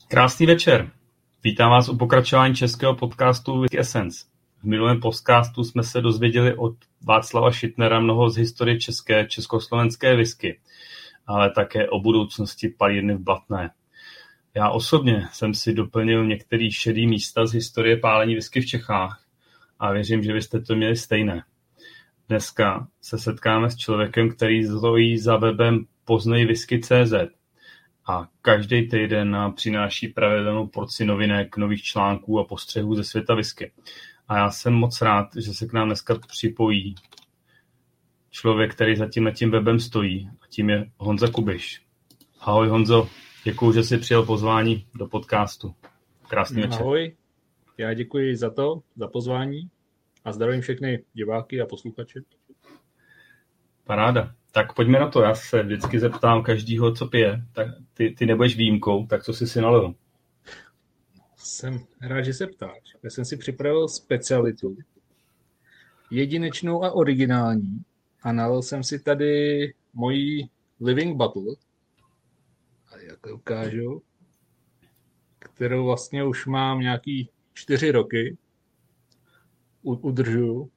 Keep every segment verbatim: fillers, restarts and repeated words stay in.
Krásný večer. Vítám vás u pokračování českého podcastu Whisky Essence. V minulém podcastu jsme se dozvěděli od Václava Šitnera mnoho z historie české, československé whisky, ale také o budoucnosti palírny v Blatné. Já osobně jsem si doplnil některé šedý místa z historie pálení whisky v Čechách a věřím, že vy jste to měli stejné. Dneska se setkáme s člověkem, který stojí za webem poznej whisky tečka cé zet a každý týden nám přináší pravidelnou porci novinek, nových článků a postřehů ze světa whisky. A já jsem moc rád, že se k nám dneska připojí člověk, který za tím tím webem stojí, a tím je Honza Kubiš. Ahoj Honzo, děkuju, že jsi přijel pozvání do podcastu. Krásný večer. Ahoj, já děkuji za to, za pozvání a zdravím všechny diváky a posluchače. Paráda. Tak pojďme na to, já se vždycky zeptám každýho, co pije. Tak ty, ty nebudeš výjimkou, tak co jsi si nalil? Jsem rád, že se ptáš. Já jsem si připravil specialitu, jedinečnou a originální, a nalil jsem si tady moji Living Bottle, a jak to ukážu, kterou vlastně už mám nějaký čtyři roky, udržuju.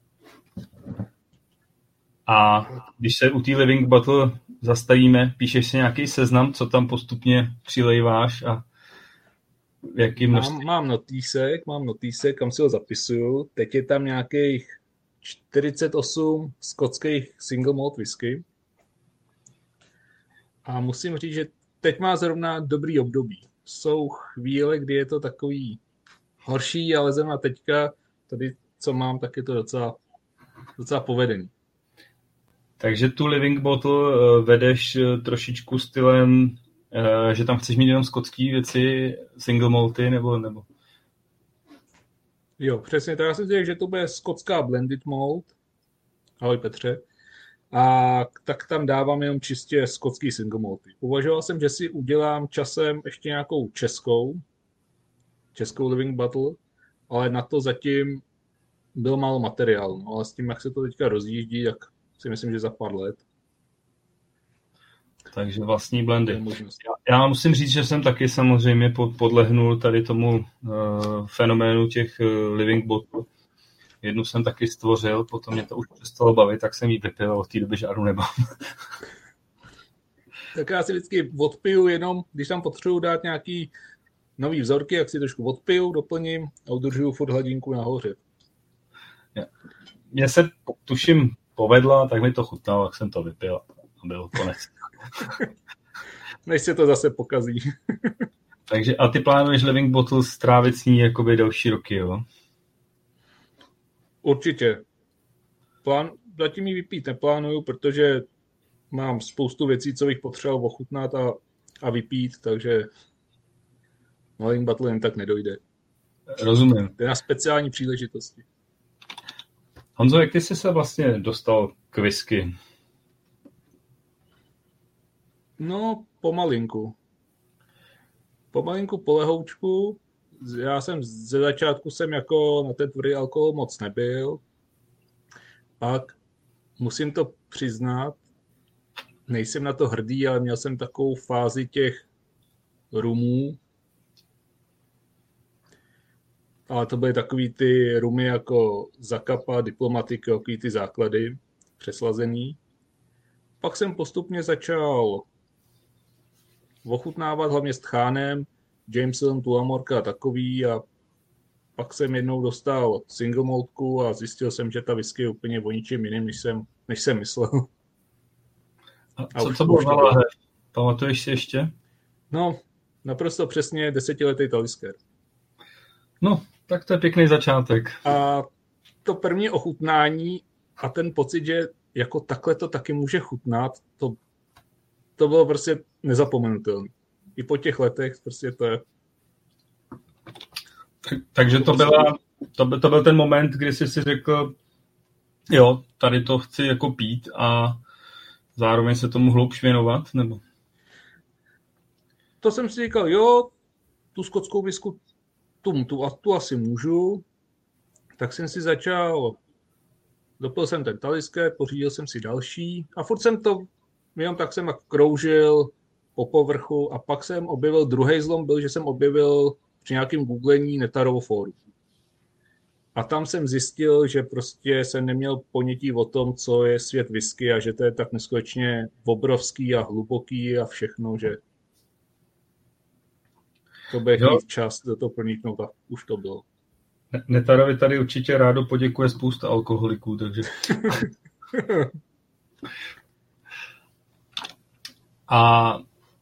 A když se u té Living Bottle zastavíme, píšeš si nějaký seznam, co tam postupně přilejváš a v jakým množství? Mám, mám notýsek, mám notýsek, kam si ho zapisuju. Teď je tam nějakých čtyřicet osm skotských single malt whisky. A musím říct, že teď má zrovna dobrý období. Jsou chvíle, kdy je to takový horší, ale zrovna teďka, tady co mám, tak je to docela, docela povedený. Takže tu Living Bottle vedeš trošičku stylem, že tam chceš mít jenom skotský věci, single malty, nebo, nebo? Jo, přesně, tak já jsem si řekl, že to bude skotská blended malt. Ahoj Petře. A tak tam dávám jenom čistě skotský single malty. Uvažoval jsem, že si udělám časem ještě nějakou českou, českou Living Bottle, ale na to zatím byl málo materiálu. No, ale s tím, jak se to teďka rozjíždí, tak si myslím, že za pár let. Takže vlastní blendy. Já, já musím říct, že jsem taky samozřejmě podlehnul tady tomu uh, fenoménu těch uh, Living Bottle. Jednu jsem taky stvořil, potom mě to už přestalo bavit, tak jsem jí vypil a od té doby žáru nemám. Tak já si vždycky odpiju jenom, když tam potřebuji dát nějaký nový vzorky, jak si trošku odpiju, doplním a udržuju furt hladinku nahoře. Mně se, tuším, povedla, tak mi to chutnalo, tak jsem to vypil a byl konec. Než se to zase pokazí. Takže a ty plánuješ Living Bottle strávit s ní jakoby další roky, jo? Určitě. Plán, zatím ji vypít neplánuju, protože mám spoustu věcí, co bych potřeboval ochutnat a, a vypít, takže Living Bottle jen tak nedojde. Rozumím. To je na speciální příležitosti. Honzo, jak ty jsi se vlastně dostal k whisky? No, pomalinku. Pomalinku, polehoučku. Já jsem ze začátku jsem jako na ten tvrdý alkohol moc nebyl. Pak musím to přiznat, nejsem na to hrdý, ale měl jsem takovou fázi těch rumů. Ale to byly takový ty rumy jako Zacapa, Diplomatic, takový ty základy přeslazený. Pak jsem postupně začal ochutnávat hlavně s Tchánem, Jameson, Tuamorka a takový, a pak jsem jednou dostal single maltku a zjistil jsem, že ta whisky je úplně o ničem jiným, než jsem, než jsem myslel. A, a co to bylo na láhev? Pamatuješ si ještě? No, naprosto přesně desetiletý Talisker. No, tak to je pěkný začátek. A to první ochutnání a ten pocit, že jako takhle to taky může chutnat, to, to bylo prostě nezapomenutelné. I po těch letech prostě to je... Tak, takže to, byla, to, by, to byl ten moment, kdy jsi si řekl, jo, tady to chci jako pít a zároveň se tomu hloubš věnovat, nebo? To jsem si říkal, jo, tu skotskou whisky tu, tu, tu asi můžu, tak jsem si začal, dopil jsem ten Talisker, pořídil jsem si další a furt jsem to, jenom tak jsem kroužil po povrchu a pak jsem objevil, druhý zlom byl, že jsem objevil při nějakém googlení Netarovo fórum. A tam jsem zjistil, že prostě jsem neměl ponětí o tom, co je svět whisky a že to je tak neskutečně obrovský a hluboký a všechno, že to bude chtít čas do toho proniknout a už to bylo. Netarovi tady určitě rádo poděkuje spousta alkoholiků, takže... A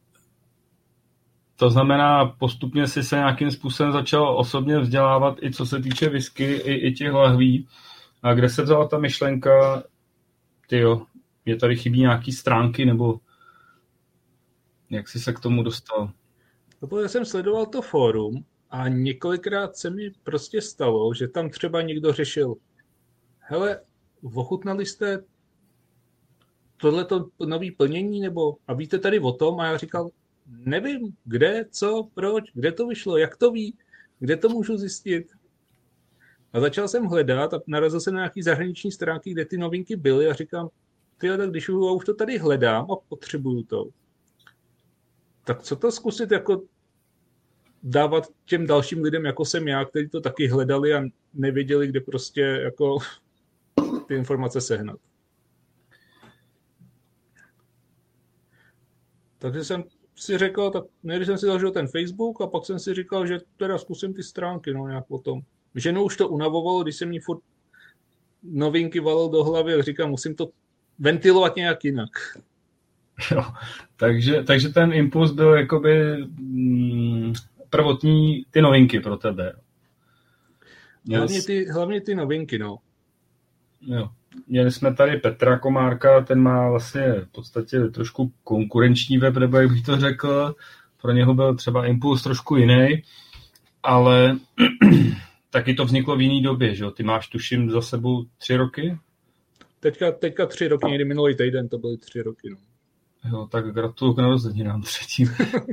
to znamená, postupně si se nějakým způsobem začal osobně vzdělávat i co se týče whisky, i, i těch lahví. A kde se vzala ta myšlenka, tyjo, je tady chybí nějaký stránky, nebo jak jsi se k tomu dostal? Protože jsem sledoval to fórum a několikrát se mi prostě stalo, že tam třeba někdo řešil, hele, ochutnali jste tohleto nový plnění, nebo a víte tady o tom? A já říkal, nevím, kde, co, proč, kde to vyšlo, jak to ví, kde to můžu zjistit. A začal jsem hledat a narazil jsem na nějaký zahraniční stránky, kde ty novinky byly a říkám, tyjo, tak když už to tady hledám a potřebuju to, tak co to zkusit jako dávat těm dalším lidem, jako jsem já, kteří to taky hledali a nevěděli, kde prostě jako ty informace sehnat. Takže jsem si řekl, tak nejdřív jsem si založil ten Facebook a pak jsem si říkal, že teda zkusím ty stránky, no nějak potom. Ženu už to unavovalo, když jsem mi furt novinky valil do hlavy a říkám, musím to ventilovat nějak jinak. Jo, takže, takže ten impuls byl jakoby mm, prvotní ty novinky pro tebe. Hlavně ty, hlavně ty novinky, no. Jo. Měli jsme tady Petra Komárka, ten má vlastně v podstatě trošku konkurenční web, nebo jak bych to řekl. Pro něho byl třeba impuls trošku jiný, ale taky to vzniklo v jiný době, že jo? Ty máš, tuším, za sebou tři roky? Teďka, teďka tři roky, někdy minulý týden to byly tři roky, no. Jo, tak gratuluju k narozeninám třetím.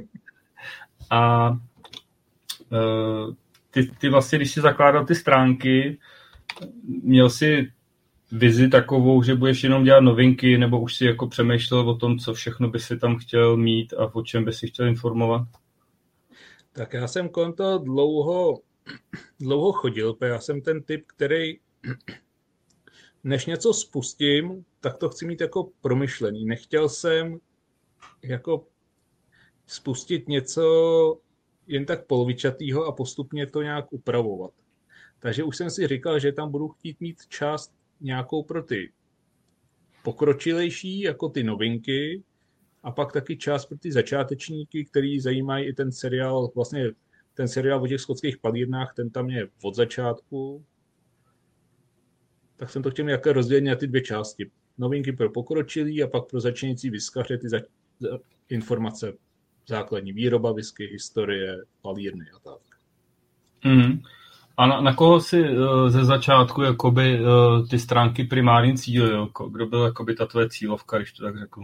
A uh, ty, ty vlastně, když jsi zakládal ty stránky, měl jsi vizi takovou, že budeš jenom dělat novinky, nebo už si jako přemýšlel o tom, co všechno by si tam chtěl mít a o čem by si chtěl informovat? Tak já jsem kolem toho dlouho, dlouho chodil, protože já jsem ten typ, který než něco spustím, tak to chci mít jako promyšlený. Nechtěl jsem jako spustit něco jen tak polovičatýho a postupně to nějak upravovat. Takže už jsem si říkal, že tam budu chtít mít část nějakou pro ty pokročilejší, jako ty novinky, a pak taky část pro ty začátečníky, který zajímají i ten seriál, vlastně ten seriál o těch skotských palírnách, ten tam je od začátku. Tak jsem to chtěl nějaké rozdělit na ty dvě části. Novinky pro pokročilý a pak pro začínající whiskaře ty za, za, informace základní výroba whisky, historie, palírny a tak. Mm. A na, na koho si uh, ze začátku jakoby, uh, ty stránky primární cílil? Kdo byl jakoby ta tvoje cílovka, když to tak řeknu?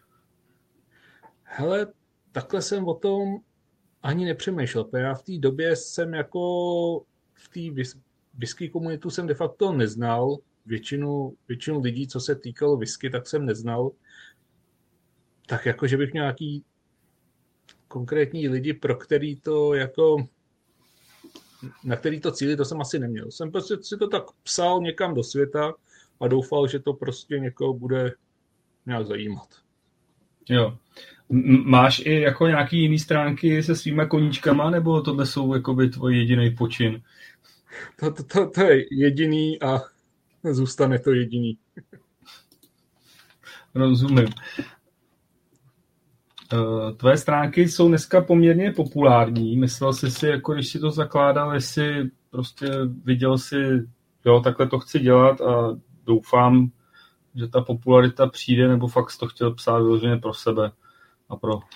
Hele, takhle jsem o tom ani nepřemýšlel. Já v té době jsem jako v té whisky komunitu jsem de facto neznal. Většinu, většinu lidí, co se týkalo whisky, tak jsem neznal. Tak jako, že bych měl nějaký konkrétní lidi, pro který to jako na který to cíli, to jsem asi neměl. Jsem prostě si to tak psal někam do světa a doufal, že to prostě někoho bude nějak zajímat. Jo. M- máš i jako nějaký jiný stránky se svýma koníčkama, nebo tohle jsou jakoby tvoj jediný počin? To, to, to, to je jediný a zůstane to jediný. Rozumím. Tvoje stránky jsou dneska poměrně populární. Myslel jsi si, jako když si to zakládal, jestli prostě viděl si, jo, takhle to chci dělat a doufám, že ta popularita přijde, nebo fakt jsi to chtěl psát vyloženě pro sebe a pro... Uh,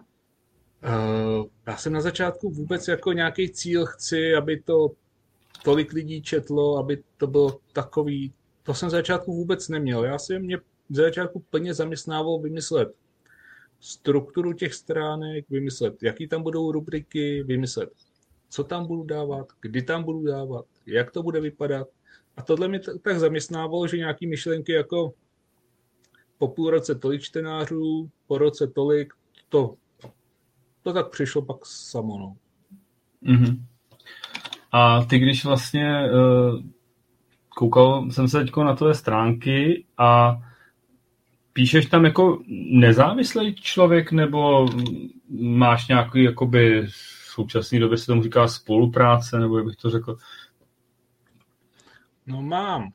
já jsem na začátku vůbec jako nějaký cíl chci, aby to tolik lidí četlo, aby to bylo takový... To jsem za začátku vůbec neměl. Já jsem mě za začátku plně zaměstnával vymyslet strukturu těch stránek, vymyslet, jaký tam budou rubriky, vymyslet, co tam budu dávat, kdy tam budu dávat, jak to bude vypadat. A tohle mě t- tak zaměstnávalo, že nějaký myšlenky jako po půl roce tolik čtenářů, po roce tolik, to to tak přišlo pak samo, no. Mm-hmm. A ty, když vlastně uh, koukal jsem se teďko na tvoje stránky a píšeš tam jako nezávislý člověk, nebo máš nějaký, jakoby v současné době se tomu říká spolupráce, nebo jak bych to řekl? No mám.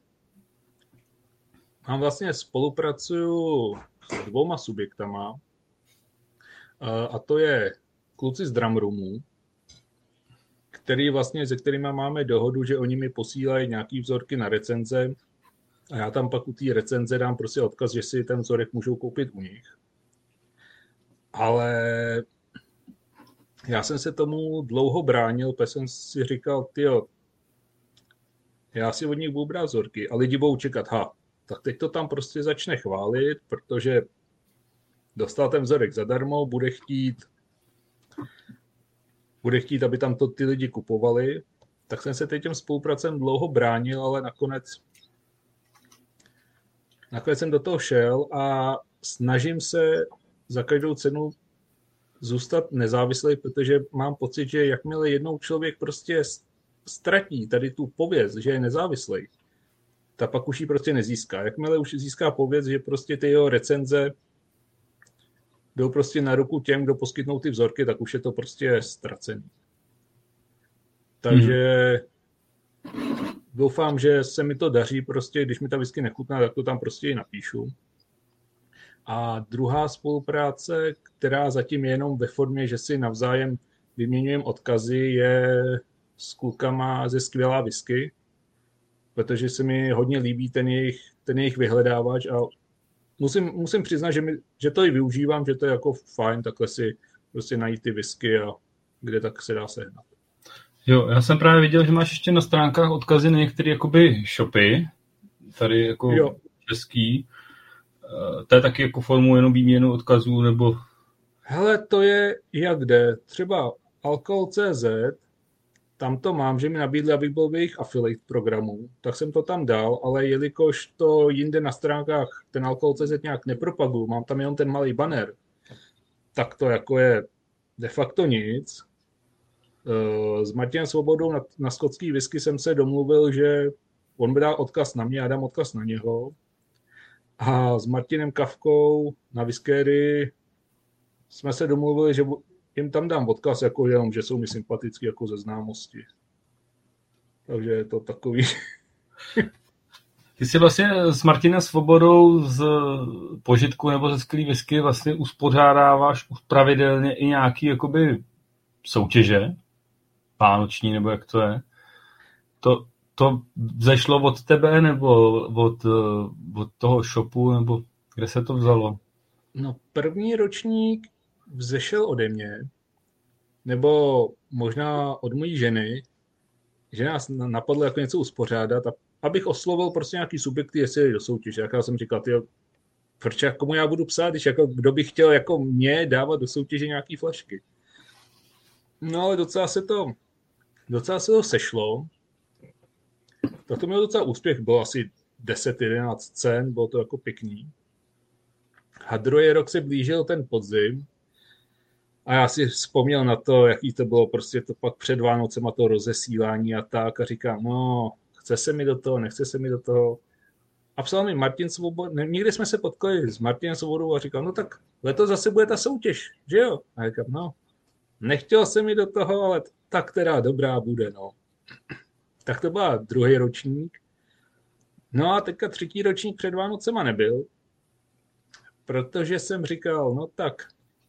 Mám vlastně spolupracuju s dvouma subjektama, a to je kluci z Drum Roomu, který vlastně, se kterými máme dohodu, že oni mi posílají nějaký vzorky na recenze a já tam pak u té recenze dám prostě odkaz, že si ten vzorek můžou koupit u nich. Ale já jsem se tomu dlouho bránil, protože jsem si říkal, tyjo, já si od nich budu brát vzorky a lidi budou čekat, ha, tak teď to tam prostě začne chválit, protože dostal ten vzorek zadarmo, bude chtít, bude chtít, aby tam to ty lidi kupovali, tak jsem se teď těm spolupracem dlouho bránil, ale nakonec, nakonec jsem do toho šel a snažím se za každou cenu zůstat nezávislý, protože mám pocit, že jakmile jednou člověk prostě ztratí tady tu pověst, že je nezávislý, tak pak už ji prostě nezíská. Jakmile už získá pověst, že prostě ty jeho recenze jdou prostě na ruku těm, kdo poskytnou ty vzorky, tak už je to prostě ztracený. Takže hmm. doufám, že se mi to daří prostě, když mi ta whisky nechutná, tak to tam prostě i napíšu. A druhá spolupráce, která zatím je jenom ve formě, že si navzájem vyměňujeme odkazy, je s klukama ze Skvělá whisky, protože se mi hodně líbí ten jejich, ten jejich vyhledávač a musím, musím přiznat, že, mi, že to i využívám, že to je jako fajn takhle si prostě najít ty whisky a kde tak se dá sehnat. Jo, já jsem právě viděl, že máš ještě na stránkách odkazy na některé jakoby shopy, tady jako jo. Český. To je taky jako formou jenom výměnu odkazů, nebo... Hele, to je jak jde. Třeba alkohol tečka cé zet, tam to mám, že mi nabídli, abych byl v jejich affiliate programu, tak jsem to tam dal, ale jelikož to jinde na stránkách ten alkohol tečka cé zet nějak nepropaguju, mám tam jenom ten malý banner, tak to jako je de facto nic. S Martinem Svobodou na, na skotský whisky jsem se domluvil, že on by dal odkaz na mě, já dám odkaz na něho. A s Martinem Kavkou na whiskery jsme se domluvili, že jim tam dám odkaz, jako jenom, že jsou mi sympatický jako ze známosti. Takže je to takový. Ty si vlastně s Martinem Svobodou z Požitku nebo ze Skvělý whisky vlastně uspořádáváš pravidelně i nějaký jakoby soutěže vánoční, nebo jak to je. To, to vzešlo od tebe, nebo od, od toho shopu, nebo kde se to vzalo? No, první ročník vzešel ode mě, nebo možná od mojí ženy, že nás napadlo jako něco uspořádat a abych oslovil prostě nějaký subjekty, jestli je do soutěže. Jak já jsem říkal, tyjo, proč komu já budu psát, když jako, kdo by chtěl jako mě dávat do soutěže nějaký flašky. No ale docela se to, docela se to sešlo. Tak to mělo docela úspěch, bylo asi deset jedenáct cen, bylo to jako pěkný. A druhý rok se blížil ten podzim a já si vzpomněl na to, jaký to bylo prostě to pak před Vánocema to rozesílání a tak a říkám, no, chce se mi do toho, nechce se mi do toho. A psal mi Martin Svoboda, někdy jsme se potkali s Martinem Svobodou a říkal, no tak letos zase bude ta soutěž, že jo? A říkám, no, nechtěl se mi do toho, ale tak teda dobrá bude, no. Tak to byl druhý ročník. No a teďka třetí ročník před Vánocema nebyl, protože jsem říkal, no tak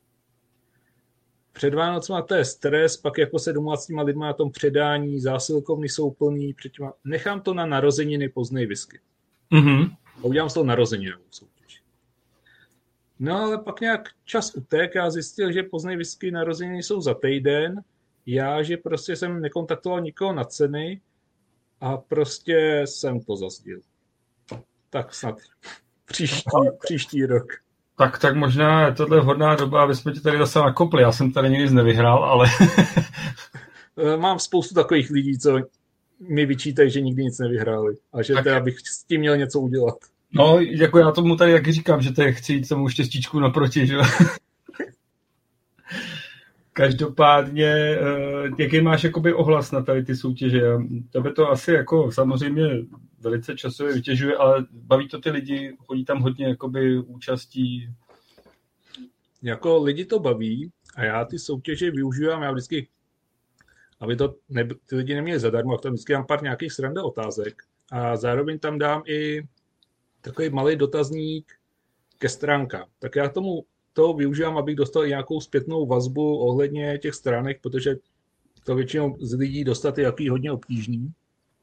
před Vánocema to je stres, pak jako se domluvat s těma lidma na tom předání, zásilkovny jsou plný, předtím nechám to na narozeniny Poznej whisky. Mm-hmm. A udělám z toho narozeninovou soutěž. No ale pak nějak čas utek a zjistil, že Poznej whisky narozeniny jsou za týden, já, že prostě jsem nekontaktoval nikoho na ceny a prostě jsem to zazdil. Tak snad příští, příští rok. Tak, tak možná je tohle vhodná doba, aby jsme tě tady zase nakopli. Já jsem tady nic nevyhrál, ale... Mám spoustu takových lidí, co mi vyčítají, že nikdy nic nevyhráli. A že tak... teda bych s tím měl něco udělat. No, jako já tomu tady taky říkám, že tady chci jít tomu štěstíčku naproti, že? Každopádně, jaký máš jakoby ohlas na tady ty soutěže? Tebe to asi jako samozřejmě velice časově vytěžuje, ale baví to ty lidi, chodí tam hodně jakoby účastí. Jako lidi to baví a já ty soutěže využívám, já vždycky, aby to ne, ty lidi neměli zadarmo, tak tam vždycky dám pár nějakých sranda otázek a zároveň tam dám i takový malý dotazník ke stránkám. Tak já tomu to využívám, abych dostal nějakou zpětnou vazbu ohledně těch stránek, protože to většinou z lidí dostat je jaký hodně obtížný.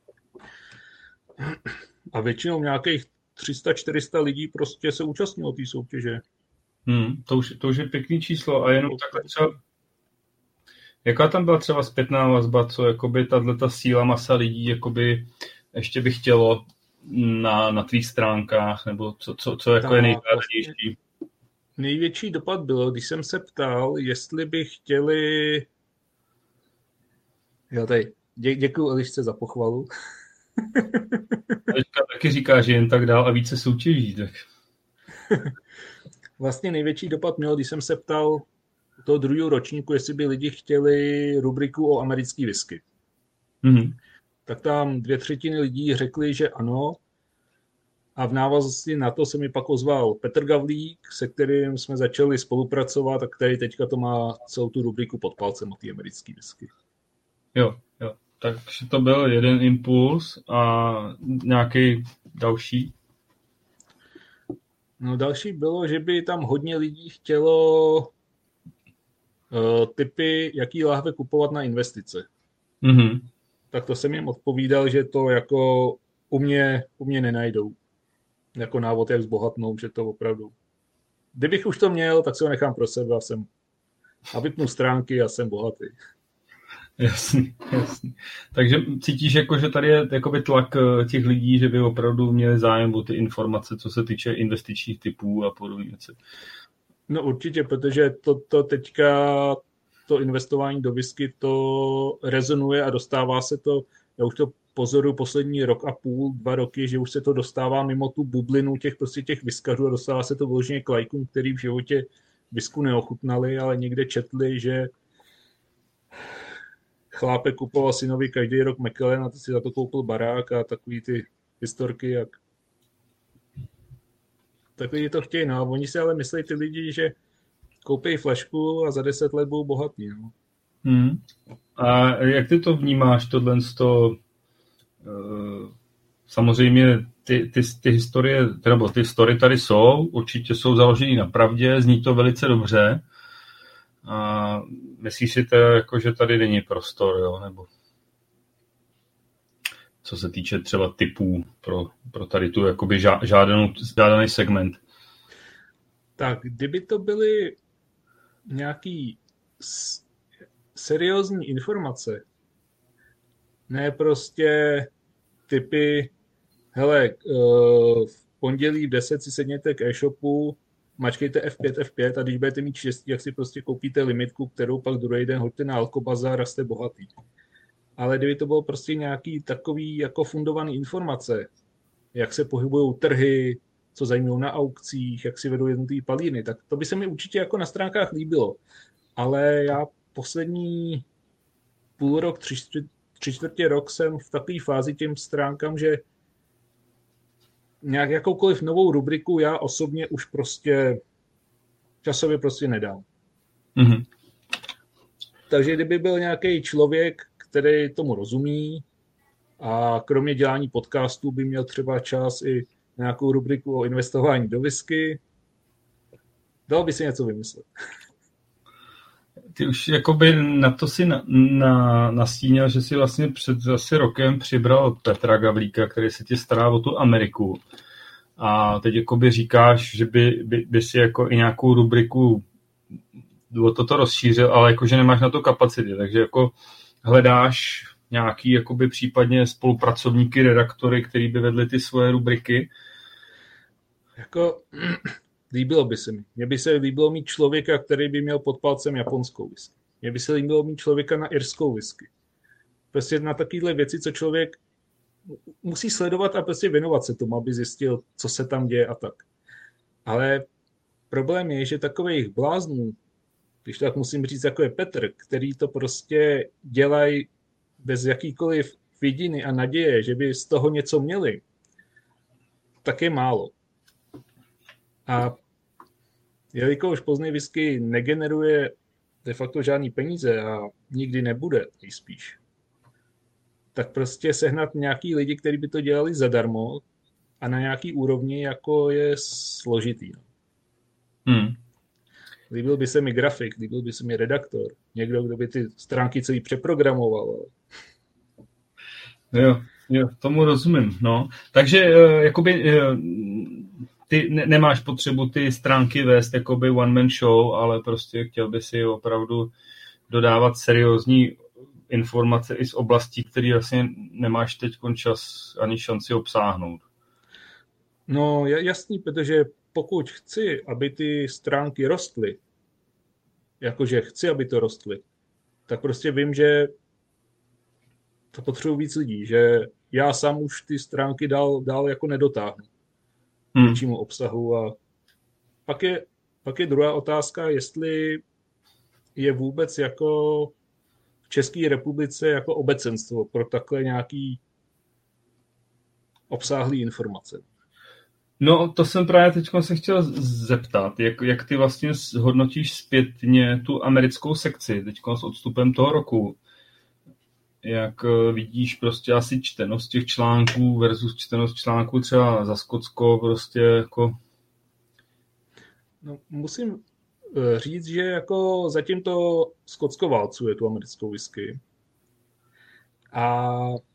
A většinou nějakých tři sta čtyři sta lidí prostě se účastnilo té soutěže. Hmm, to, už, to už je pěkný číslo a jenom takhle třeba, jaká tam byla třeba zpětná vazba, co jakoby tato síla masa lidí jakoby ještě by chtělo na, na tvých stránkách, nebo co, co, co jako je nejvýraznější? Největší dopad bylo, když jsem se ptal, jestli by chtěli... Jo, tady, dě, děkuju Elišce za pochvalu. Eliška taky říká, že jen tak dál a více soutěží. Tak. Vlastně největší dopad měl, když jsem se ptal toho druhého ročníku, jestli by lidi chtěli rubriku o americký whisky. Mm-hmm. Tak tam dvě třetiny lidí řekli, že ano. A v návaznosti na to se mi pak ozval Petr Gavlík, se kterým jsme začali spolupracovat a který teďka to má celou tu rubriku pod palcem o té americké whisky. Jo, jo. Takže to byl jeden impuls a nějaký další? No další bylo, že by tam hodně lidí chtělo uh, typy, jaký láhve kupovat na investice. Mm-hmm. Tak to jsem jim odpovídal, že to jako u mě, u mě nenajdou. Jako návod, jak zbohatnout, že to opravdu... Kdybych už to měl, tak se ho nechám pro sebe a jsem... A vypnu stránky a jsem bohatý. Jasný, jasný. Takže cítíš, jako, že tady je jakoby tlak těch lidí, že by opravdu měli zájem o ty informace, co se týče investičních typů a podobně věci? No určitě, protože to, to teďka, to investování do whisky, to rezonuje a dostává se to, já už to pozoruju poslední rok a půl, dva roky, že už se to dostává mimo tu bublinu těch prostě těch whiskařů a dostává se to vloženě k lajkům, který v životě whisku neochutnali, ale někde četli, že chlápek kupoval synovi každý rok Macallan a ty si za to koupil barák a takový ty historky, jak tak lidi to chtějí, no a oni si ale myslí ty lidi, že koupí flašku a za deset let budou bohatý, no. Hmm. A jak ty to vnímáš, tohle z toho, uh, samozřejmě ty, ty, ty historie, nebo ty story tady jsou, určitě jsou založený na pravdě, zní to velice dobře. A myslíš si to, jako, že tady není prostor, jo? Nebo co se týče třeba typů pro, pro tady tu jakoby žádanou, žádaný segment? Tak, kdyby to byly nějaký s- seriózní informace, ne prostě typy, hele, v pondělí v deset si sedněte k e-shopu, mačkejte F pět, F pět a když budete mít štěstí, jak si prostě koupíte limitku, kterou pak druhý den hoďte na Alkobazar a jste bohatý. Ale kdyby to bylo prostě nějaký takový jako fundovaný informace, jak se pohybují trhy, co zajímají na aukcích, jak si vedou jednotlivé palíny, tak to by se mi určitě jako na stránkách líbilo. Ale já poslední půl rok, tři, tři čtvrtě rok jsem v takové fázi těm stránkám, že nějak jakoukoliv novou rubriku já osobně už prostě časově prostě nedám. Mm-hmm. Takže kdyby byl nějaký člověk, který tomu rozumí a kromě dělání podcastů by měl třeba čas i nějakou rubriku o investování do whisky, dal by si něco vymyslet. Ty už jakoby na to si na, na, nastínil, že si vlastně před asi rokem přibral Petra Gavlíka, který se ti stará o tu Ameriku. A teď jakoby říkáš, že by, by, by si jako i nějakou rubriku o toto rozšířil, ale jakože nemáš na to kapacity, takže jako hledáš nějaký jakoby případně spolupracovníky, redaktory, který by vedli ty svoje rubriky? Jako líbilo by se mi. Mně by se líbilo mít člověka, který by měl pod palcem japonskou whisky. Mně by se líbilo mít člověka na irskou whisky. Prostě na takovéhle věci, co člověk musí sledovat a prostě věnovat se tomu, aby zjistil, co se tam děje a tak. Ale problém je, že takových bláznů když tak musím říct, jako je Petr, který to prostě dělají bez jakýkoliv vidiny a naděje, že by z toho něco měli, tak je málo. A jelikož Pozdní whisky negeneruje de facto žádný peníze a nikdy nebude, nejspíš, tak prostě sehnat nějaký lidi, kteří by to dělali zadarmo a na nějaký úrovni, jako je složitý. Hmm. Líbil by se mi grafik, líbil by se mi redaktor, někdo, kdo by ty stránky celý přeprogramoval. Jo, jo, tomu rozumím, no. Takže jakoby ty ne- nemáš potřebu ty stránky vést jakoby one man show, ale prostě chtěl by si opravdu dodávat seriózní informace i z oblastí, které vlastně nemáš teď čas ani šanci obsáhnout. No jasný, protože pokud chci, aby ty stránky rostly, jakože chci, aby to rostly, tak prostě vím, že to potřebuji víc lidí, že já sám už ty stránky dál, dál jako nedotáhnu hmm. většímu obsahu. A pak je, pak je druhá otázka, jestli je vůbec jako v České republice jako obecenstvo pro takhle nějaký obsáhlý informace. No, to jsem právě teď se chtěl zeptat, jak, jak ty vlastně hodnotíš zpětně tu americkou sekci teď s odstupem toho roku. Jak vidíš prostě asi čtenost těch článků versus čtenost článků třeba za Skotsko prostě jako... No, musím říct, že jako zatím to Skotsko válcuje tu americkou whisky. A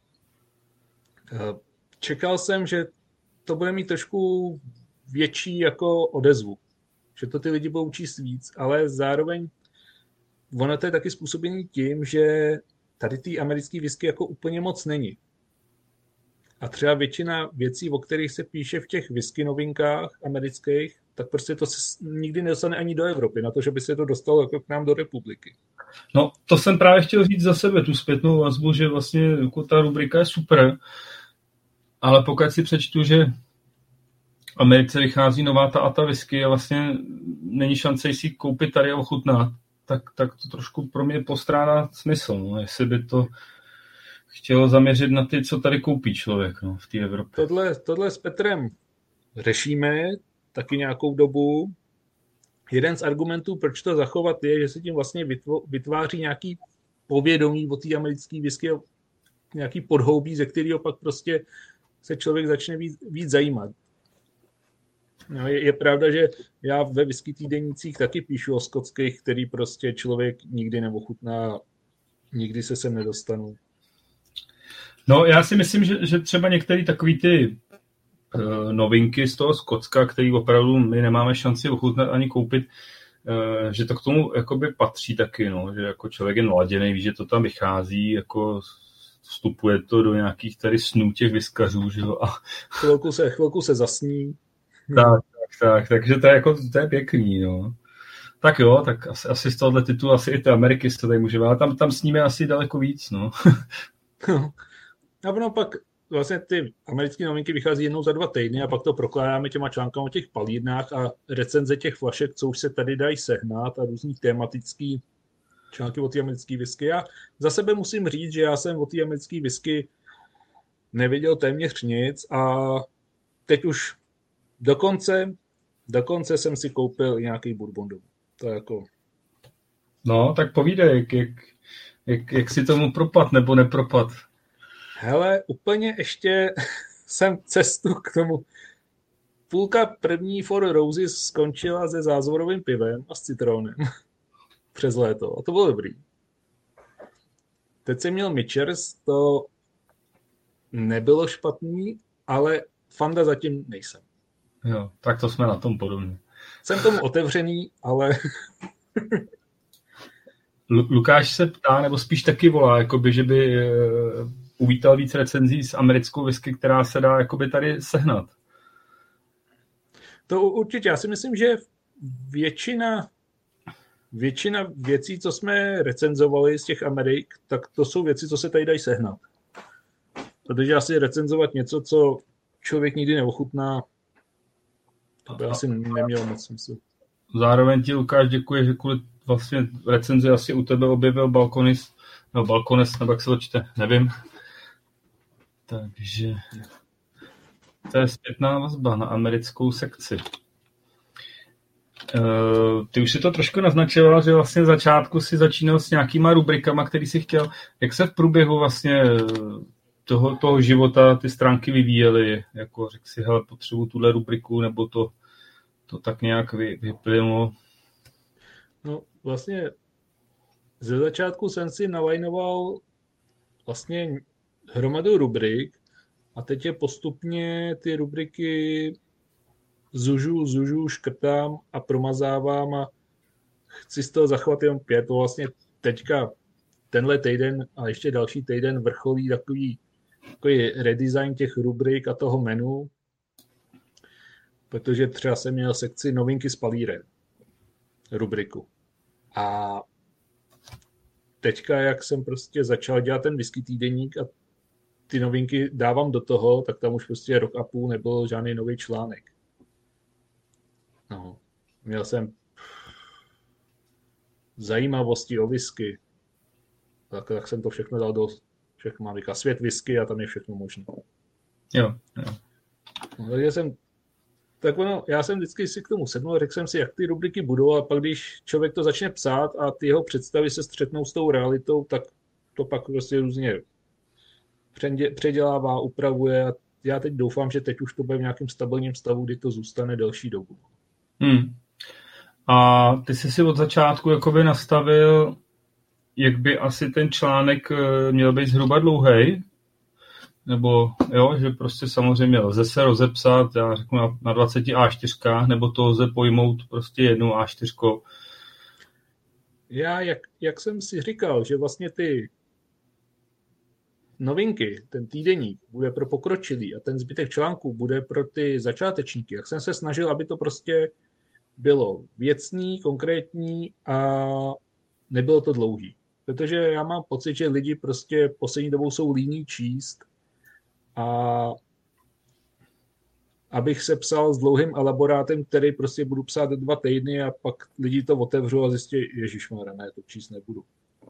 čekal jsem, že to bude mít trošku větší jako odezvu. Že to ty lidi budou číst víc, ale zároveň ono to je taky způsobený tím, že tady ty americké whisky jako úplně moc není. A třeba většina věcí, o kterých se píše v těch whisky novinkách amerických, tak prostě to se nikdy nedostane ani do Evropy, na to, že by se to dostalo jako k nám do republiky. No, to jsem právě chtěl říct za sebe, tu zpětnou vazbu, že vlastně jako ta rubrika je super, ale pokud si přečtu, že v Americe vychází nová ta a ta whisky a vlastně není šance si koupit tady a ochutnat, tak, tak to trošku pro mě postrádá smysl. No. Jestli by to chtělo zaměřit na ty, co tady koupí člověk no, v té Evropě. Tohle, tohle s Petrem řešíme taky nějakou dobu. Jeden z argumentů, proč to zachovat, je, že se tím vlastně vytváří nějaký povědomí o té americké whisky, nějaký podhoubí, ze kterého pak prostě se člověk začne víc, víc zajímat. No, je, je pravda, že já ve whisky týdenících taky píšu o skotských, který prostě člověk nikdy neochutná, nikdy se sem nedostanu. No, já si myslím, že, že třeba některé takový ty uh, novinky z toho Skotska, který opravdu my nemáme šanci ochutnat ani koupit, uh, že to k tomu jakoby patří taky, no, že jako člověk je naladěný, ví, že to tam vychází, jako vstupuje to do nějakých tady snů těch whiskařů, že jo. A... Chvilku se, chvilku se zasní. Tak, tak, tak, takže to je jako, to je pěkný, no. Tak jo, tak asi, asi z tohohle titulu asi i ty Ameriky se tady můžeme, ale tam, tam sníme asi daleko víc, no. A no pak vlastně ty americké novinky vychází jednou za dva týdny a pak to prokládáme těma článkama o těch palírnách a recenze těch flašek, co už se tady dají sehnat a různý tematický články o té americké whisky. Já za sebe musím říct, že já jsem o té americké whisky nevěděl téměř nic a teď už dokonce, dokonce jsem si koupil nějaký bourbon domů. To je jako... No, tak povídej, jak, jak, jak, jak si tomu propad nebo nepropad. Hele, úplně ještě jsem cestu k tomu. Půlka první Four Roses skončila se zázvorovým pivem a s citronem přes léto. A to bylo dobrý. Teď jsem měl Mitchers, to nebylo špatný, ale fanda zatím nejsem. Jo, tak to jsme na tom podobně. Jsem tomu otevřený, ale... Lukáš se ptá, nebo spíš taky volá, jakoby, že by uvítal víc recenzí s americkou whisky, která se dá jakoby tady sehnat. To určitě. Já si myslím, že většina, většina věcí, co jsme recenzovali z těch Amerik, tak to jsou věci, co se tady dají sehnat. Protože asi recenzovat něco, co člověk nikdy neochutná, to by asi nemělo moc smysl. Zároveň ti, Lukáš, děkuji, že kvůli vlastně recenzi asi u tebe objevil Balkonis, no Balkones, nebo jak se to čte, nevím. Takže to je zpětná vazba na americkou sekci. Uh, ty už si to trošku naznačoval, že vlastně v začátku si začínal s nějakýma rubrikama, který si chtěl. Jak se v průběhu vlastně toho, toho života ty stránky vyvíjely? Jako řekl si, hele, potřebuji tuhle rubriku, nebo to, to tak nějak vy, vyplynulo? No vlastně ze začátku jsem si nalajnoval vlastně hromadu rubrik a teď je postupně ty rubriky zužu, zužu, škrtám a promazávám a chci z toho zachovat jenom pět. To vlastně teďka tenhle týden a ještě další týden vrcholí takový, takový redesign těch rubrik a toho menu, protože třeba jsem měl sekci novinky s palírem, rubriku. A teďka, jak jsem prostě začal dělat ten whisky týdeník a ty novinky dávám do toho, tak tam už prostě rok a půl nebyl žádný nový článek. No, měl jsem zajímavosti o whisky, tak, tak jsem to všechno dal do všechno mám říká svět whisky a tam je všechno možné. Jo, jo. No, takže jsem tak ono, já jsem vždycky si k tomu sednul, řekl jsem si, jak ty rubriky budou a pak když člověk to začne psát a ty jeho představy se střetnou s tou realitou, tak to pak prostě různě předělává, upravuje a já teď doufám, že teď už to bude v nějakém stabilním stavu, kdy to zůstane delší dobu. Hmm. A ty jsi si od začátku jakoby nastavil, jak by asi ten článek měl být zhruba dlouhý, nebo jo, že prostě samozřejmě lze se rozepsat, já řeknu na, na dvacet á čtyři, nebo to lze pojmout prostě jednou á čtyři. Já, jak, jak jsem si říkal, že vlastně ty novinky, ten týdeník bude pro pokročilý a ten zbytek článků bude pro ty začátečníky, jak jsem se snažil, aby to prostě bylo věcný, konkrétní a nebylo to dlouhý. Protože já mám pocit, že lidi prostě poslední dobou jsou líní číst a abych se psal s dlouhým elaborátem, který prostě budu psát dva týdny a pak lidi to otevřou a zjistí, ježišmarja, ne, to číst nebudu.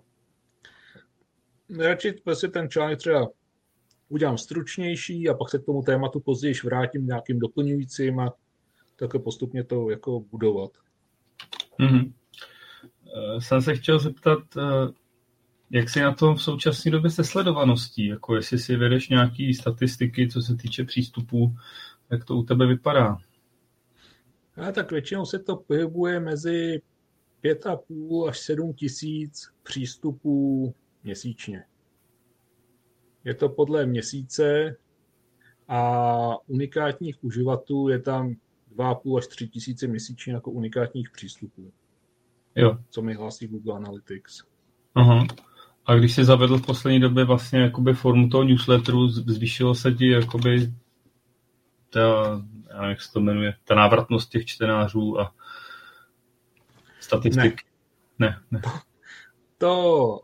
Radši prostě ten článek třeba udělám stručnější a pak se k tomu tématu později vrátím nějakým doplňujícím a takhle postupně to jako budovat. Mm-hmm. Jsem se chtěl zeptat, jak jsi na tom v současné době se sledovaností, jako jestli si vedeš nějaký statistiky, co se týče přístupů, jak to u tebe vypadá? A tak většinou se to pohybuje mezi pět a půl až sedm tisíc přístupů měsíčně. Je to podle měsíce a unikátních uživatelů je tam dva a půl až tři tisíce měsíčně jako unikátních přístupů. Jo. Co mi hlásí Google Analytics. Aha. A když jsi zavedl v poslední době vlastně jakoby formu toho newsletteru, zvýšilo se ti jakoby ta, já nevím, jak se to jmenuje, ta návratnost těch čtenářů a statistiky? Ne. Ne, ne. To,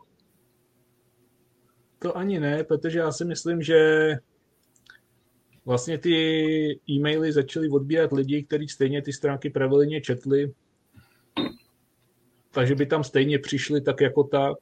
to ani ne, protože já si myslím, že vlastně ty e-maily začaly odbírat lidi, kteří stejně ty stránky pravidelně četli, takže by tam stejně přišli tak jako tak.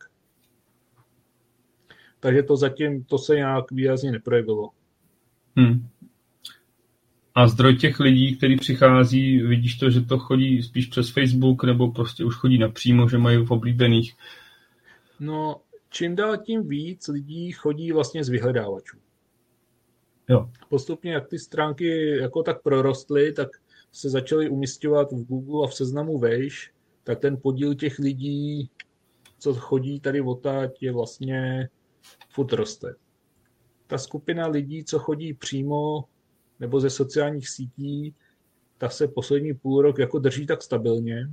Takže to zatím, to se nějak výrazně neprojevilo. Hmm. A zdroj těch lidí, kteří přichází, vidíš to, že to chodí spíš přes Facebook, nebo prostě už chodí napřímo, že mají v oblíbených? No, čím dál tím víc lidí chodí vlastně z vyhledávačů. Jo. Postupně, jak ty stránky jako tak prorostly, tak se začaly umisťovat v Google a v seznamu vejš, tak ten podíl těch lidí, co chodí tady odtáď, je vlastně furt roste. Ta skupina lidí, co chodí přímo nebo ze sociálních sítí, ta se poslední půl rok jako drží tak stabilně.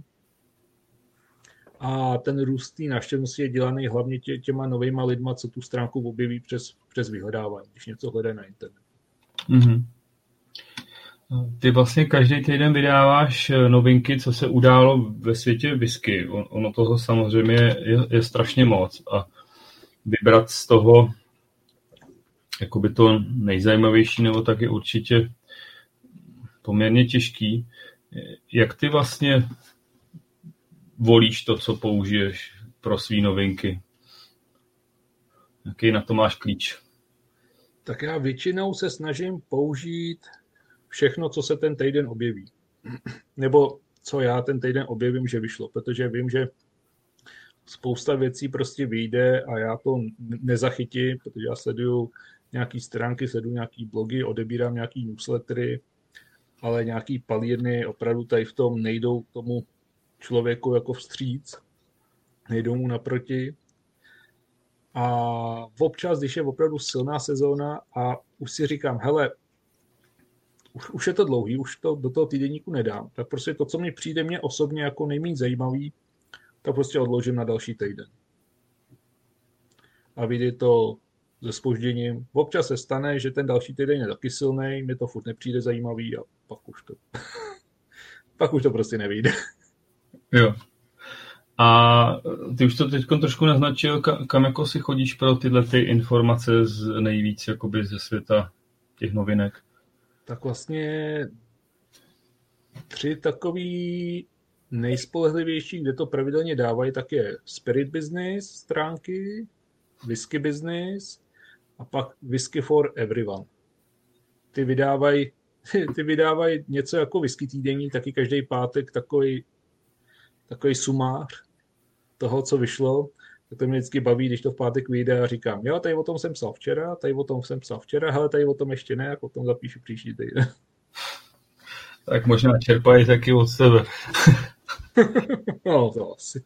A ten růst té návštěvnosti je dělaný hlavně tě, těma novejma lidma, co tu stránku objeví přes, přes vyhledávání, když něco hledají na internetu. Mm-hmm. Ty vlastně každý týden vydáváš novinky, co se událo ve světě whisky. On, ono toho samozřejmě je, je strašně moc a vybrat z toho jakoby to nejzajímavější, nebo tak je určitě poměrně těžký. Jak ty vlastně volíš to, co použiješ pro svý novinky? Jaký na to máš klíč? Tak já většinou se snažím použít všechno, co se ten týden objeví. Nebo co já ten týden objevím, že vyšlo, protože vím, že spousta věcí prostě vyjde a já to nezachytím, protože já sleduju nějaký stránky, sleduju nějaký blogy, odebírám nějaký newslettery, ale nějaký palírny opravdu tady v tom nejdou tomu člověku jako vstříc, nejdou mu naproti. A občas, když je opravdu silná sezóna a už si říkám, hele, už, už je to dlouhý, už to do toho týdenníku nedám, tak prostě to, co mi přijde mě osobně jako nejméně zajímavý, tak prostě odložím na další týden. A vyjde to se zpožděním. Občas se stane, že ten další týden je taky silný, mi to furt nepřijde zajímavý a pak už to, pak už to prostě nevyjde. Jo. A ty už to teď trošku naznačil, kam jako si chodíš pro tyhle ty informace z nejvíc jakoby ze světa těch novinek? Tak vlastně tři takový nejspolehlivější, kde to pravidelně dávají, tak je Spirit Business stránky, Whisky Business a pak Whisky for Everyone. Ty vydávají ty vydávají něco jako whisky týdenní, taky každý pátek takový takový sumář toho, co vyšlo. Tak to mě vždycky baví, když to v pátek vyjde a říkám, jo, tady o tom jsem psal včera, tady o tom jsem psal včera, hele, tady o tom ještě ne, jak o tom zapíšu příští týden. Tak možná čerpají taky od sebe. No, to asi.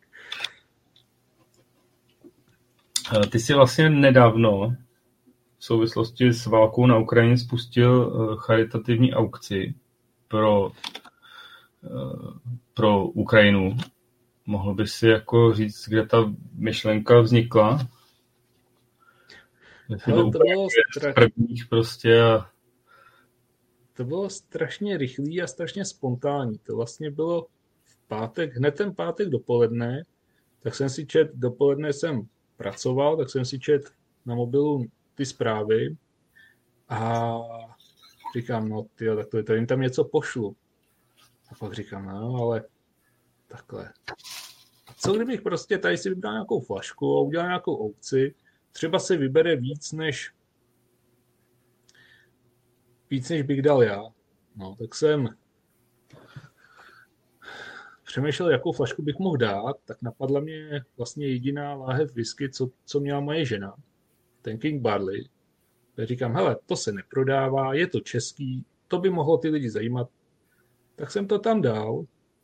Ty jsi vlastně nedávno v souvislosti s válkou na Ukrajině spustil charitativní aukci pro, pro Ukrajinu. Mohl bys si jako říct, kde ta myšlenka vznikla? Hele, to bylo stra... prvních prostě a... To bylo strašně rychlý a strašně spontánní. To vlastně bylo v pátek, hned ten pátek dopoledne, tak jsem si čet, dopoledne jsem pracoval, tak jsem si čet na mobilu ty zprávy a říkám, no tyjo, tak to je to, jim tam něco pošlu. A pak říkám, no, ale takhle. A co kdybych prostě tady si vybral nějakou flašku a udělal nějakou aukci, třeba se vybere víc, než víc, než bych dal já. No, tak jsem přemýšlel, jakou flašku bych mohl dát, tak napadla mě vlastně jediná láhev whisky, co, co měla moje žena, ten King Barley. Tak říkám, hele, to se neprodává, je to český, to by mohlo ty lidi zajímat. Tak jsem to tam dal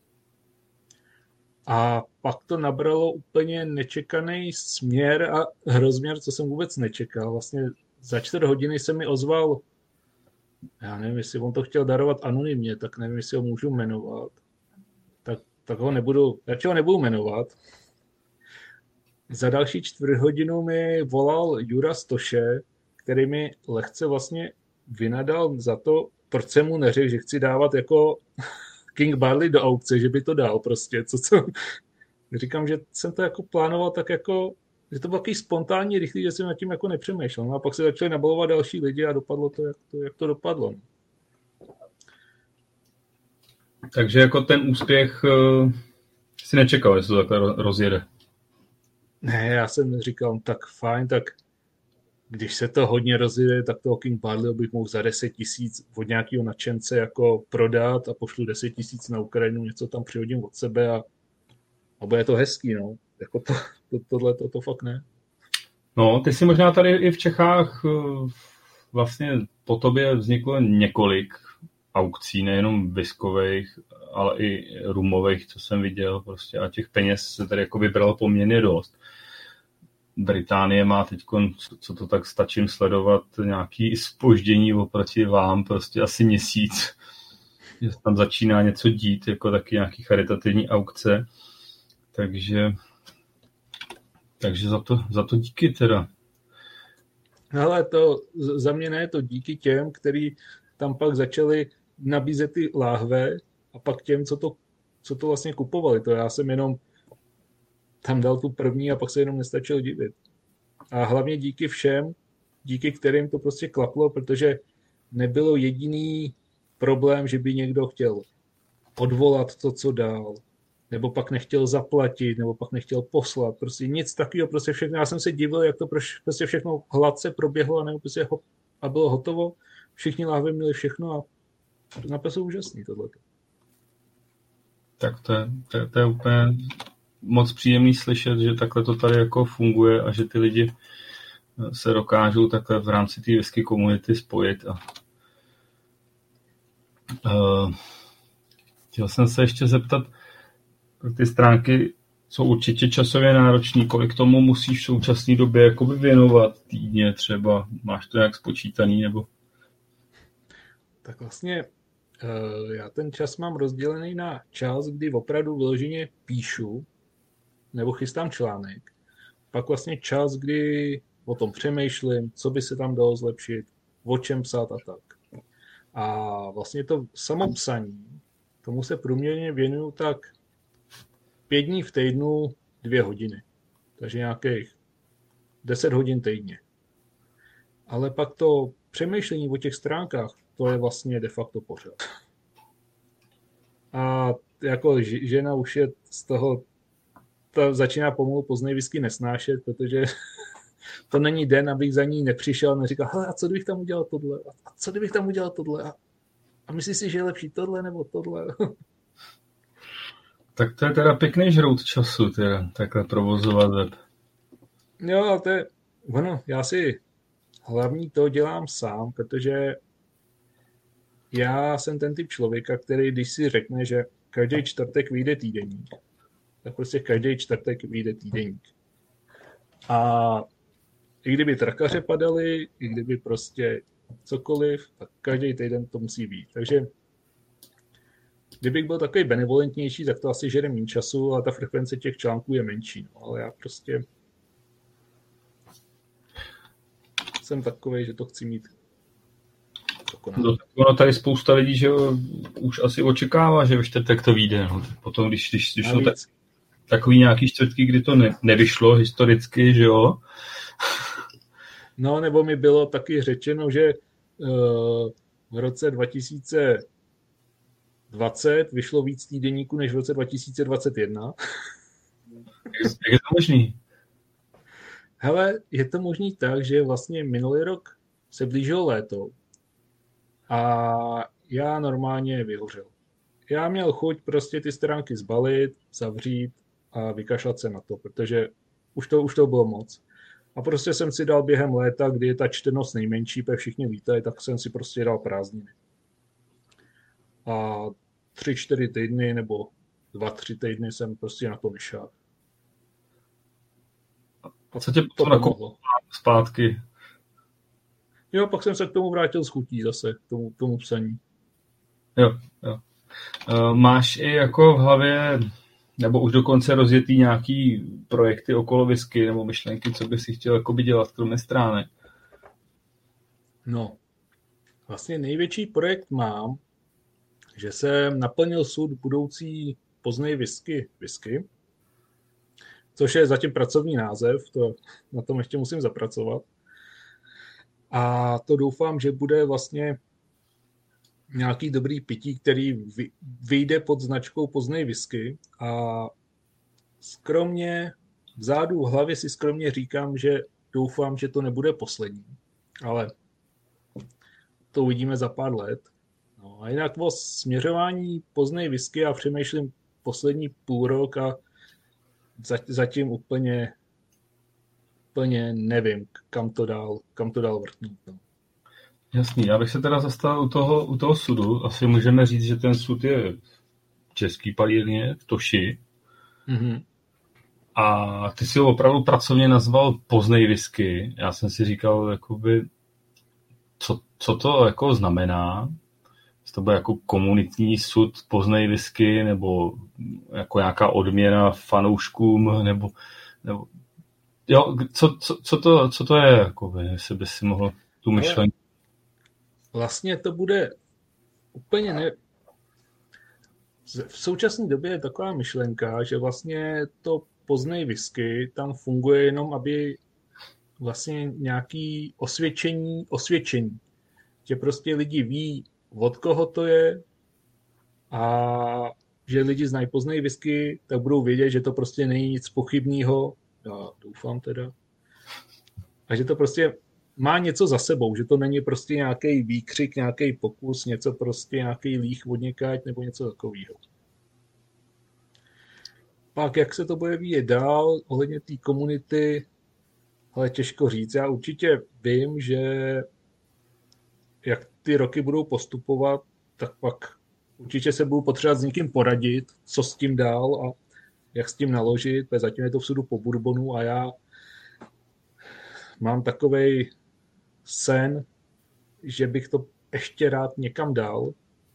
a pak to nabralo úplně nečekaný směr a rozměr, co jsem vůbec nečekal. Vlastně za čtyři hodiny se mi ozval, já nevím, jestli on to chtěl darovat anonymně, tak nevím, jestli ho můžu jmenovat. Tak, tak ho nebudu, radši ho nebudu jmenovat. Za další čtvrt hodinu mi volal Jura Stoše, který mi lehce vlastně vynadal za to, proč jsem mu neřekl, že chci dávat jako King Barley do aukce, že by to dal prostě. Co, co? Říkám, že jsem to jako plánoval tak jako, že to bylo takový spontánní, rychlý, že jsem nad tím jako nepřemýšlel. No a pak se začali nabalovat další lidi a dopadlo to, jak to, jak to dopadlo. Takže jako ten úspěch uh, si nečekal, jestli to takhle rozjede. Ne, já jsem říkal, tak fajn, tak když se to hodně rozjede, tak toho King Barley bych mohl za deset tisíc od nějakého nadšence jako prodat a pošlu deset tisíc na Ukrajinu, něco tam přihodím od sebe a, a bude to hezký, no. Jako to, to, tohle, to, to fakt ne. No, ty si možná tady i v Čechách vlastně po tobě vzniklo několik aukcí, nejenom whiskových, ale i rumových, co jsem viděl prostě a těch peněz se tady jako vybralo poměrně dost. Británie má teď, co to tak stačím sledovat, nějaký zpoždění oproti vám, prostě asi měsíc, že tam začíná něco dít, jako taky nějaký charitativní aukce, takže takže za to, za to díky teda. Ale to za mě ne, to díky těm, kteří tam pak začali nabízet ty láhve a pak těm, co to, co to vlastně kupovali. To já jsem jenom tam dal tu první a pak se jenom nestačil divit. A hlavně díky všem, díky kterým to prostě klaplo, protože nebylo jediný problém, že by někdo chtěl odvolat to, co dál, nebo pak nechtěl zaplatit, nebo pak nechtěl poslat, prostě nic takového, prostě všechno, já jsem se divil, jak to prostě všechno hladce proběhlo a, nebo prostě ho, a bylo hotovo, všichni láhve měli všechno a naprosto úžasný tohleto. Tak to je, to, je, to je úplně moc příjemný slyšet, že takhle to tady jako funguje a že ty lidi se dokážou takhle v rámci té whisky komunity spojit. A, uh, chtěl jsem se ještě zeptat, ty stránky jsou určitě časově náročný, kolik tomu musíš v současné době jakoby věnovat týdně třeba, máš to nějak spočítaný nebo? Tak vlastně já ten čas mám rozdělený na čas, kdy opravdu vyloženě píšu nebo chystám článek. Pak vlastně čas, kdy o tom přemýšlím, co by se tam dalo zlepšit, o čem psát a tak. A vlastně to samopsaní, tomu se průměrně věnuju tak pět dní v týdnu, dvě hodiny. Takže nějakých deset hodin týdně. Ale pak to přemýšlení o těch stránkách, to je vlastně de facto pořád. A jako žena už je z toho, ta začíná pomalu Poznej whisky nesnášet, protože to není den, abych za ní nepřišel a neříkal, hele, a co kdybych tam udělal tohle? A co kdybych tam udělal tohle? A, a myslíš si, že je lepší tohle nebo tohle? Tak to je teda pěkný žrout času, teda, takhle provozovat web. Jo, a to je, ono, já si hlavní to dělám sám, protože já jsem ten typ člověka, který když si řekne, že každý čtvrtek vyjde týdeník, tak prostě každý čtvrtek vyjde týdeník. A i kdyby trakaře padaly, i kdyby prostě cokoliv, tak každý týden to musí být. Takže kdybych byl takový benevolentnější, tak to asi žere méně času a ta frekvence těch článků je menší. No, ale já prostě jsem takovej, že to chci mít No, ono tady spousta lidí, že už asi očekává, že ve čtvrtek to vyjde. No. Potom, když, když, když jsou tak, takový nějaký čtvrtky, kdy to ne, nevyšlo historicky, že jo? No, nebo mi bylo taky řečeno, že uh, v roce dva tisíce dvacet vyšlo víc týdeníků než v roce dva tisíce dvacet jedna. Jak je to možný? Hele, je to možný tak, že vlastně minulý rok se blížilo léto a já normálně vyhořel. Já měl chuť prostě ty stránky zbalit, zavřít a vykašlat se na to, protože už to, už to bylo moc. A prostě jsem si dal během léta, kdy je ta čtenost nejmenší, protože všichni vítají, tak jsem si prostě dal prázdniny. A tři, čtyři týdny nebo dva, tři týdny jsem prostě na to nešel. A co tě to nakoupilo zpátky? Jo, pak jsem se k tomu vrátil s chutí zase, k tomu, k tomu psaní. Jo, jo. Uh, máš i jako v hlavě, nebo už dokonce rozjetý nějaký projekty okolo whisky, nebo myšlenky, co bys si chtěl jakoby dělat, kromě stránek? No, vlastně největší projekt mám, že jsem naplnil sud budoucí Poznej whisky, whisky, což je zatím pracovní název, to, na tom ještě musím zapracovat. A to doufám, že bude vlastně nějaký dobrý pití, který vyjde pod značkou Poznej whisky a skromně, vzadu v hlavě si skromně říkám, že doufám, že to nebude poslední, ale to uvidíme za pár let. No a jinak o směřování Poznej whisky já přemýšlím poslední půl rok a zatím úplně, úplně nevím, kam to dál, kam to dál vrtnout. No. Jasný, já bych se teda zastavil u toho, u toho sudu. Asi můžeme říct, že ten sud je v český palírně, v Toši. Mm-hmm. A ty si ho opravdu pracovně nazval Poznej whisky. Já jsem si říkal, jakoby, co, co to jako znamená. Jestli to bude jako komunitní sud Poznej whisky, nebo jako nějaká odměna fanouškům, nebo, nebo jo, co, co, co, to, co to je, jakoby, jestli by si mohl tu myšlenku. Vlastně to bude úplně ne... V současné době je taková myšlenka, že vlastně to Poznej whisky tam funguje jenom, aby vlastně nějaký osvědčení, osvědčení. Že prostě lidi ví, od koho to je a že lidi znají Poznají whisky, tak budou vědět, že to prostě není nic pochybného. Já doufám teda. A že to prostě má něco za sebou, že to není prostě nějaký výkřik, nějaký pokus, něco prostě, nějaký líh odněkať nebo něco takového. Pak, jak se to bude vyvíjet dál ohledně té komunity, ale těžko říct. Já určitě vím, že jak ty roky budou postupovat, tak pak určitě se budu potřebovat s někým poradit, co s tím dál a jak s tím naložit, protože zatím je to všudu po bourbonu a já mám takovej sen, že bych to ještě rád někam dal,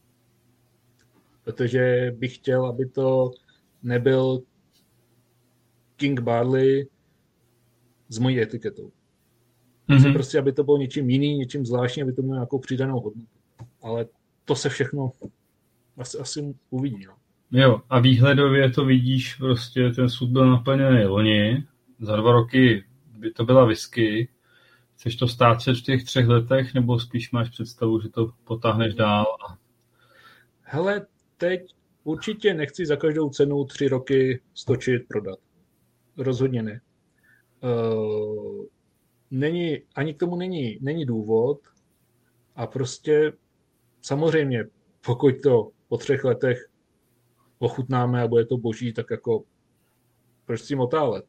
protože bych chtěl, aby to nebyl King Barley s mojí etiketou. Mm-hmm. Prostě, aby to bylo něčím jiný, něčím zvláštní, aby to mělo nějakou přidanou hodnotu. Ale to se všechno asi, asi uvidí. No. Jo, a výhledově to vidíš, prostě ten sud byl naplněný loni, za dva roky by to byla whisky. Chceš to stát se v těch třech letech, nebo spíš máš představu, že to potáhneš dál? A... Hele, teď určitě nechci za každou cenu tři roky stočit, prodat. Rozhodně ne. Uh, není, ani k tomu není, není důvod a prostě samozřejmě, pokud to po třech letech ochutnáme a bude to boží, tak jako proč s tím otálet?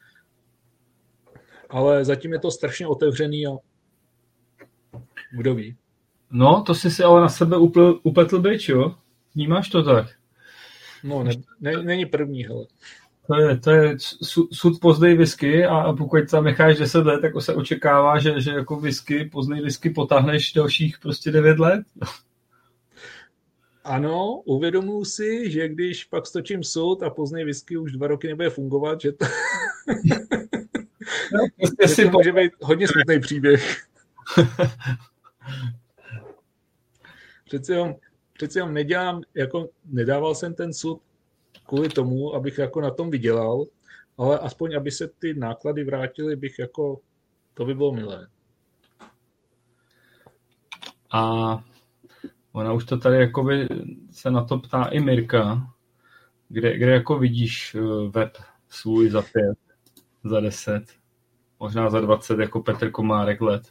Ale zatím je to strašně otevřený a kdo ví. No, to jsi si ale na sebe upl, upletl byč, jo? Vnímáš to tak? No, ne, ne, není první, hele. To je, to je sud Poznají whisky a pokud tam necháš deset let, tak se očekává, že, že jako whisky, Poznají whisky potáhneš dalších prostě devět let. Ano, uvědomuji si, že když pak stočím sud a Poznají whisky už dva roky nebude fungovat, že to, no, prostě že to může být hodně smutný příběh. Přeci jenom, přeci jenom nedělám, jako nedával jsem ten sud kvůli tomu, abych jako na tom vydělal, ale aspoň, aby se ty náklady vrátily, bych jako, to by bylo milé. A ona už to tady jakoby se na to ptá i Mirka, kde, kde jako vidíš web svůj za pět, za deset, možná za dvacet, jako Petr Komárek let.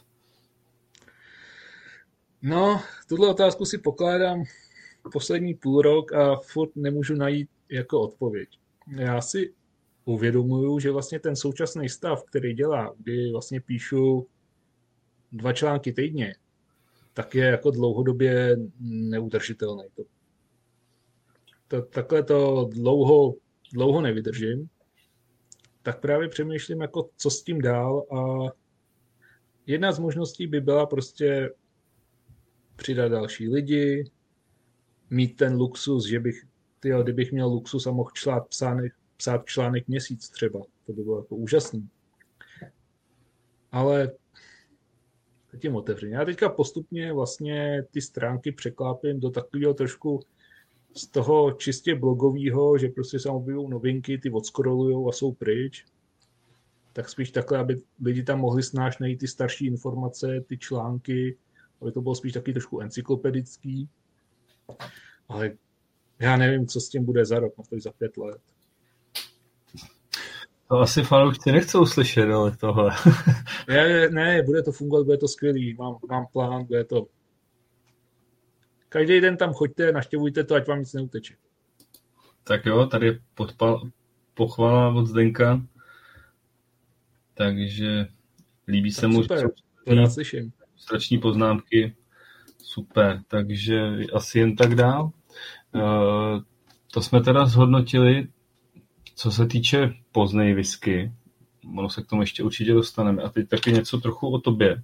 No, tuhle otázku si pokládám poslední půl rok a furt nemůžu najít jako odpověď. Já si uvědomuju, že vlastně ten současný stav, který dělá, kdy vlastně píšu dva články týdně, tak je jako dlouhodobě neudržitelný. To, to, takhle to dlouho, dlouho nevydržím. Tak právě přemýšlím, jako co s tím dál a jedna z možností by byla prostě přidat další lidi, mít ten luxus, že bych, tyjo, kdybych měl luxus a mohl člát psánek, psát článek měsíc třeba, to by bylo jako úžasný. Ale tím otevřeně. Já teďka postupně vlastně ty stránky překlápím do takového trošku z toho čistě blogového, že prostě se objevují novinky, ty odskrolujou a jsou pryč. Tak spíš takhle, aby lidi tam mohli snáš najít ty starší informace, ty články, aby to bylo spíš taky trošku encyklopedický. Ale já nevím, co s tím bude za rok, no za pět let. To asi fanoušci nechcou slyšet, ale tohle. ne, ne, bude to fungovat, bude to skvělý, mám, mám plán, bude to... Každý den tam choďte, naštěvujte to, ať vám nic neuteče. Tak jo, tady je podpal, pochvala od Zdenka. Takže líbí tak se mu... Super, to rád slyším. Strační poznámky. Super, takže asi jen tak dál. Uh, to jsme teda zhodnotili, co se týče Poznají whisky. Ono se k tomu ještě určitě dostaneme. A teď taky něco trochu o tobě.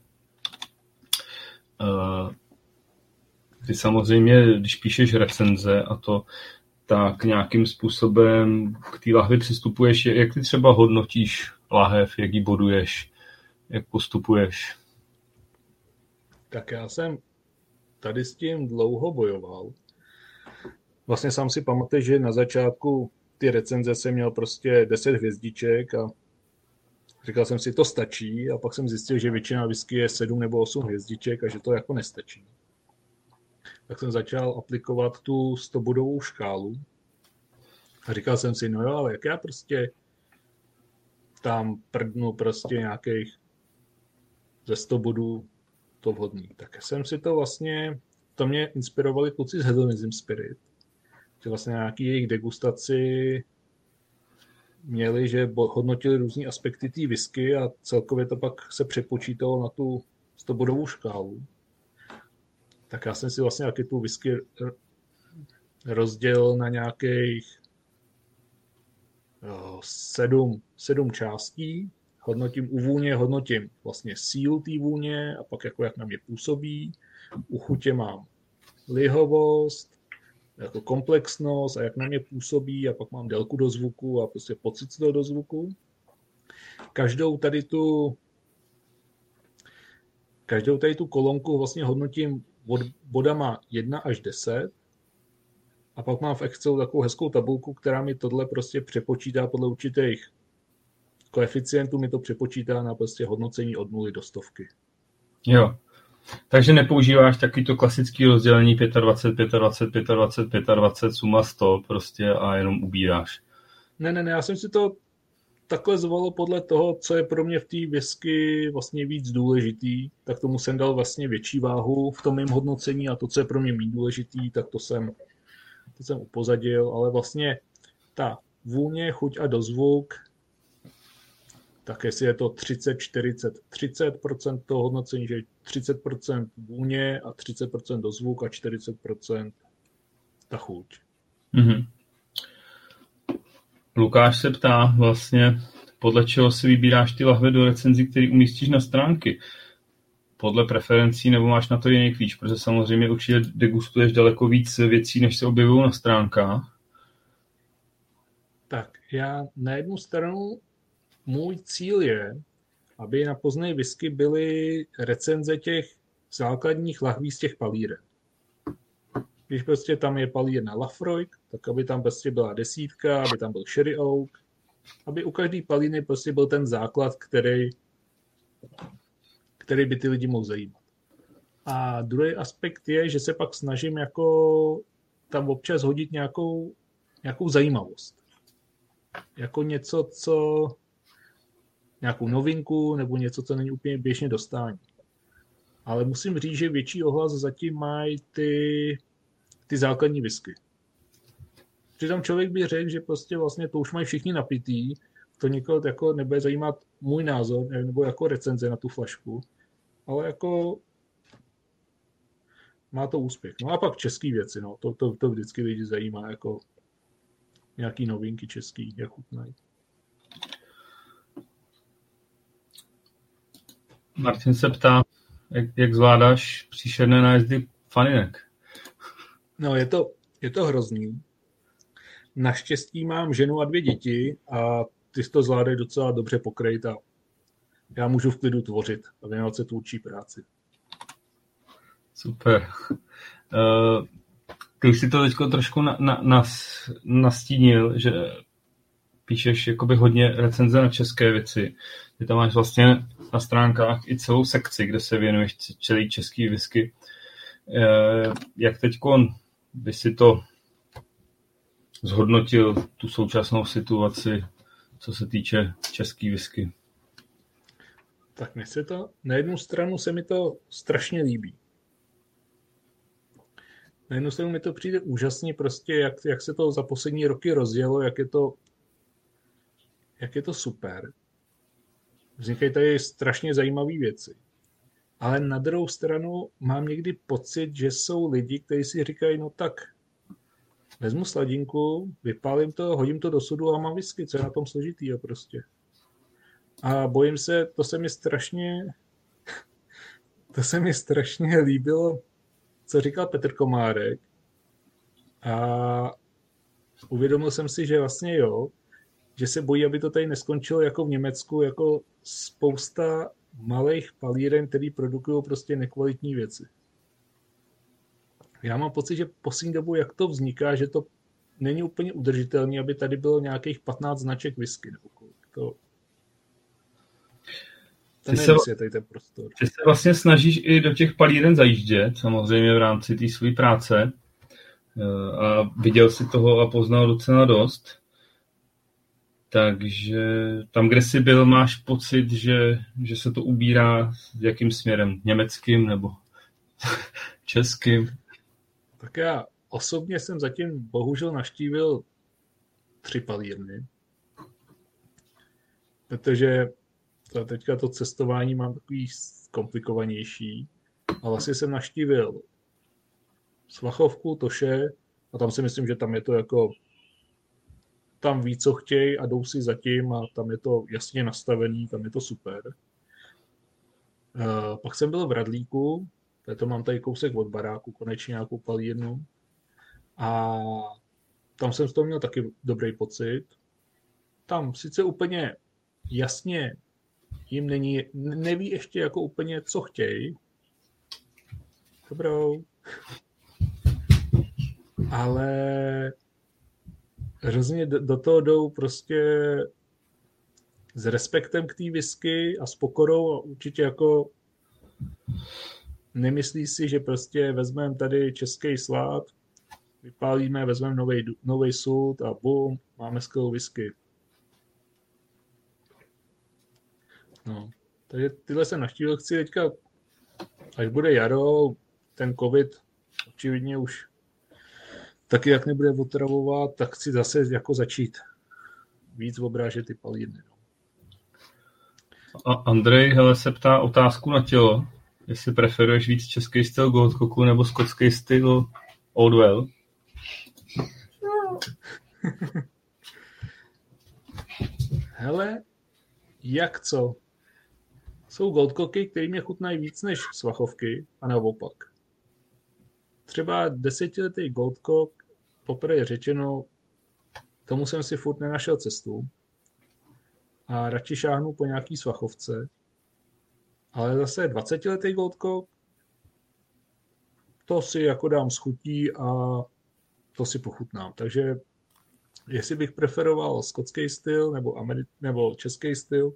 Uh, ty samozřejmě, když píšeš recenze a to, tak nějakým způsobem k té lahvi přistupuješ. Jak ty třeba hodnotíš lahev, jak ji boduješ, jak postupuješ? Tak já jsem tady s tím dlouho bojoval. Vlastně sám si pamatuju, že na začátku ty recenze jsem měl prostě deset hvězdiček a říkal jsem si, to stačí a pak jsem zjistil, že většina whisky je sedm nebo osm hvězdiček a že to jako nestačí. Tak jsem začal aplikovat tu sto bodovou škálu A říkal jsem si, no jo, ale jak já prostě tam prdnu prostě nějakých ze sto bodů to vhodný. Tak jsem si to vlastně, to mě inspirovali kluci z Hedonism Spirit, že vlastně nějaký jejich degustaci měli, že hodnotili různý aspekty té whisky a celkově to pak se přepočítalo na tu stobodovou škálu. Tak já jsem si vlastně taky tu whisky rozdělil na nějakých sedm, sedm částí. Hodnotím u vůně, hodnotím vlastně sílu té vůně a pak jako jak na mě působí. U chutě mám lihovost, jako komplexnost a jak na mě působí a pak mám délku do zvuku a prostě pocit z toho do zvuku. Každou tady tu každou tady tu kolonku vlastně hodnotím od bodama jedna až deset a pak mám v Excelu takovou hezkou tabulku, která mi tohle prostě přepočítá podle určitých koeficientů, mi to přepočítá na prostě hodnocení od nuly do stovky. Jo. Takže nepoužíváš taky to klasické rozdělení dvacet pět, dvacet pět, dvacet pět, dvacet, suma sto prostě a jenom ubíráš. Ne, ne, ne, já jsem si to takhle zvolil podle toho, co je pro mě v té whisky vlastně víc důležitý, tak tomu jsem dal vlastně větší váhu v tom mém hodnocení a to, co je pro mě méně důležitý, tak to jsem, to jsem upozadil, ale vlastně ta vůně, chuť a dozvuk, tak jestli je to třicet, čtyřicet, třicet procent toho hodnocení, že třicet procent vůně a třicet procent dozvuk a čtyřicet procent ta chuť. Mm-hmm. Lukáš se ptá vlastně, podle čeho si vybíráš ty lahve do recenzí, které umístíš na stránky. Podle preferencí nebo máš na to jiný klíč, protože samozřejmě určitě degustuješ daleko víc věcí, než se objevují na stránkách. Tak já na jednu stranu můj cíl je, aby na Poznej whisky byly recenze těch základních lahví z těch palíren. Když prostě tam je palírna Lafroig, tak aby tam prostě byla desítka, aby tam byl Sherry Oak, aby u každé palíny prostě byl ten základ, který, který by ty lidi mohl zajímat. A druhý aspekt je, že se pak snažím jako tam občas hodit nějakou, nějakou zajímavost. Jako něco, co nějakou novinku nebo něco, co není úplně běžně dostání. Ale musím říct, že větší ohlas zatím mají ty, ty základní whisky. Přitom člověk by řekl, že prostě vlastně to už mají všichni napitý, to někoho jako nebude zajímat můj názor nebo jako recenze na tu flašku, ale jako má to úspěch. No a pak český věci, no, to, to, to vždycky lidi zajímá, jako nějaký novinky český, jak chutnají. Martin se ptá, jak, jak zvládáš příšerné nájezdy faninek. No, je to, je to hrozný. Naštěstí mám ženu a dvě děti a ty to zvládají docela dobře pokrýt a já můžu v klidu tvořit a věnovat se tvůrčí práci. Super. Uh, ty už si to teď trošku na, na, nas, nastínil, že píšeš jakoby hodně recenze na české věci. Ty tam máš vlastně na stránkách i celou sekci, kde se věnuješ celý český whisky. Uh, jak teďkon by si to zhodnotil, tu současnou situaci, co se týče český whisky? Tak mně se to, na jednu stranu se mi to strašně líbí. Na jednu stranu mi to přijde úžasně prostě, jak, jak se to za poslední roky rozjelo, jak je to, jak je to super. Vznikají tady strašně zajímavé věci. Ale na druhou stranu mám někdy pocit, že jsou lidi, kteří si říkají, no tak vezmu sladinku, vypálím to, hodím to do sudu a mám whisky, co je na tom složitýho prostě. A bojím se, to se mi strašně to se mi strašně líbilo, co říkal Petr Komárek. A uvědomil jsem si, že vlastně jo, že se bojí, aby to tady neskončilo jako v Německu, jako spousta malých palíren, který produkují prostě nekvalitní věci. Já mám pocit, že poslední dobu, jak to vzniká, že to není úplně udržitelné, aby tady bylo nějakých patnáct značek whisky. Nebo to... Ty se, je tady ten prostor. Ty se vlastně snažíš i do těch palíren zajíždět, samozřejmě v rámci té své práce. a viděl si toho a poznal docela dost. Takže tam, kde jsi byl, máš pocit, že, že se to ubírá jakým směrem? Německým nebo českým? Tak já osobně jsem zatím bohužel navštívil tři palírny, protože to teďka to cestování mám takový komplikovanější. A vlastně jsem navštívil Svachovku, Toše a tam si myslím, že tam je to jako tam ví, co chtějí a jdou si zatím a tam je to jasně nastavený, tam je to super. Uh, pak jsem byl v Radlíku, to mám tady kousek od baráku, konečně nějakou palírnu. A tam jsem z toho měl taky dobrý pocit. Tam sice úplně jasně jim není, neví ještě jako úplně, co chtějí. Dobrou. Ale hrozně do toho jdou prostě s respektem k té whisky a s pokorou a určitě jako nemyslí si, že prostě vezmeme tady český slad, vypálíme, vezmeme nový sud a bum, máme skvělou whisky. No, takže tyhle jsem navštívil, chci teďka, až bude jaro, ten covid očividně už taky jak nebude otravovat, tak chci zase jako začít víc obrážet ty palírny. No. A Andrej hele, se ptá otázku na tělo, jestli preferuješ víc český styl Goldcocku nebo skotský styl Old Well. Hele, jak co? Jsou Goldcocky, které mě chutnají víc než Svachovky a naopak. Třeba desetiletý Goldcock, poprvé řečeno, tomu jsem si furt nenašel cestu a radši šáhnu po nějaký Svachovce. Ale zase dvacetiletý Goldcock, to si jako dám s chutí a to si pochutnám. Takže jestli bych preferoval skotský styl nebo, Ameri- nebo český styl,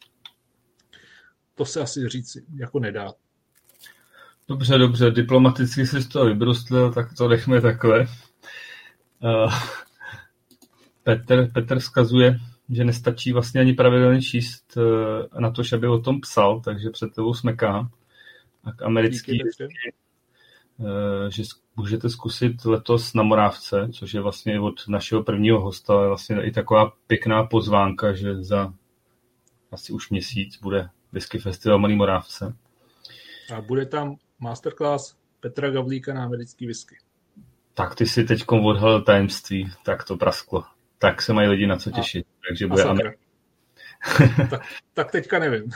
to se asi říct jako nedá. Dobře, dobře, diplomaticky jsi z toho vybrustlil, tak to nechme takhle. Uh, Petr, Petr vzkazuje, že nestačí vlastně ani pravidelně číst uh, na to, že by o tom psal, takže před tebou smeká. A k americký, Díky, uh, že můžete zkusit letos na Morávce, což je vlastně od našeho prvního hosta, ale vlastně i taková pěkná pozvánka, že za asi už měsíc bude Whisky Festival Malý Morávce. A bude tam masterclass Petra Gavlíka na americký whisky. Tak ty si teďkom odhalil tajemství, tak to prasklo. Tak se mají lidi na co těšit. A, takže bude Amer... tak, tak teďka nevím.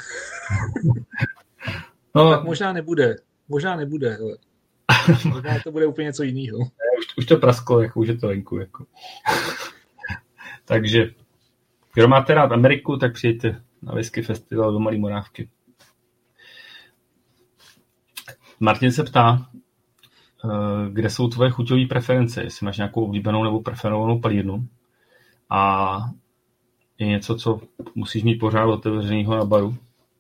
No, tak možná nebude. Možná nebude. Hele. Možná to bude úplně něco jiného. Už, už to prasklo, jako už je to venku. Jako. Takže kdo máte rád Ameriku, tak přijďte na Whisky Festival do Malý Morávky. Martin se ptá, kde jsou tvoje chuťové preference, jestli máš nějakou oblíbenou nebo preferovanou palírnu a je něco, co musíš mít pořád otevřenýho na baru.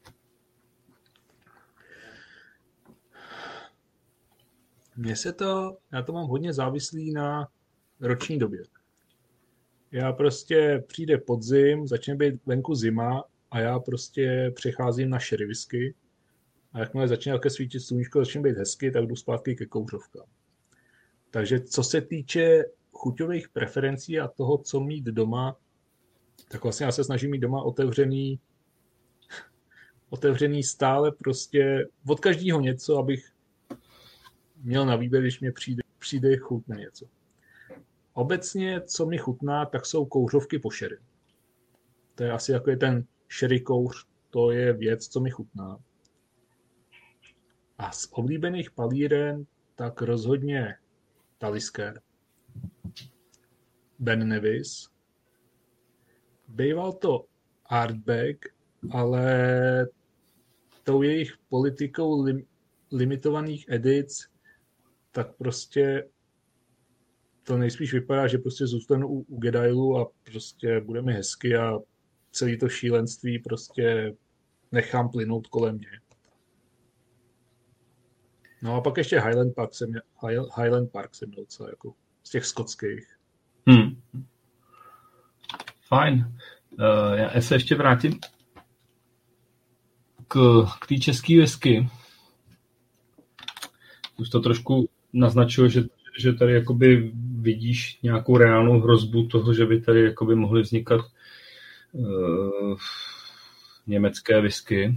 Mně se to, já to mám hodně závislý na roční době. Já prostě přijde podzim, začne být venku zima a já prostě přecházím na sherry whisky. A jakmile začne také svítit sluníčko, začne být hezky, tak jdu zpátky ke kouřovkám. Takže co se týče chuťových preferencí a toho, co mít doma, tak vlastně já se snažím mít doma otevřený, otevřený stále prostě od každého něco, abych měl na výběr, když mě přijde, přijde chuť na něco. Obecně, co mi chutná, tak jsou kouřovky po sherry. To je asi jako je ten sherry kouř, to je věc, co mi chutná. A z oblíbených palíren tak rozhodně Talisker, Ben Nevis. Býval to Artback, ale tou jejich politikou lim, limitovaných edic, tak prostě to nejspíš vypadá, že prostě zůstanu u, u Gedailu a prostě bude mi hezky a celé to šílenství prostě nechám plynout kolem mě. No a pak ještě Highland Park jsem, Highland Park jsem docela jako z těch skotských. Hmm. Fajn. Uh, já se ještě vrátím k, k té české whisky. Už to trošku naznačuje, že, že tady jakoby vidíš nějakou reálnou hrozbu toho, že by tady jakoby mohly vznikat uh, německé whisky.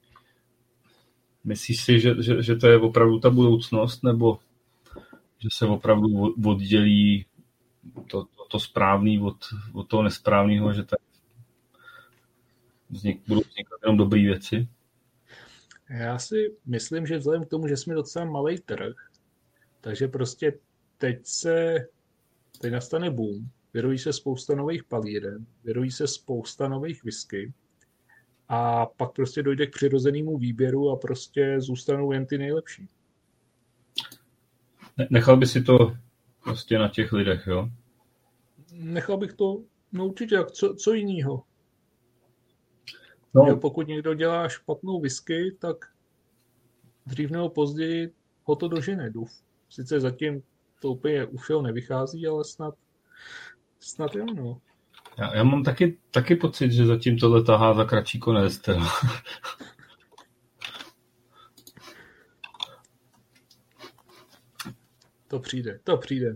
Myslíš si, že, že, že to je opravdu ta budoucnost, nebo že se opravdu oddělí to, to, to správný od, od toho nesprávného, že tady vznik, budou vznikat jenom dobré věci? Já si myslím, že vzhledem k tomu, že jsme docela malý trh, takže prostě teď se, teď nastane boom, vyrojí se spousta nových palíren, vyrojí se spousta nových whisky a pak prostě dojde k přirozenému výběru a prostě zůstanou jen ty nejlepší. Nechal by si to prostě na těch lidech, jo? Nechal bych to, no určitě, jak co, co jinýho. No. Jo, pokud někdo dělá špatnou whisky, tak dřív nebo později ho to dožene. Sice zatím to úplně u všeho nevychází, ale snad, snad jo, no. Já, já mám taky, taky pocit, že zatím tohle tahá za kratší konec. Teda. To přijde, to přijde.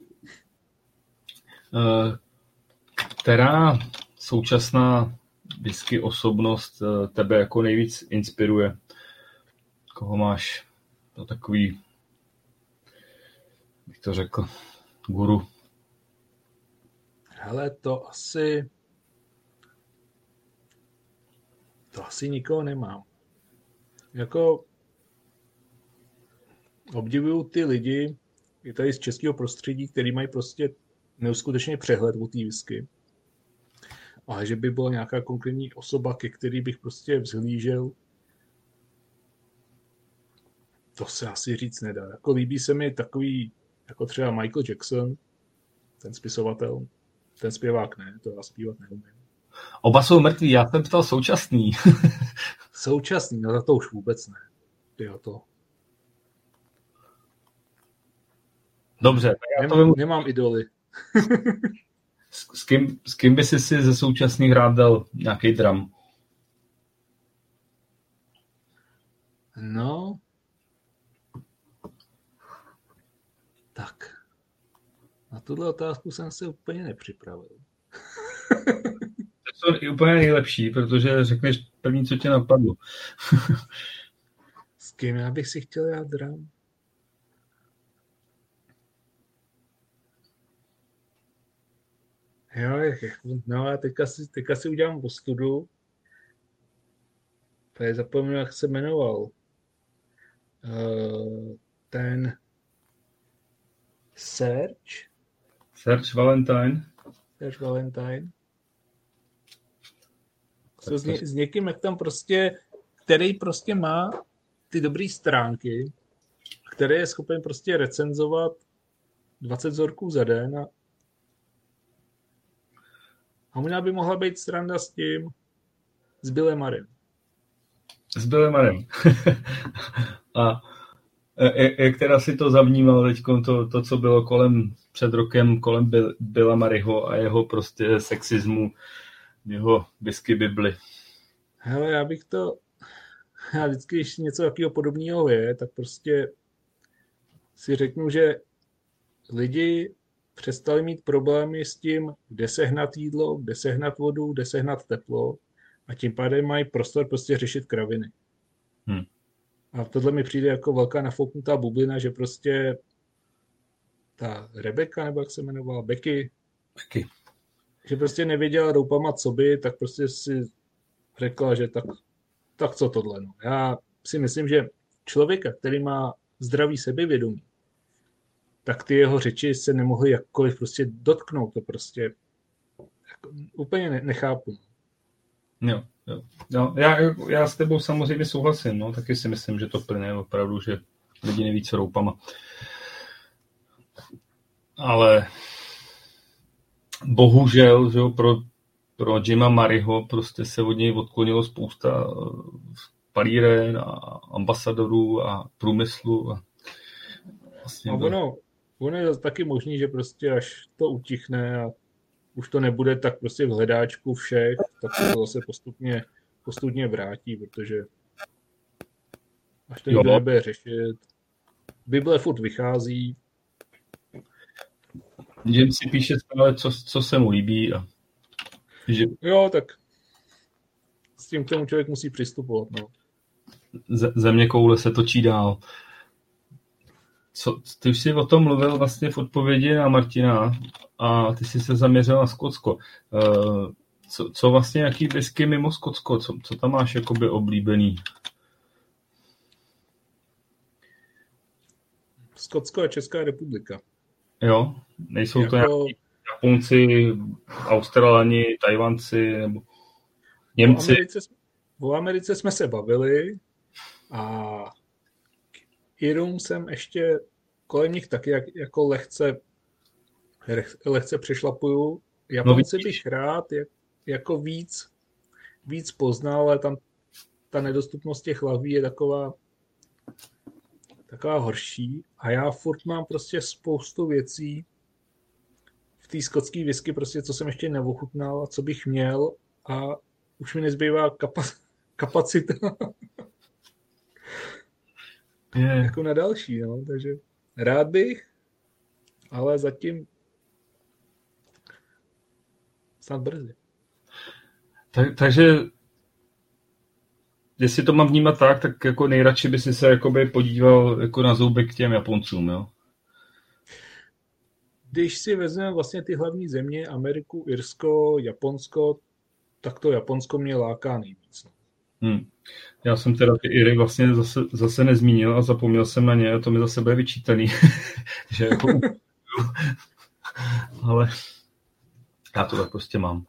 Která současná whisky osobnost tebe jako nejvíc inspiruje? Koho máš to takový, bych to řekl, guru? Hele, to asi to asi nikoho nemám. Jako obdivuju ty lidi i tady z českého prostředí, který mají prostě neuskutečně přehled o té whisky. Ale že by byla nějaká konkrétní osoba, ke který bych prostě vzhlížel, to se asi říct nedá. Jako líbí se mi takový, jako třeba Michael Jackson, ten spisovatel, ten zpěvák ne, to já zpívat neumím. Oba jsou mrtví, já jsem ptal současný. Současný, no za to už vůbec ne. Jo, to. Dobře. Tak já nemám, to vím... nemám idoly. s, s, kým, s kým by si si ze současných rád dal nějaký drum? No. Tak. Na tuhle otázku jsem se úplně nepřipravil. To je úplně nejlepší, protože řekneš první, co tě napadlo. S kým já bych si chtěl dát drum? Jo, no a teďka si, teďka si udělám ostudu. Tady zapomněl, jak se jmenoval. Uh, ten Serge? Serge Valentine. Serge Valentine. Co s, ně, s někým, jak tam prostě, který prostě má ty dobré stránky, který je schopen prostě recenzovat dvacet vzorků za den a A možná by mohla být sranda s tím, s Billem Marem. S Billem Marem. A jak teda si to zavnímal teď, to, to, co bylo kolem před rokem, kolem Bill, Billa Maryho a jeho prostě sexismu, jeho whisky bibli? Hele, já bych to, já vždycky, když něco takového podobného je, tak prostě si řeknu, že lidi přestali mít problémy s tím, kde sehnat jídlo, kde sehnat vodu, kde sehnat teplo a tím pádem mají prostor prostě řešit kraviny. Hmm. A tohle mi přijde jako velká nafouknutá bublina, že prostě ta Rebecca, nebo jak se jmenovala, Becky, Becky. že prostě nevěděla doupama, co by, tak prostě si řekla, že tak, tak co tohle. No. Já si myslím, že člověka, který má zdravý sebevědomí, tak ty jeho řeči se nemohly jakkoliv prostě dotknout. To prostě jako, úplně ne, nechápu. Jo, jo. jo já, já s tebou samozřejmě souhlasím. No. Taky si myslím, že to plyne opravdu, že lidi neví, co roupama. Ale bohužel, že jo, pro, pro Jima Maryho prostě se od něj odklonilo spousta palíren a ambasadorů a průmyslu. A vlastně a ono, Ono je taky možný, že prostě až to utichne a už to nebude tak prostě v hledáčku všech, tak se to zase postupně, postupně vrátí, protože až to nikdo nebude řešit. Bible furt vychází. Jim si píše stále, co, co se mu líbí. A... Že... Jo, tak s tím k tomu člověk musí přistupovat. No. Země koule se točí dál. Co, ty už jsi o tom mluvil vlastně v odpovědi na Martina a ty jsi se zaměřil na Skotsko. Uh, co, co vlastně, jaký whisky mimo Skotsko? Co, co tam máš jakoby oblíbený? Skotsko a Česká republika. Jo? Nejsou jako... to nějaký Japonci, Australani, Tajvanci nebo Němci? O Americe, o Americe jsme se bavili a Irům jsem ještě kolem nich taky jak, jako lehce, lehce přešlapuju. Japonci no, bych rád jak, jako víc, víc poznal, ale tam ta nedostupnost těch lahví je taková, taková horší. A já furt mám prostě spoustu věcí v té skotské whisky, prostě, co jsem ještě neochutnal a co bych měl a už mi nezbývá kapa- kapacita yeah. jako na další, no, takže rád bych, ale zatím snad brzy. Tak, takže jestli to mám vnímat tak, tak jako nejradši by si se jakoby podíval jako na zouby k těm Japoncům, jo? Když si vezmeme vlastně ty hlavní země, Ameriku, Irsko, Japonsko, tak to Japonsko mě láká nejvíc. Hmm. Já jsem teda ty Iry vlastně zase, zase nezmínil a zapomněl jsem na ně a to mi zase bude vyčítaný. že jako... Ale já to tak prostě mám.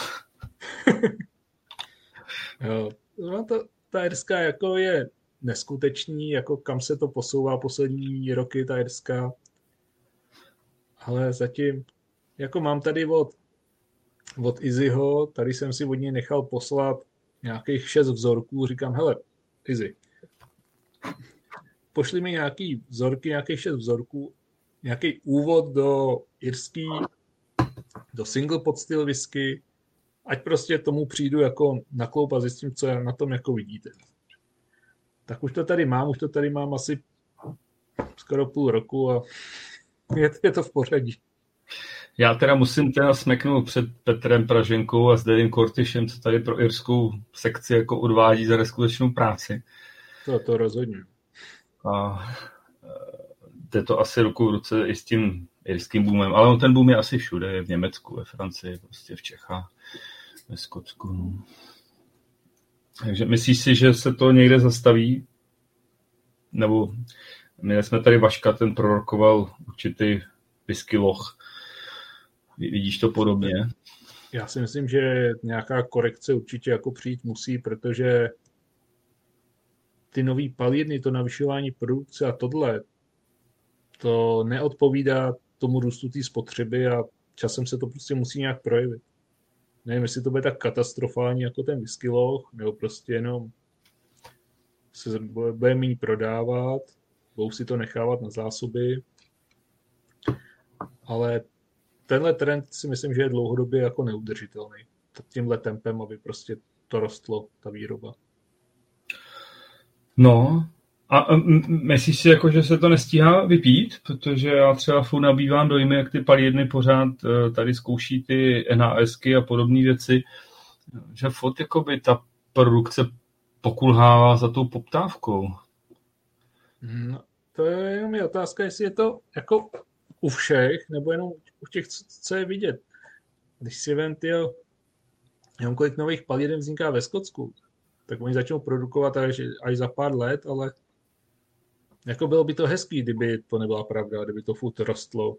jo, no to, ta irská jako je neskutečný, jako kam se to posouvá poslední roky, ta irská. Ale zatím, jako mám tady od, od Izzyho, tady jsem si od něj nechal poslat nějakých šest vzorků, říkám, hele, Izzy, pošli mi nějaký vzorky, nějakých šest vzorků, nějaký úvod do irský, do single pot styl whisky, ať prostě tomu přijdu jako na kloup a zjistím, co na tom jako vidíte. Tak už to tady mám, už to tady mám asi skoro půl roku a je, je to v pořadí. Já teda musím teda smeknout před Petrem Praženkou a Zdeněkem Kortyšem, co tady pro irskou sekci jako odvádí za neskutečnou práci. To, to rozhodně. A jde to asi ruku v ruce i s tím irským boomem, ale on ten boom je asi všude, je v Německu, ve Francii, prostě v Čechách, ve Skotsku. No. Takže myslíš si, že se to někde zastaví? Nebo my jsme tady Vaška, ten prorokoval určitý whisky loch. Vidíš to podobně? Já si myslím, že nějaká korekce určitě jako přijít musí, protože ty nový palírny, to navyšování produkce a tohle, to neodpovídá tomu růstu té spotřeby a časem se to prostě musí nějak projevit. Nevím, jestli to bude tak katastrofální jako ten whisky loch, nebo prostě jenom se bude méně prodávat, budou si to nechávat na zásoby, ale tenhle trend si myslím, že je dlouhodobě jako neudržitelný. Tímhle tempem, aby prostě to rostlo, ta výroba. No, a myslíš si, jako, že se to nestíhá vypít? Protože já třeba furt nabývám dojmy, jak ty palírny pořád tady zkouší ty NASky a podobné věci, že furt jakoby ta produkce pokulhává za tou poptávkou. No, to je jenom je otázka, jestli je to jako u všech, nebo jenom u těch, co je vidět. Když si vem, tyjo, jenom kolik nových palíren vzniká ve Skotsku, tak oni začnou produkovat až, až za pár let, ale jako bylo by to hezký, kdyby to nebyla pravda, kdyby to furt rostlo.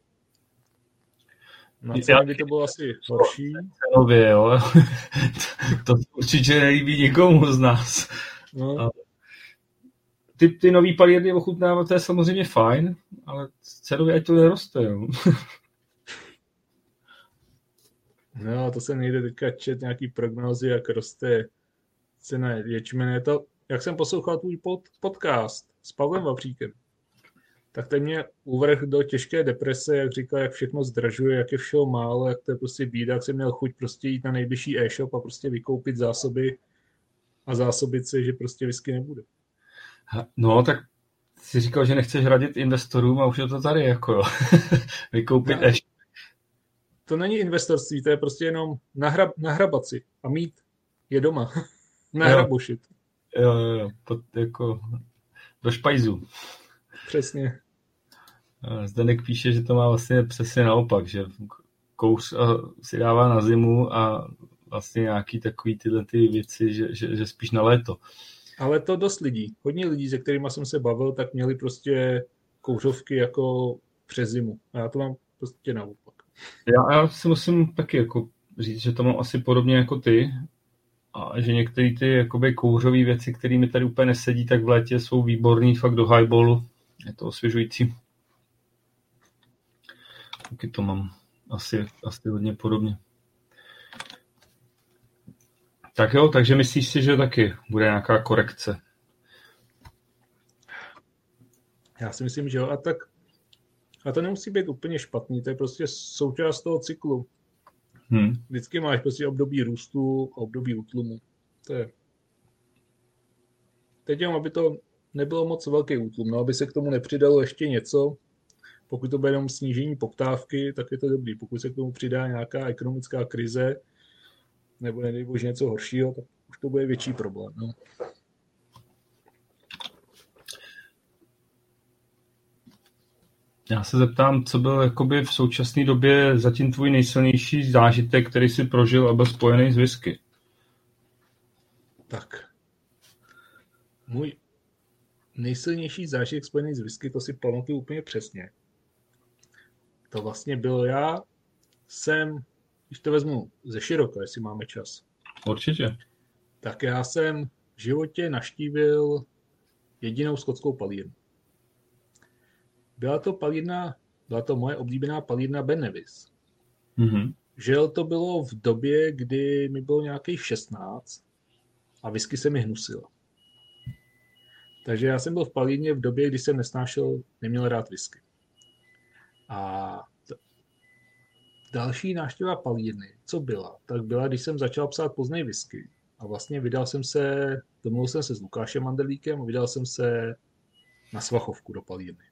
Na ceny by to bylo asi horší. Cenově, jo. To určitě nelíbí nikomu z nás. No. Ty, ty nový palírny ochutnávat, to je samozřejmě fajn, ale cenově ať to neroste, jo. No, to se nejde teďka čet nějaký prognózy, jak roste cena ječmene. To, jak jsem poslouchal tvůj pod, podcast s Pavlem Vavříkem. tak ten mě uvrhl do těžké deprese, jak říkal, jak všechno zdražuje, jak je všeho málo, jak to je prostě bída, jak jsem měl chuť prostě jít na nejbližší e-shop a prostě vykoupit zásoby a zásobit se, že prostě whisky nebude. No, tak jsi říkal, že nechceš radit investorům a už je to tady, jako jo. Vykoupit no, e-shop. To není investorství, to je prostě jenom nahrab, nahrabat si a mít je doma. Nahrabušit. Jo, jo, jo, to jako do špajzu. Přesně. Zdeněk píše, že to má vlastně přesně naopak, že kouř si dává na zimu a vlastně nějaký takový tyhle ty věci, že, že, že spíš na léto. Ale to dost lidí. Hodně lidí, se kterými jsem se bavil, tak měli prostě kouřovky jako přes zimu. A já to mám prostě naopak. Já, já si musím taky jako říct, že to mám asi podobně jako ty. A že některé ty jakoby kouřové věci, které mi tady úplně nesedí, tak v létě jsou výborný fakt do highballu. Je to osvěžující. Taky to mám asi, asi hodně podobně. Tak jo, takže myslíš si, že taky bude nějaká korekce? Já si myslím, že jo. A tak a to nemusí být úplně špatný, to je prostě součást toho cyklu. Hmm. Vždycky máš prostě období růstu a období útlumu. To je. Teď jenom, aby to nebylo moc velký útlum, no, aby se k tomu nepřidalo ještě něco. Pokud to bude jenom snížení poptávky, tak je to dobrý. Pokud se k tomu přidá nějaká ekonomická krize, nebo nedej bože něco horšího, tak už to bude větší problém. No. Já se zeptám, co byl jakoby v současné době zatím tvůj nejsilnější zážitek, který jsi prožil a byl spojený s whisky? Tak. Můj nejsilnější zážitek spojený s whisky, to si pamatuju úplně přesně. To vlastně bylo já, jsem, když to vezmu ze široka, jestli máme čas. Určitě. Tak já jsem v životě navštívil jedinou skotskou palírnu. Byla to palírna, byla to moje oblíbená palírna Ben Nevis. Mm-hmm. Žel to bylo v době, kdy mi bylo nějakých šestnáct a whisky se mi hnusila. Takže já jsem byl v palírně v době, kdy jsem nesnášel, neměl rád whisky. A t- další návštěva palírny, co byla, tak byla, když jsem začal psát Poznej whisky. A vlastně vydal jsem se, domluvil jsem se s Lukášem Mandelíkem a vydal jsem se na Svachovku do palírny.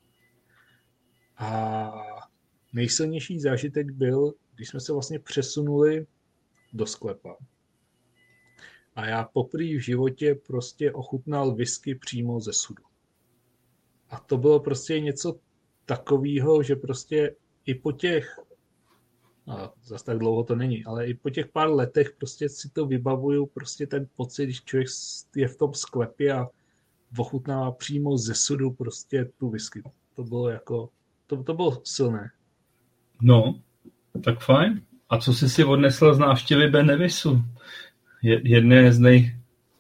A nejsilnější zážitek byl, když jsme se vlastně přesunuli do sklepa. A já poprvé v životě prostě ochutnal whisky přímo ze sudu. A to bylo prostě něco takového, že prostě i po těch, no, zas tak dlouho to není, ale i po těch pár letech prostě si to vybavuju, prostě ten pocit, když člověk je v tom sklepě a ochutnává přímo ze sudu prostě tu whisky. To bylo jako, to, to bylo silné. No, tak fajn. A co jsi si odnesl z návštěvy Ben Nevisu? Jedné z nej...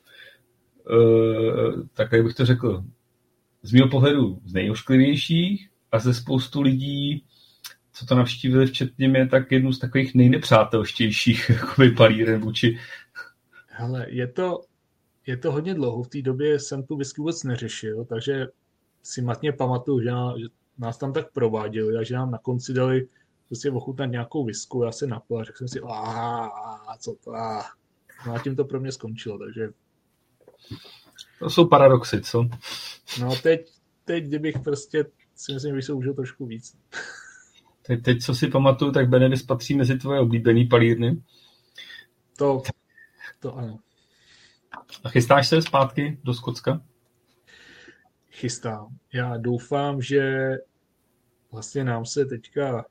Uh, tak jak bych to řekl, z mého pohledu z nejošklivějších a ze spoustu lidí, co to navštívili včetně mě, tak jednu z takových nejnepřátelštějších palíren vůči. Hele, je to, je to hodně dlouho. V té době jsem tu whisky vůbec neřešil, takže si matně pamatuju, že, nás, že nás tam tak prováděli a že nám na konci dali prostě ochutnat nějakou whisku. Já se napil a řekl jsem si, a co to a... No a tím to pro mě skončilo, takže... To jsou paradoxy, co? No teď, teď kdybych prostě si myslím, že bych se užil trošku víc. Teď, teď co si pamatuju, tak Ben Nevis patří mezi tvoje oblíbený palírny. To, to ano. A chystáš se zpátky do Skotska? Chystám. Já doufám, že vlastně nám se teďka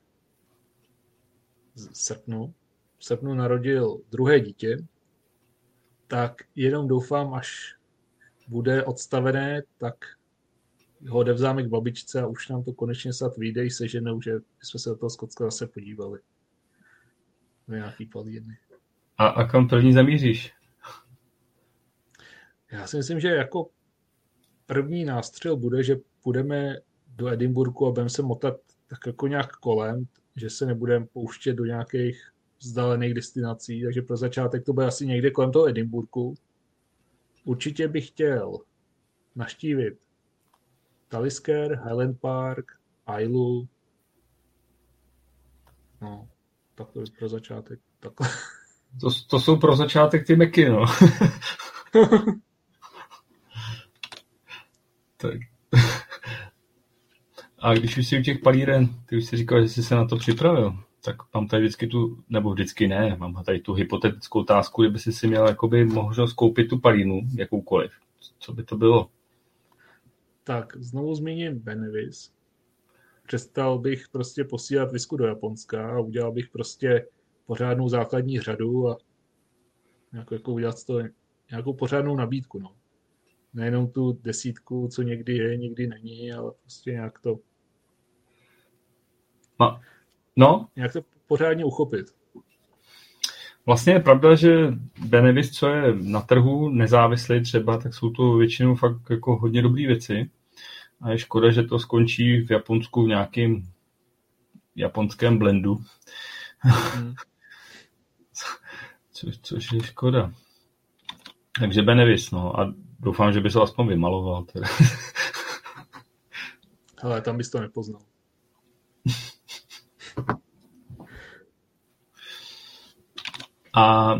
v srpnu, v srpnu narodil druhé dítě, tak jenom doufám, až bude odstavené, tak ho odevzáme k babičce a už nám to konečně snad vyjde i se ženou, že jsme se do toho Skotska zase podívali. Do nějaký palírny. A, a kam první zamíříš? Já si myslím, že jako první nástřel bude, že půjdeme do Edinburghu a budeme se motat tak jako nějak kolem, že se nebudeme pouštět do nějakých vzdálených destinací, takže pro začátek to bude asi někde kolem toho Edinburghu. Určitě bych chtěl navštívit Talisker, Highland Park, Ailu. No, tak to je pro začátek. Takhle. To, to jsou pro začátek ty meky, no. Tak. A když už jsi u těch palíren, ty už jsi říkal, že jsi se na to připravil, tak mám tady vždycky tu, nebo vždycky ne, mám tady tu hypotetickou otázku, kdyby jsi si měl jakoby možnost koupit tu palínu, jakoukoliv. Co by to bylo? Tak, znovu zmíním Benevis. Přestal bych prostě posílat visku do Japonska a udělal bych prostě pořádnou základní řadu a nějakou, jako udělat to, nějakou pořádnou nabídku, no. Nejenom tu desítku, co někdy je, někdy není, ale prostě nějak to No, no. nějak to pořádně uchopit. Vlastně je pravda, že Benevis, co je na trhu nezávislý třeba, tak jsou to většinou fakt jako hodně dobrý věci. A je škoda, že to skončí v Japonsku v nějakým japonském blendu. Hmm. Co, což je škoda. Takže Benevis, no. A doufám, že by se aspoň vymaloval. Teda. Hele, tam bys to nepoznal. A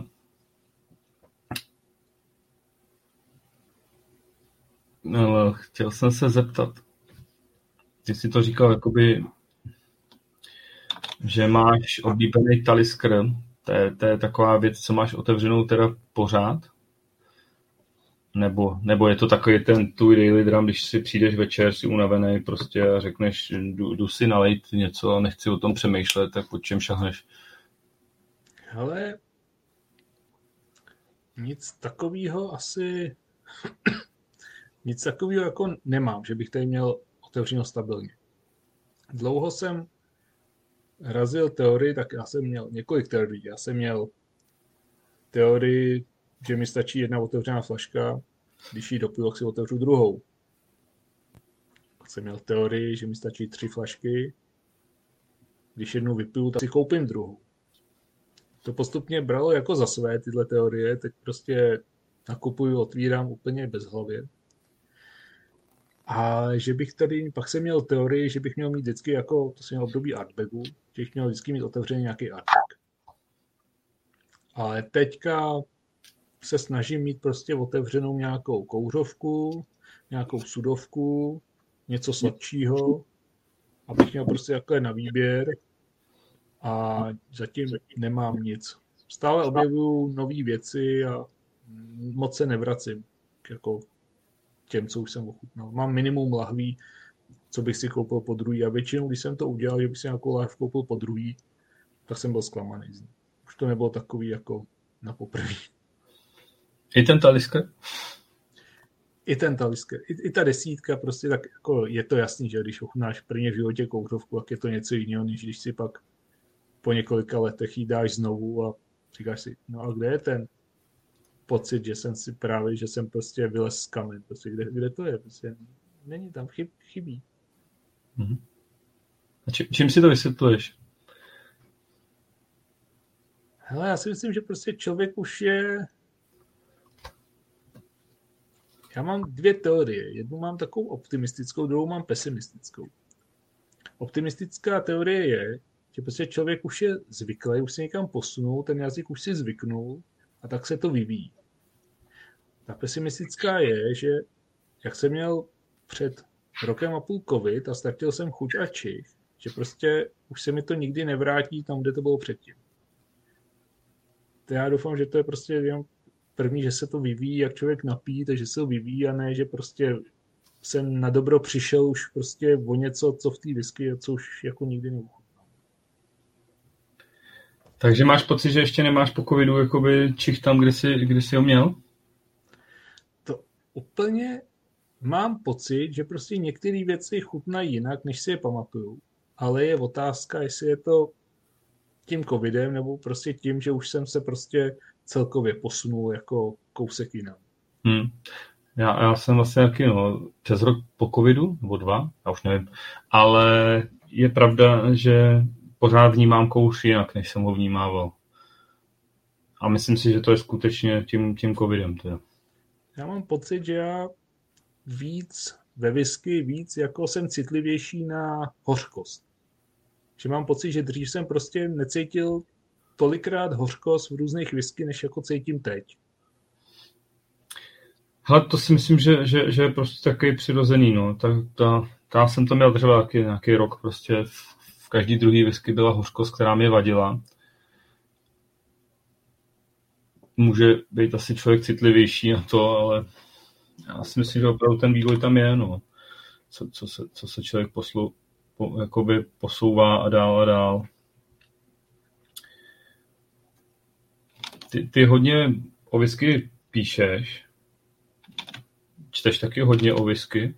no, chtěl jsem se zeptat, ty jsi to říkal, jakoby, že máš oblíbený Talisker, to je, to je taková věc, co máš otevřenou teda pořád? Nebo, nebo je to takový ten tvůj daily drum, když si přijdeš večer, si unavený prostě a řekneš, jdu, jdu si nalejt něco a nechci o tom přemýšlet, tak po čem šahneš? Hele, nic takového asi nic takového jako nemám, že bych tady měl otevřeno stabilně. Dlouho jsem razil teorii, tak já jsem měl několik teorií. Já jsem měl teorii, že mi stačí jedna otevřená flaška, když ji dopiju, tak si otevřu druhou. Pak jsem měl teorii, že mi stačí tři flašky, když jednu vypiju, tak si koupím druhou. To postupně bralo jako za své tyhle teorie, teď prostě nakupuju, otvírám úplně bezhlavě. A že bych tady, pak jsem měl teorii, že bych měl mít vždycky jako, to jsem měl období artbagu, že bych měl vždycky mít otevřený nějaký artbag. Ale teďka se snažím mít prostě otevřenou nějakou kouřovku, nějakou sudovku, něco sladšího, abych měl prostě takhle na výběr a zatím nemám nic. Stále objevuju nové věci a moc se nevracím jako těm, co už jsem ochutnal. Mám minimum lahví, co bych si koupil po druhý a většinou, když jsem to udělal, že bych si nějakou lahv koupil po druhý, tak jsem byl zklamaný z ní. Už to nebylo takový jako na poprvé. I ten Talisker? I ten Talisker. I, I ta desítka, prostě tak jako je to jasný, že když ochutnáš prvně v životě kouřovku, tak je to něco jiného, než když si pak po několika letech jí dáš znovu a říkáš si, no a kde je ten pocit, že jsem si právě, že jsem prostě vylez z kamen. Prostě kde, kde to je? Prostě není tam, chyb, chybí. Mm-hmm. A či, čím si to vysvětluješ? Hele, já si myslím, že prostě člověk už je... Já mám dvě teorie. Jednu mám takovou optimistickou, druhou mám pesimistickou. Optimistická teorie je, že prostě člověk už je zvyklý, už se někam posunul, ten jazyk už si zvyknul a tak se to vyvíjí. Ta pesimistická je, že jak jsem měl před rokem a půl covid a ztratil jsem chuť a čich, že prostě už se mi to nikdy nevrátí tam, kde to bylo předtím. To já doufám, že to je prostě jenom první, že se to vyvíjí, jak člověk napí, takže se to vyvíjí a ne, že prostě jsem na dobro přišel už prostě o něco, co v té whisky, co už jako nikdy neuchutnám. Takže máš pocit, že ještě nemáš po covidu jakoby čich tam, kde jsi, kde jsi ho měl? To úplně mám pocit, že prostě některé věci chutnají jinak, než si je pamatuju. Ale je otázka, jestli je to tím covidem, nebo prostě tím, že už jsem se prostě celkově posunul jako kousek jinam. Hmm. Já, já jsem vlastně taky, no, přes rok po covidu, nebo dva, já už nevím, ale je pravda, že pořád vnímám kouř jinak, než jsem ho vnímával. A myslím si, že to je skutečně tím, tím covidem. Teda. Já mám pocit, že já víc ve whisky víc jako jsem citlivější na hořkost. Že mám pocit, že dřív jsem prostě necítil tolikrát hořkost v různých whisky, než jako cítím teď. Hele, to si myslím, že, že, že je prostě takový přirozený, no. Ta, ta, ta jsem to měl třeba taky nějaký rok, prostě v, v každý druhý whisky byla hořkost, která mě vadila. Může být asi člověk citlivější na to, ale já si myslím, že opravdu ten vývoj tam je, no. Co, co, se, co se člověk poslou, po, jakoby posouvá a dál a dál. Ty, ty hodně o whisky píšeš. Čteš taky hodně o whisky?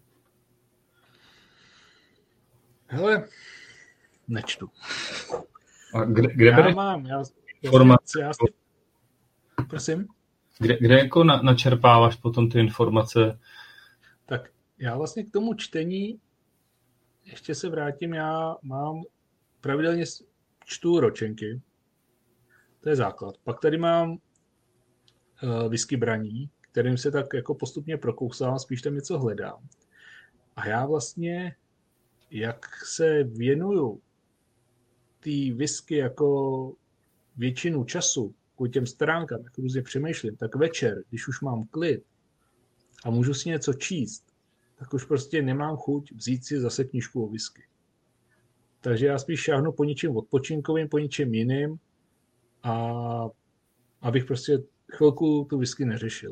Hele, nečtu. A kde, kde já mám, já, informace? Já si, prosím? Kde, kde jako na, načerpáváš potom ty informace? Tak já vlastně k tomu čtení ještě se vrátím, já mám pravidelně čtu ročenky, to je základ. Pak tady mám uh, whisky braní, kterým se tak jako postupně prokousám, spíš tam něco hledám. A já vlastně, jak se věnuju ty whisky jako většinu času kvůli těm stránkám, jak různě přemýšlím, tak večer, když už mám klid a můžu si něco číst, tak už prostě nemám chuť vzít si zase knížku o whisky. Takže já spíš šáhnu po něčem odpočinkovým, po něčem jiným, a abych prostě chvilku tu whisky neřešil.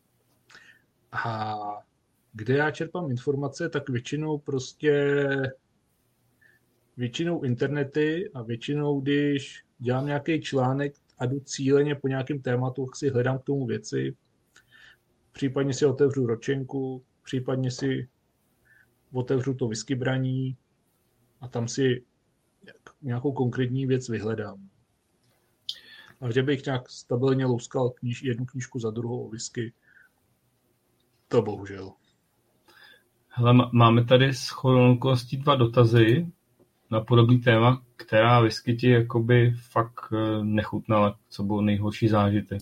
A kde já čerpám informace, tak většinou prostě většinou internety a většinou, když dělám nějaký článek a jdu cíleně po nějakém tématu, tak si hledám k tomu věci, případně si otevřu ročenku, případně si otevřu to whisky braní a tam si nějakou konkrétní věc vyhledám. A že bych nějak stabilně louskal kníž, jednu knížku za druhou o whisky, to bohužel. Hele, máme tady shodou okolností dva dotazy na podobný téma, která whisky ti jakoby fakt nechutnala, co byl nejhorší zážitek.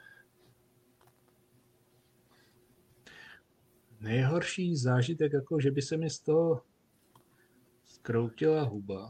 Nejhorší zážitek, jako že by se mi z toho zkroutila huba.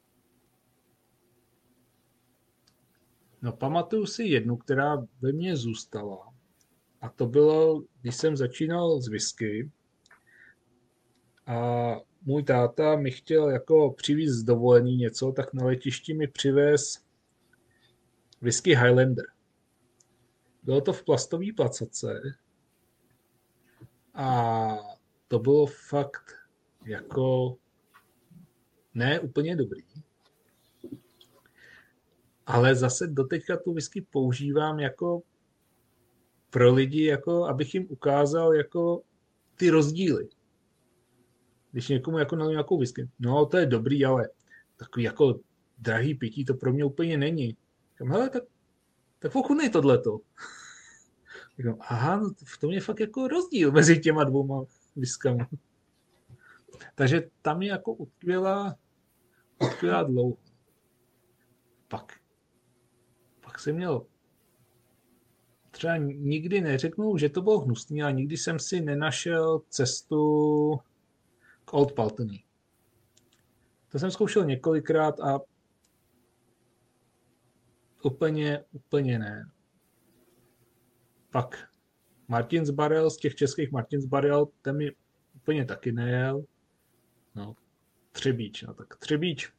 No, pamatuju si jednu, která ve mně zůstala. A to bylo, když jsem začínal s whisky. A můj táta mi chtěl jako přivízt z dovolený něco, tak na letišti mi přivez whisky Highlander. Bylo to v plastové placace. A to bylo fakt jako ne úplně dobrý. Ale zase doteďka tu whisky používám jako pro lidi, jako abych jim ukázal jako ty rozdíly. Když někomu jako naliju nějakou whisky, no to je dobrý, ale takový jako drahý pití to pro mě úplně není. Říkám, hele, tak, tak ochutnej tohleto. Říkám, aha, no v tom je fakt jako rozdíl mezi těma dvouma whiskama. Takže tam je jako utkvěla, utkvěla dlouho. Pak, pak jsem měl, třeba nikdy neřeknu, že to bylo hnusný, ale nikdy jsem si nenašel cestu k Old Pulteney. To jsem zkoušel několikrát a úplně, úplně ne. Pak Martin's Barrel, z těch českých Martin's Barrel, ten mi úplně taky nejel. No, Třebíč, no tak Třebíč.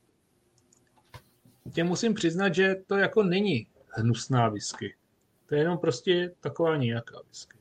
Tě musím přiznat, že to jako není hnusná whisky. To je jenom prostě taková nějaká whisky.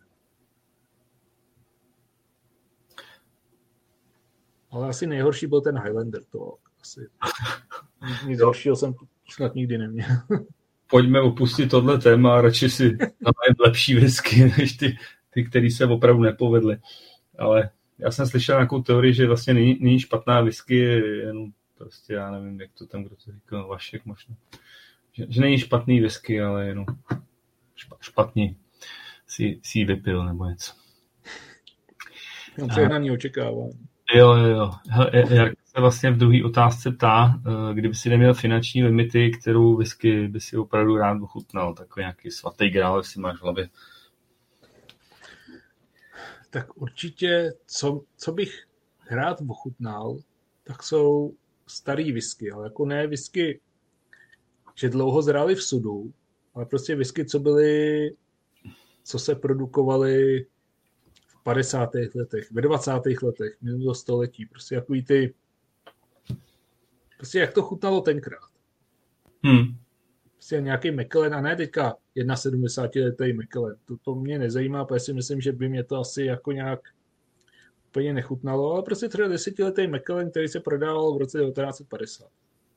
Ale asi nejhorší byl ten Highlander, to asi. Nic dalšího jsem snad nikdy neměl. Pojďme opustit tohle téma a radši si nalézt lepší whisky, než ty, ty, které se opravdu nepovedly. Ale já jsem slyšel nějakou teorii, že vlastně není, není špatná whisky, jenom prostě já nevím, jak to tam kdo to říkal, Vašek možná. Že, že není špatný whisky, ale jenom špatný si, si vypil nebo něco. Mám přehnaný očekávání. Jo, jo, jo. Jarka se vlastně v druhé otázce ptá, kdyby si neměl finanční limity, kterou whisky by si opravdu rád ochutnal. Takový nějaký svatý grál, si máš v hlavě. Tak určitě, co, co bych rád ochutnal, tak jsou starý whisky, ale jako ne whisky, že dlouho zrály v sudu, ale prostě whisky, co byly, co se produkovaly v padesátých letech, ve dvacátých letech minulého století. Prostě takový ty, prostě jak to chutnalo tenkrát. Hmm. Prostě nějaký Macallan, a ne teďka sedmdesátletý Macallan. To, to mě nezajímá, protože si myslím, že by mě to asi jako nějak úplně nechutnalo, ale prostě třeba desetiletý Macallan, který se prodával v roce devatenáct set padesát.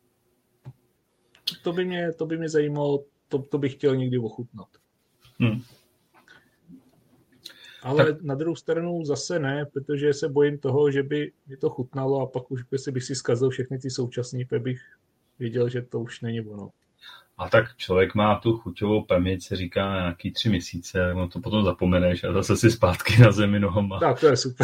To by mě, to by mě zajímalo, to, to bych chtěl někdy ochutnat. Hmm. Ale tak na druhou stranu zase ne, protože se bojím toho, že by mi to chutnalo a pak už by si, bych si zkazil všechny ty současný, bych věděl, že to už není ono. A tak člověk má tu chuťovou paměť, se říká nějaký tři měsíce, no to potom zapomeneš a zase si zpátky na zemi nohama. Tak to je super.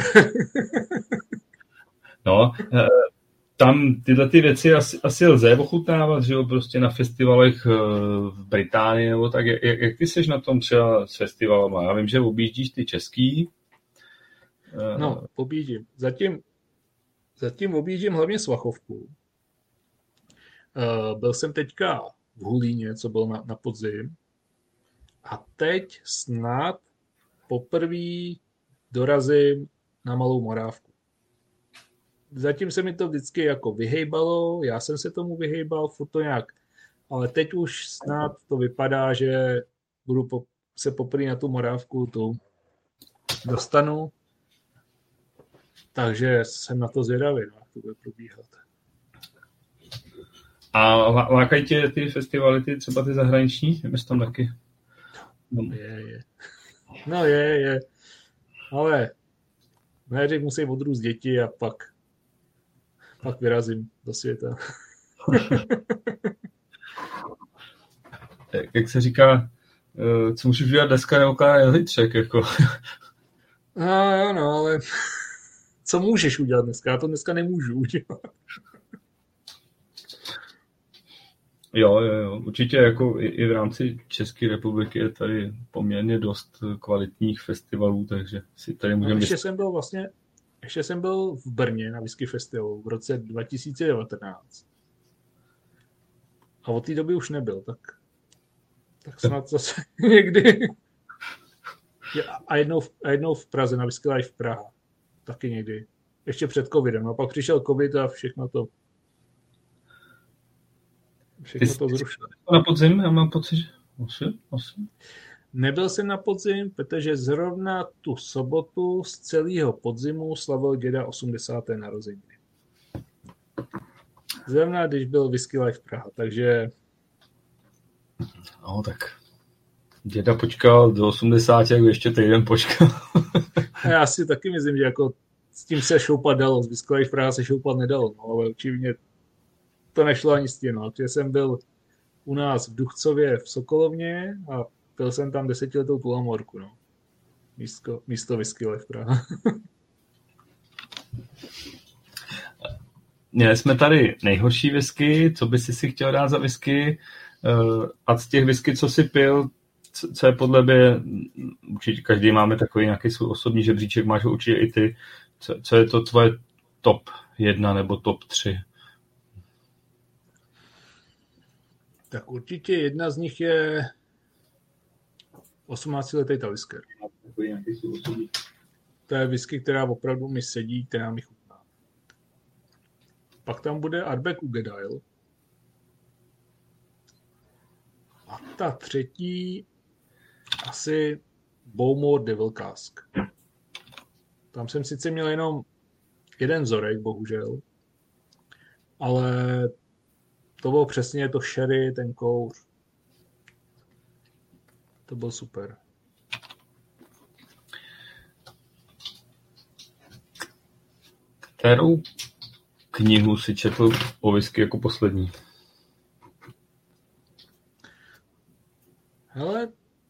No, tam tyhle ty věci asi, asi lze ochutnávat, že jo, prostě na festivalech v Británii nebo tak. Jak, jak ty seš na tom třeba s festivalama? Já vím, že objíždíš ty český. No, objíždím. Zatím, zatím objíždím hlavně Svachovku. Byl jsem teďka v Hulíně, co bylo na, na podzim. A teď snad poprvé dorazím na Malou Morávku. Zatím se mi to vždycky jako vyhejbalo, já jsem se tomu vyhejbal, furt to nějak, ale teď už snad to vypadá, že budu po, se poprvé na tu Morávku tu dostanu, takže jsem na to zvědavý, jak to bude probíhat. A lákají tě ty festivaly, ty, třeba ty zahraniční? Jsi tam taky? No. Je, je. No je, je. Ale nejdřív musím odrůst děti a pak pak vyrazím do světa. Jak se říká, co můžeš udělat dneska neukládá zítřek, jako. No jo, no, ale co můžeš udělat dneska? Já to dneska nemůžu udělat. Jo, jo, jo. Určitě jako i, i v rámci České republiky je tady poměrně dost kvalitních festivalů, takže si tady můžeme... Ještě jsem byl vlastně, ještě jsem byl v Brně na Whisky Festivalu v roce dva tisíce devatenáct. A od té doby už nebyl, tak, tak snad zase někdy. A jednou, v, a jednou v Praze, na Whisky Live Praha. Taky někdy. Ještě před covidem. No a pak přišel covid a všechno to všechno Ty to zrušilo. Na podzim, já mám pocit, že asi, asi. Nebyl jsem na podzim, protože zrovna tu sobotu z celého podzimu slavil děda osmdesáté narozeniny. Zrovna, když byl Whisky Live Praha, takže... No tak děda počkal do osmdesáti, jak ještě týden počkal. A já si taky myslím, že jako s tím se šoupat dalo, z Whisky Live Praha se šoupat nedalo, no, ale určitě to nešlo ani s tím, no. Protože jsem byl u nás v Duchcově v Sokolovně a byl jsem tam desetiletou Tulamorku, no. Místo, místo Whisky Live Praha. Měli jsme tady nejhorší whisky, co by si si chtěl dát za whisky, a z těch whisky, co si pil, co je podle mě, určitě každý máme takový nějaký svůj osobní žebříček, máš ho určitě i ty, co, co je to tvoje top jedna nebo top tři? Tak určitě jedna z nich je osmnáctiletý Talisker. To je whisky, která opravdu mi sedí, která mi chutná. Pak tam bude Ardbeg Uigedail. A ta třetí asi Bowmore Devil Cask. Tam jsem sice měl jenom jeden vzorek, bohužel, ale to bylo přesně to sherry, ten kouř. To byl super. Kterou knihu si četl o whisky jako poslední? Hele,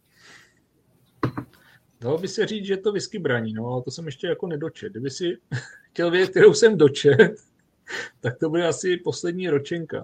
dalo by se říct, že to whisky braní, no, ale to jsem ještě jako nedočet. Kdyby si chtěl vědět, kterou jsem dočet, tak to bude asi poslední ročenka.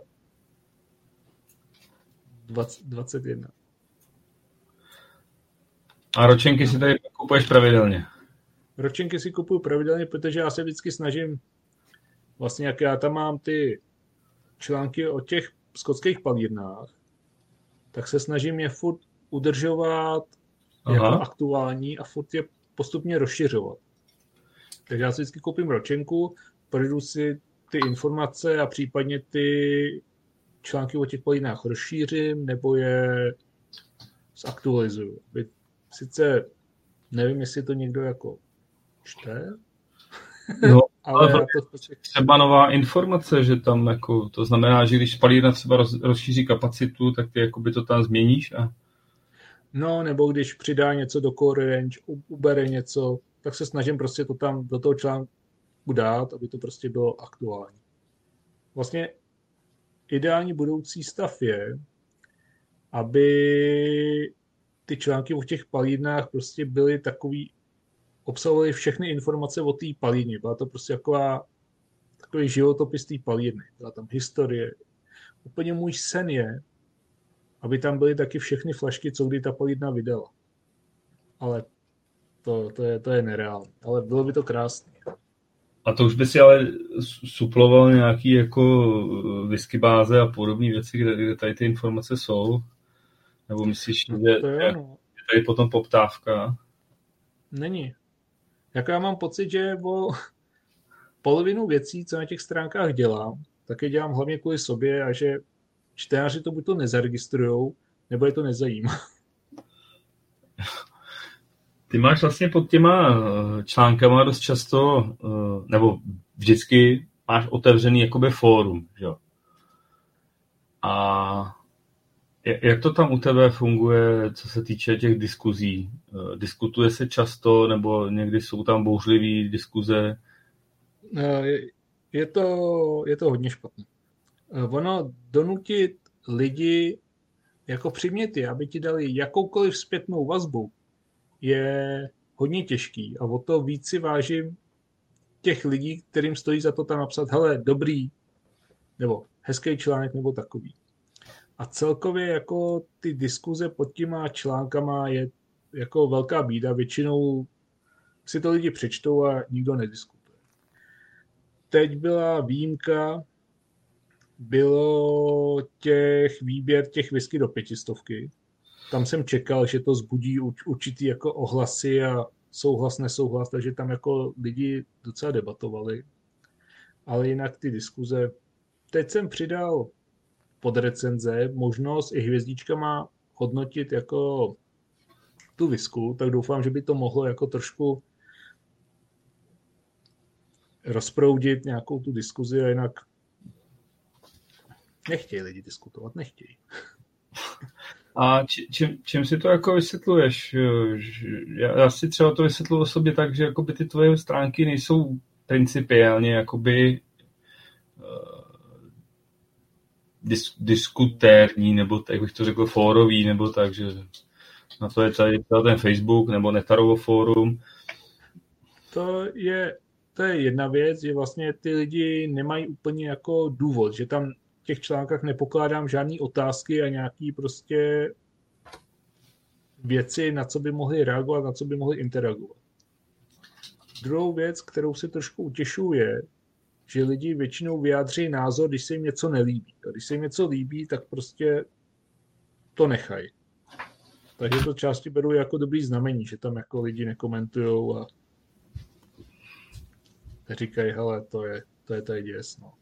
dvacet, dvacet jedna. A ročenky si tady kupuješ pravidelně? ročenky si kupuju pravidelně, protože já se vždycky snažím, vlastně jak já tam mám ty články o těch skotských palírnách, tak se snažím je furt udržovat Aha. jako aktuální a furt je postupně rozšiřovat. Takže já si vždycky koupím ročenku, projdu si ty informace a případně ty články o těch palírnách rozšířím nebo je zaktualizuju. Sice nevím, jestli to někdo jako čte, no, ale ale to třeba nová informace, že tam jako, to znamená, že když palírna třeba roz, rozšíří kapacitu, tak ty jakoby to tam změníš a... No, nebo když přidá něco do core range, ubere něco, tak se snažím prostě to tam do toho článku dát, aby to prostě bylo aktuální. Vlastně ideální budoucí stav je, aby ty články o těch palírnách prostě byly takový, obsahovaly všechny informace o té palírně. Byla to prostě taková, takový životopis té palírny. Byla tam historie. Úplně můj sen je, aby tam byly taky všechny flašky, co kdy ta palírna vydala. Ale to, to, je, to je nereálné. Ale bylo by to krásné. A to už by si ale suploval nějaký jako whisky báze a podobné věci, kde, kde tady ty informace jsou? Nebo myslíš, no, že to je, je, no. je tady potom poptávka? Není. Jako já mám pocit, že o polovinu věcí, co na těch stránkách dělám, tak je dělám hlavně kvůli sobě a že čtenáři to buď to nezaregistrujou, nebo je to nezajímá. Ty máš vlastně pod těma článkama dost často, nebo vždycky máš otevřený jakoby fórum, že jo? A jak to tam u tebe funguje, co se týče těch diskuzí? Diskutuje se často, nebo někdy jsou tam bouřlivý diskuze? Je to, je to hodně špatné. Ono donutit lidi jako přimět, aby ti dali jakoukoliv zpětnou vazbu, je hodně těžký a o to víc si vážím těch lidí, kterým stojí za to tam napsat, hele, dobrý, nebo hezký článek, nebo takový. A celkově jako ty diskuze pod těma článkama je jako velká bída. Většinou si to lidi přečtou a nikdo nediskutuje. Teď byla výjimka, bylo těch výběr těch whisky do pětistovky. Tam jsem čekal, že to zbudí určitý jako ohlasy a souhlas, nesouhlas, takže tam jako lidi docela debatovali. Ale jinak ty diskuze. Teď jsem přidal pod recenze možnost i hvězdičkama hodnotit jako tu whisku, tak doufám, že by to mohlo jako trošku rozproudit nějakou tu diskuzi a jinak nechtějí lidi diskutovat, nechtějí. A či, čím, čím si to jako vysvětluješ? Já, já si třeba to vysvětluji o sobě tak, že jakoby ty tvoje stránky nejsou principiálně jakoby uh, dis, diskutérní, nebo jak bych to řekl, fórový, nebo tak, že na to je tady ten Facebook, nebo Netarovo fórum. To je, to je jedna věc, že vlastně ty lidi nemají úplně jako důvod, že tam v těch článkách nepokládám žádný otázky a nějaký prostě věci, na co by mohli reagovat, na co by mohli interagovat. Druhou věc, kterou si trošku utěšuju, je, že lidi většinou vyjádří názor, když se jim něco nelíbí. A když se jim něco líbí, tak prostě to nechají. Takže to části beru jako dobrý znamení, že tam jako lidi nekomentujou a říkají, hele, to je, to je tady děs, no.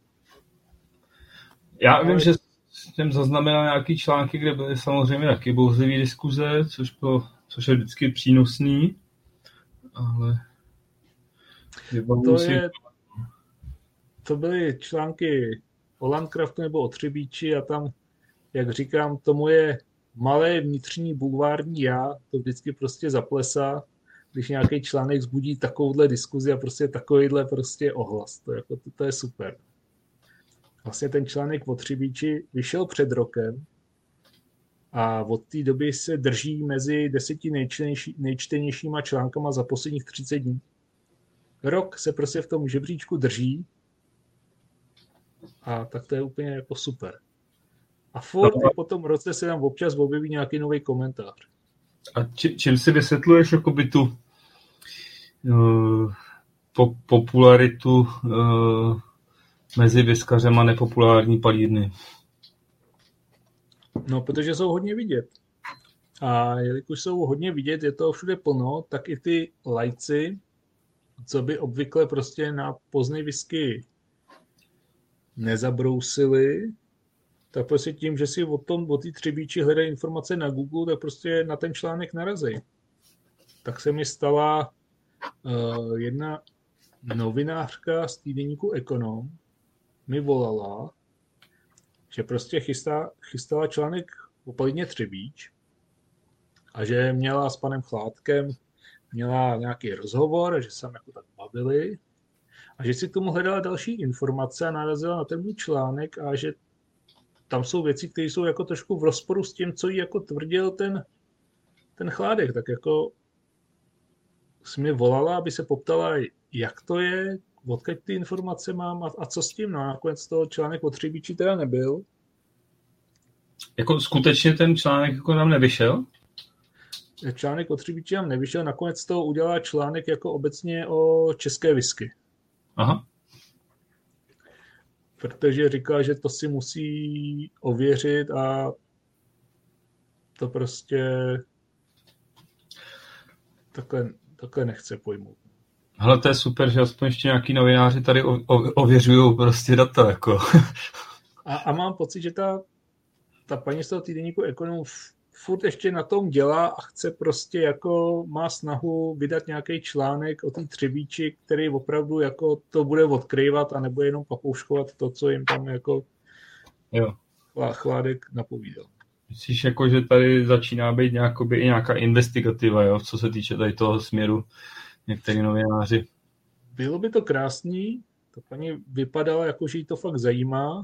Já vím, že jsem zaznamenal nějaký články, kde byly samozřejmě taky bouřlivé diskuze, což, bylo, což je vždycky přínosný, ale... To, je, to byly články o Landcraftu nebo o Třebíči a tam, jak říkám, to moje malé vnitřní bulvární já, to vždycky prostě zaplesá, když nějaký článek vzbudí takovouhle diskuzi a prostě takovýhle prostě ohlas. To, jako, to, to je super. Vlastně ten článek o Třebíči vyšel před rokem a od té doby se drží mezi deseti nejčtenějšíma článkama za posledních třicet dní. Rok se prostě v tom žebříčku drží a tak to je úplně jako super. A furt no. Po tom roce se tam občas objeví nějaký nový komentář. A či, čím si vysvětluješ jakoby tu uh, po, popularitu uh, mezi viskařem a nepopulární palírny? No, protože jsou hodně vidět. A jelikož jsou hodně vidět, je to všude plno, tak i ty lajci, co by obvykle prostě na pozdní whisky nezabrousili, tak prostě tím, že si o tom, o té třebíči hledají informace na Google, tak prostě na ten článek narazí. Tak se mi stala uh, jedna novinářka z týdeníku Ekonom, mi volala, že prostě chystá, chystala článek o palidně Třebíč a že měla s panem Chládkem měla nějaký rozhovor, že se tam jako tak bavili a že si k tomu hledala další informace a narazila na ten můj článek a že tam jsou věci, které jsou jako trošku v rozporu s tím, co jí jako tvrdil ten, ten Chládek. Tak jako jsi mi volala, aby se poptala, jak to je, odkud ty informace mám a, a co s tím. No a nakonec toho článek o Třebíči teda nebyl. Jako skutečně ten článek jako tam nevyšel? Článek o Třebíči tam nevyšel, nakonec toho udělala článek jako obecně o české whisky. Aha. Protože říká, že to si musí ověřit a to prostě takhle, takhle nechce pojmout. Hele, to je super, že aspoň ještě nějaký novináři tady o, o, ověřují prostě data, jako. A, a mám pocit, že ta, ta paní z toho týdeníku Ekonom furt ještě na tom dělá a chce prostě jako má snahu vydat nějaký článek o té Třebíči, který opravdu jako to bude odkryvat a nebude jenom papouškovat to, co jim tam jako jo. Chládek napovídal. Myslíš, jako, že tady začíná být nějakoby i nějaká investigativa, jo, co se týče tady toho směru některý novináři? Bylo by to krásný, ta paní vypadala jako, že jí to fakt zajímá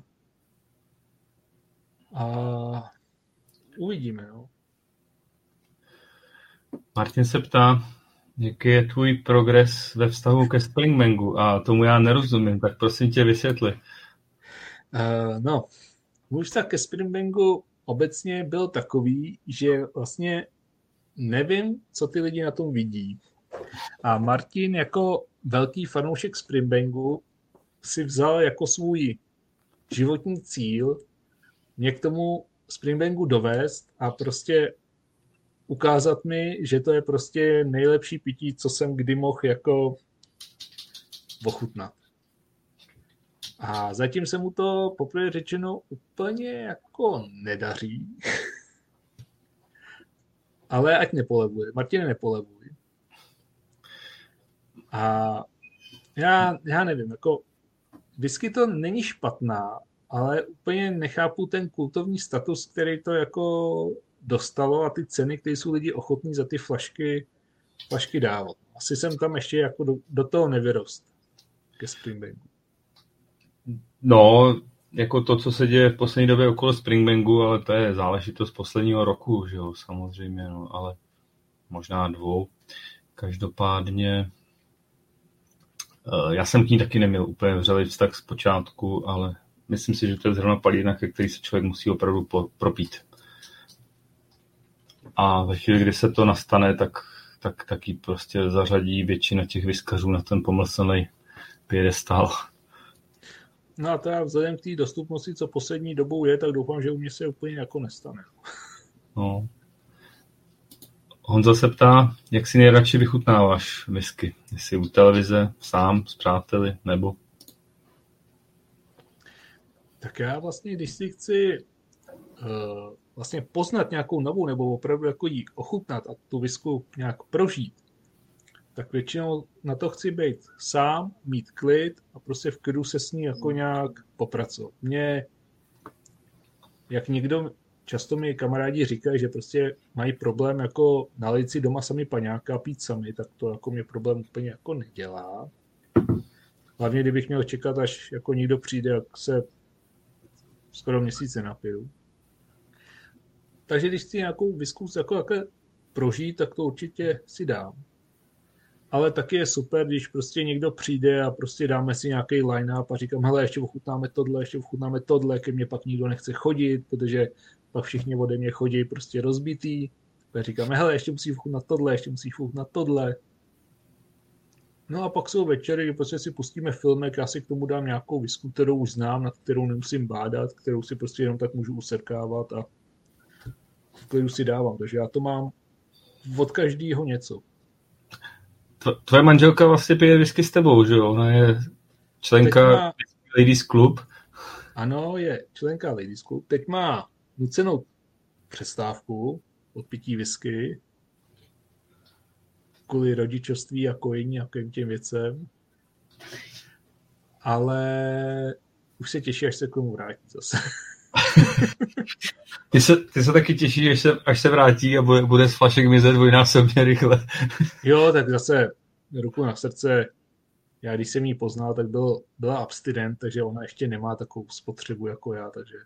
a uvidíme, no. Martin se ptá, jaký je tvůj progres ve vztahu ke Springbanku a tomu já nerozumím, tak prosím tě vysvětli. Uh, no, můj vztah ke Springbanku obecně byl takový, že vlastně nevím, co ty lidi na tom vidí. A Martin jako velký fanoušek Springbanku si vzal jako svůj životní cíl mě k tomu Springbanku dovést a prostě ukázat mi, že to je prostě nejlepší pití, co jsem kdy mohl jako ochutnat. A zatím se mu to poprvé řečeno úplně jako nedaří. Ale ať nepolevuje. Martine, nepolevuj. A já, já nevím, jako whisky to není špatná, ale úplně nechápu ten kultovní status, který to jako dostalo a ty ceny, které jsou lidi ochotní za ty flašky, flašky dávat. Asi jsem tam ještě jako do, do toho nevyrost ke Springbanku. No, jako to, co se děje v poslední době okolo Springbanku, ale to je záležitost posledního roku, že jo, samozřejmě, no, ale možná dvou. Každopádně já jsem k ní taky neměl úplně vřelý vztah z počátku, ale myslím si, že to je zrovna palírna, ke který se člověk musí opravdu po, propít. A ve chvíli, kdy se to nastane, tak, tak taky prostě zařadí většina těch whiskařů na ten pomlslný piedestál. No a to já vzhledem k té dostupnosti, co poslední dobou je, tak doufám, že u mě se úplně jako nestane. No. Honza se ptá, jak si nejradši vychutnáváš whisky? Jestli u televize, sám, s přáteli, nebo? Tak já vlastně, když si chci uh, vlastně poznat nějakou novou, nebo opravdu jako jí ochutnat a tu whisku nějak prožít, tak většinou na to chci být sám, mít klid a prostě v klidu se s ní jako nějak popracovat. Mně, jak někdo, často mi kamarádi říkají, že prostě mají problém jako nalejt si doma sami paňáka a pít sami, tak to jako mě problém úplně jako nedělá. Hlavně, kdybych měl čekat, až jako někdo přijde, jak se skoro měsíce napiju. Takže když si nějakou whisku jako takhle prožít, tak to určitě si dám. Ale taky je super, když prostě někdo přijde a prostě dáme si nějaký line-up a říkám, hele, ještě ochutnáme tohle, ještě ochutnáme tohle, ke mně pak nikdo nechce chodit, protože pak všichni ode mě chodí prostě rozbitý. Tak říkáme, hele, ještě musíš ochutnat tohle, ještě musíš ochutnat tohle. No a pak jsou večery, kdy prostě si pustíme filmek, já si k tomu dám nějakou whisky, kterou už znám, nad kterou nemusím bádat, kterou si prostě jenom tak můžu userkávat a v klidu si dávám. Takže já to mám od každého něco. Tvoje manželka vlastně pije whisky s tebou, že jo? Ona je členka má... Ladies Club. Ano, je členka Ladies Club. Teď má nucenou přestávku od pití whisky kvůli rodičovství a kojení a takovým těm věcem. Ale už se těší, až se k tomu vrátí zase. Ty se, ty se taky těšíš, až se, až se vrátí a bude, bude z flašek mizet dvojnásobně rychle. Jo, tak zase ruku na srdce. Já když jsem ji poznal, tak byl, byla abstinent, takže ona ještě nemá takovou spotřebu jako já, takže...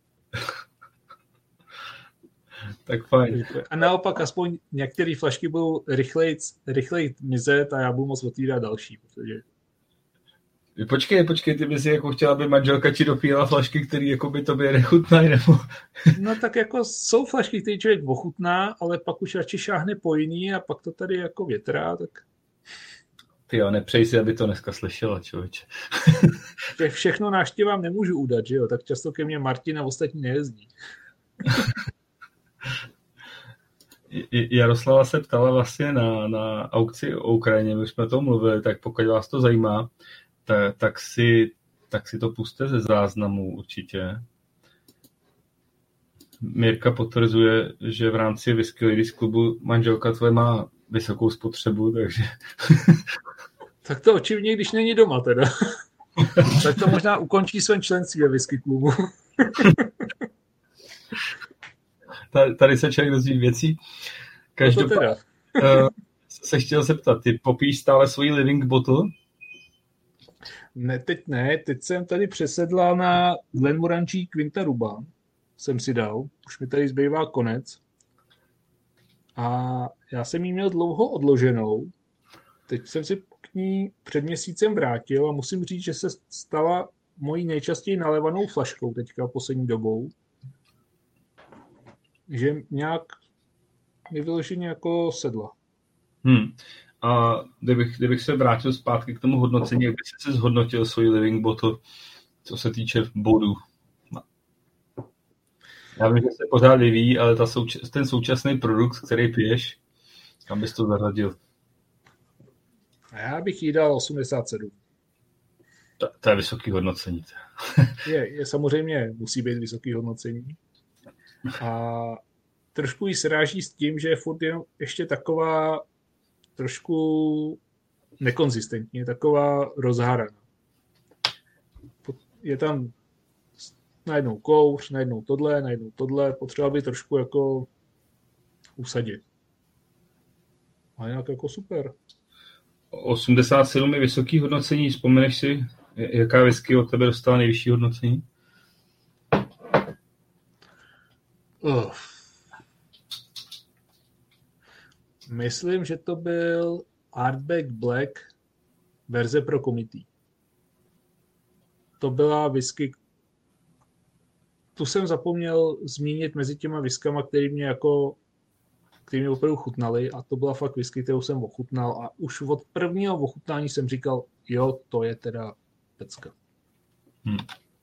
Tak fajn. A naopak aspoň některé flašky budou rychleji, rychleji mizet a já budu moc otvírat další, protože... Počkej, počkej, ty bys jako chtěla, aby manželka ti dopíjela flašky, které jako by tobě nechutnají, nebo... No tak jako jsou flašky, které člověk ochutná, ale pak už radši šáhne po jiný a pak to tady jako větrá, tak... Ty jo, nepřej si, aby to dneska slyšela, člověče. Všechno návštěvám nemůžu udat, že jo, tak často ke mně Martin a ostatní nejezdí. Jaroslava se ptala vlastně na, na aukci o Ukrajině, my už jsme o tom mluvili, tak pokud vás to zajímá, tak, tak, si, tak si to puste ze záznamu určitě. Mirka potvrzuje, že v rámci Whisky Ladies Clubu manželka tvoje má vysokou spotřebu, takže... Tak to očivně, když není doma teda. Tak to možná ukončí své členství ve Whisky klubu. Tady se člověk dozví věcí. Každopádně se chtěl zeptat, ty popíš stále svoji living bottle? Ne, teď ne. Teď jsem tady přesedla na Glenmorangie Quinta Ruban. Jsem si dal. Už mi tady zbývá konec. A já jsem ji měl dlouho odloženou. Teď jsem si k ní před měsícem vrátil a musím říct, že se stala mojí nejčastěji nalévanou flaškou teďka poslední dobou. Že nějak nevyloženě jako sedla. Hmm. A kdybych, kdybych se vrátil zpátky k tomu hodnocení, jak bys si zhodnotil svůj living bottle, co se týče bodů? Já vím, že se pořád vyvíjí, ale ta souč- ten současný produkt, který piješ, kam bys to zařadil? A já bych jí dal osmdesát sedm. To, to je vysoký hodnocení. je, je samozřejmě, musí být vysoký hodnocení. A trošku jí sráží s tím, že je furt jenom ještě taková trošku nekonzistentní, taková rozháraná. Je tam najednou kouř, najednou tohle, najednou tohle, potřeba by trošku jako usadit. A jinak jako super. osmdesát sedm je vysoký hodnocení, vzpomeneš si, jaká whisky od tebe dostala nejvyšší hodnocení? Uh. Myslím, že to byl Artback Black verze pro Committee. To byla whisky, tu jsem zapomněl zmínit mezi těma whiskama, který mě jako který mě opravdu chutnaly a to byla fakt whisky, kterou jsem ochutnal a už od prvního ochutnání jsem říkal, jo, to je teda pecka. Hmm.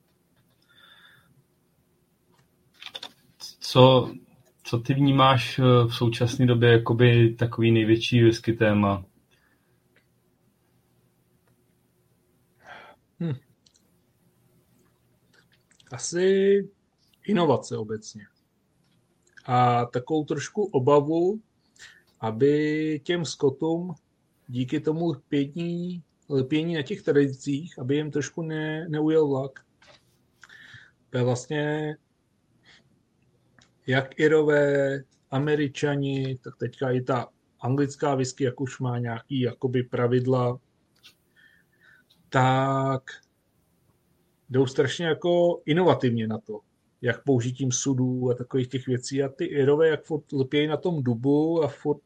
Co, co ty vnímáš v současné době jakoby takový největší whisky téma? Hmm. Asi inovace obecně. A takovou trošku obavu, aby těm skotům díky tomu lpění, lpění na těch tradicích, aby jim trošku ne, neujel vlak. To je vlastně jak Irové, Američani, tak teďka i ta anglická whisky, jak už má nějaký jakoby pravidla, tak jdou strašně jako inovativně na to, jak použitím sudů a takových těch věcí. A ty Irové, jak furt lpějí na tom dubu a furt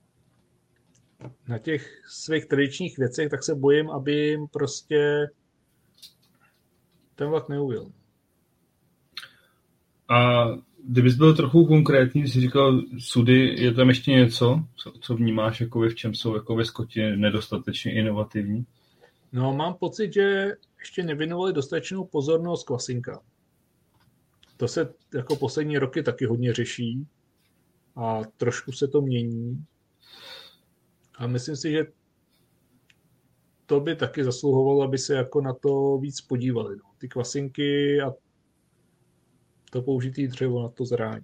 na těch svých tradičních věcech, tak se bojím, aby jim prostě ten vlak neujel. A kdybys byl trochu konkrétní, jsi říkal sudy, je tam ještě něco, co, co vnímáš, jakoby, v čem jsou jakoby Skoti nedostatečně inovativní? No, mám pocit, že ještě nevěnovali dostatečnou pozornost kvasinkám. To se jako poslední roky taky hodně řeší a trošku se to mění. A myslím si, že to by taky zasluhovalo, aby se jako na to víc podívali. No. Ty kvasinky a to použitý dřevo na to zrání.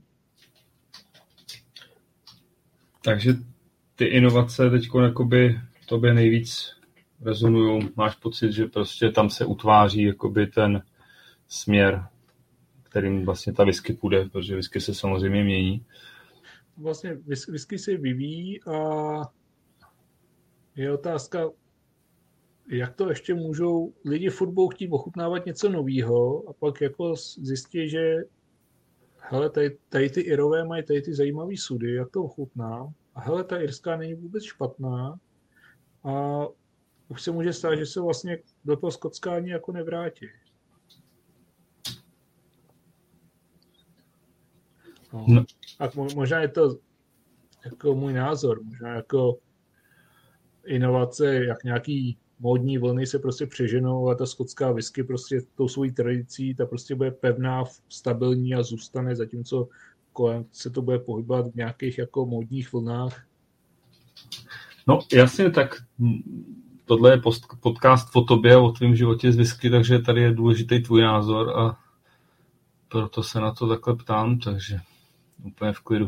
Takže ty inovace teď jakoby tobě nejvíc rezonují. Máš pocit, že prostě tam se utváří jakoby ten směr, kterým vlastně ta whisky půjde, protože whisky se samozřejmě mění. Vlastně whisky se vyvíjí a je otázka, jak to ještě můžou lidi furt budou chtít ochutnávat něco nového a pak jako zjistí, že hele, tady, tady ty Irové mají tady ty zajímavé sudy, jak to ochutná a hele, ta irská není vůbec špatná a už se může stát, že se vlastně do toho Skotska ani jako nevrátí. No. No. A možná je to jako můj názor, možná jako inovace, jak nějaký módní vlny se prostě přeženou a ta skotská whisky prostě tou svojí tradicí, ta prostě bude pevná, stabilní a zůstane, zatímco kolem se to bude pohybovat v nějakých jako módních vlnách. No jasně, tak tohle je podcast o tobě a o tvém životě z whisky, takže tady je důležitý tvůj názor a proto se na to takhle ptám, takže úplně v klidu.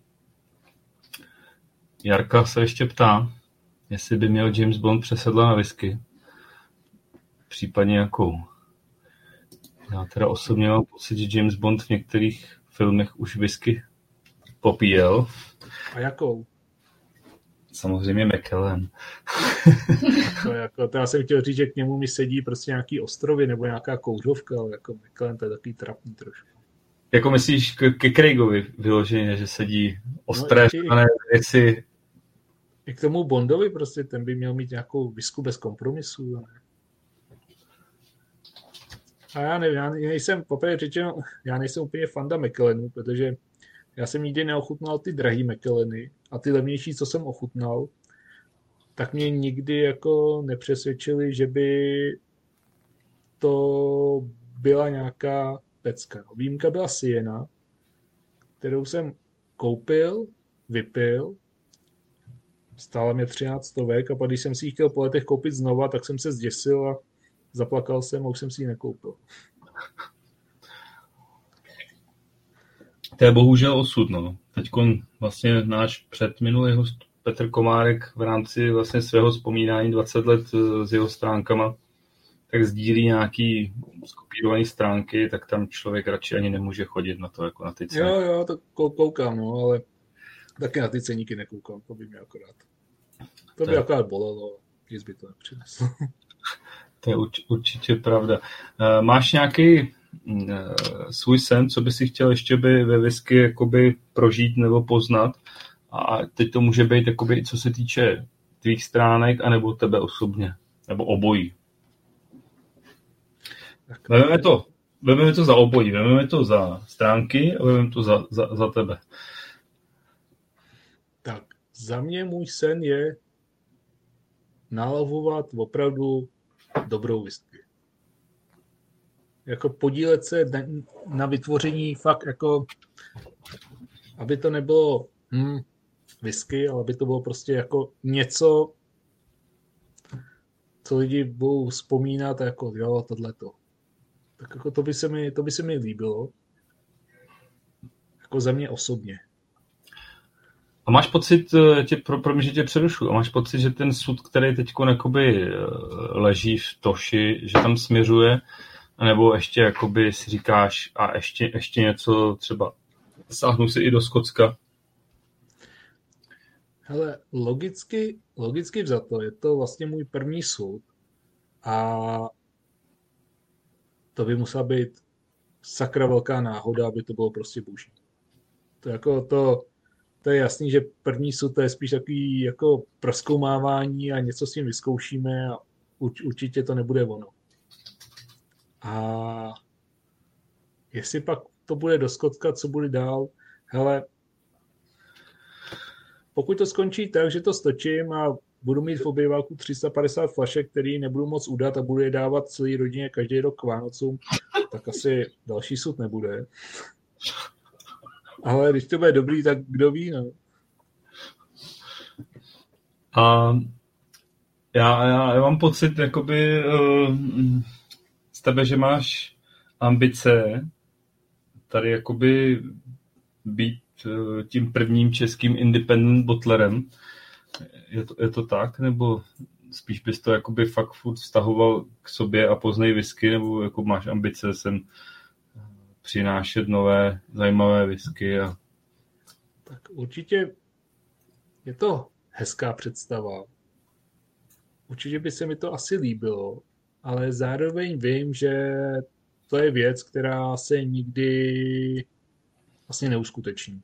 Jarka se ještě ptá, jestli by měl James Bond přesedlat na whisky. Případně jakou. Já teda osobně mám pocit, že James Bond v některých filmech už whisky popíjel. A jakou? Samozřejmě Macallan. to, jako, to já jsem chtěl říct, že k němu mi sedí prostě nějaký ostrovy nebo nějaká kouřovka, ale jako Macallan to je takový trapný trošku. Jako myslíš ke, ke Craigovi vyloženě, že sedí ostré no, věci. I k tomu Bondovi prostě, ten by měl mít nějakou whisky bez kompromisů. Ne? A já nevím, já nejsem, poprvé řečeno, já nejsem úplně fanda Macallanu, protože já jsem nikdy neochutnal ty drahý Macallany a ty levnější, co jsem ochutnal, tak mě nikdy jako nepřesvědčili, že by to byla nějaká pecka. No, výjimka byla Siena, kterou jsem koupil, vypil, stála mě třináct stovek a pak když jsem si ji chtěl po letech koupit znova, tak jsem se zděsil a zaplakal jsem a už jsem si ji nekoupil. To je bohužel osud, no. Teďkon vlastně náš předminulý host Petr Komárek v rámci vlastně svého vzpomínání dvacet let s jeho stránkama, tak sdílí nějaký skopírované stránky, tak tam člověk radši ani nemůže chodit na to, jako na ty ceny. Jo, jo, to koukám, no, ale taky na ty ceníky nekoukám, to by mě akorát. To by akorát bolelo, nic by to nepřineslo. To je urč, určitě pravda. Máš nějaký svůj sen, co by si chtěl ještě by ve whisky jakoby prožít nebo poznat? A teď to může být jakoby, co se týče tvých stránek, anebo tebe osobně, nebo obojí. Vezmeme to, vezmeme to za obojí, vezmeme to za stránky a vezmeme to za, za, za tebe. Tak, za mě můj sen je nalavovat opravdu dobrou whisky. Jako podílet se na, na vytvoření fakt jako, aby to nebylo hm, whisky, ale aby to bylo prostě jako něco, co lidi budou vzpomínat jako jo, tohleto. Tak jako to by se mi, to by se mi líbilo. Jako za mě osobně. A máš pocit, tě, pro, pro mě, že tě přerušu, a máš pocit, že ten sud, který teď jakoby leží v Toši, že tam směřuje, nebo ještě jakoby si říkáš a ještě, ještě něco třeba sáhnu si i do Skotska? Hele, logicky, logicky vzato je to vlastně můj první sud a to by musela být sakra velká náhoda, aby to bylo prostě boží. To jako to, to je jasný, že první sud to je spíš takový jako prozkoumávání a něco s tím vyzkoušíme a urč, určitě to nebude ono. A jestli pak to bude do Skotska, co bude dál. Hele, pokud to skončí tak, že to stočím a budu mít v obýváku tři sta padesát flašek, který nebudu moc udat a budu je dávat celý rodině každý rok k Vánocům, tak asi další sud nebude. Ale když to bude dobrý, tak kdo ví, no. A já, já, já mám pocit, jakoby uh, z tebe, že máš ambice tady jakoby být uh, tím prvním českým independent bottlerem. Je to, je to tak? Nebo spíš bys to jakoby fakt furt vztahoval k sobě a poznej whisky, nebo jako máš ambice sem přinášet nové zajímavé whisky? A... Tak určitě je to hezká představa. Určitě by se mi to asi líbilo, ale zároveň vím, že to je věc, která se nikdy vlastně neuskuteční.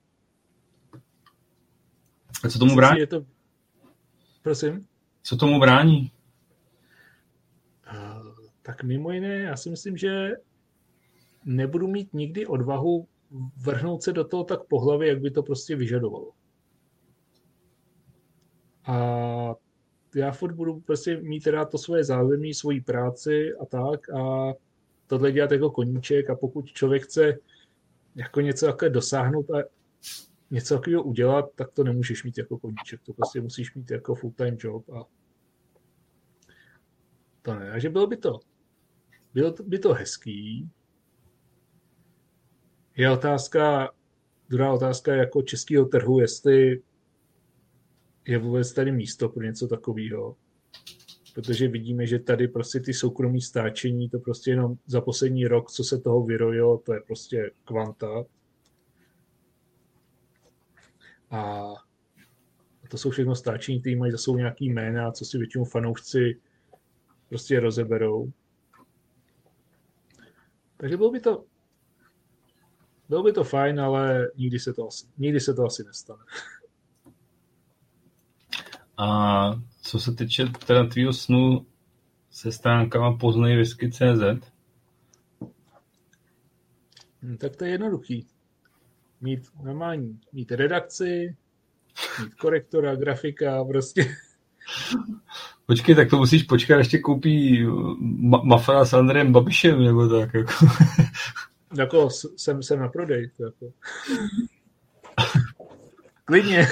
A co tomu brání? Je to... Prosím? Co tomu brání? Uh, tak mimo jiné, já si myslím, že nebudu mít nikdy odvahu vrhnout se do toho tak po hlavě, jak by to prostě vyžadovalo. A já furt budu prostě mít teda to svoje zázemí, svoji práci a tak a tohle dělat jako koníček a pokud člověk chce jako něco takové dosáhnout a něco takového udělat, tak to nemůžeš mít jako koníček, to prostě musíš mít jako full-time job a to ne. Takže bylo by to, bylo by to hezký. Je otázka, druhá otázka jako českého trhu, jestli je vůbec tady místo pro něco takového. Protože vidíme, že tady prostě ty soukromí stáčení, to prostě jenom za poslední rok, co se toho vyrojilo, to je prostě kvanta. A to jsou všechno stáčení, které mají za sebou nějaký jména, co si většinou fanoušci prostě rozeberou. Takže bylo by to bylo by to fajn, ale nikdy se to asi, nikdy se to asi nestane. A co se týče teda tvýho snu se stránkama poznej whisky tečka cé zet? Hmm, tak to je jednoduchý. Mít normální, mít redakci, mít korektora, grafika, prostě. Počkej, tak to musíš počkat, ještě koupí ma- Mafra s Andrejem Babišem, nebo tak, jako. Jako jsem, jsem na prodej, to jako. Klidně.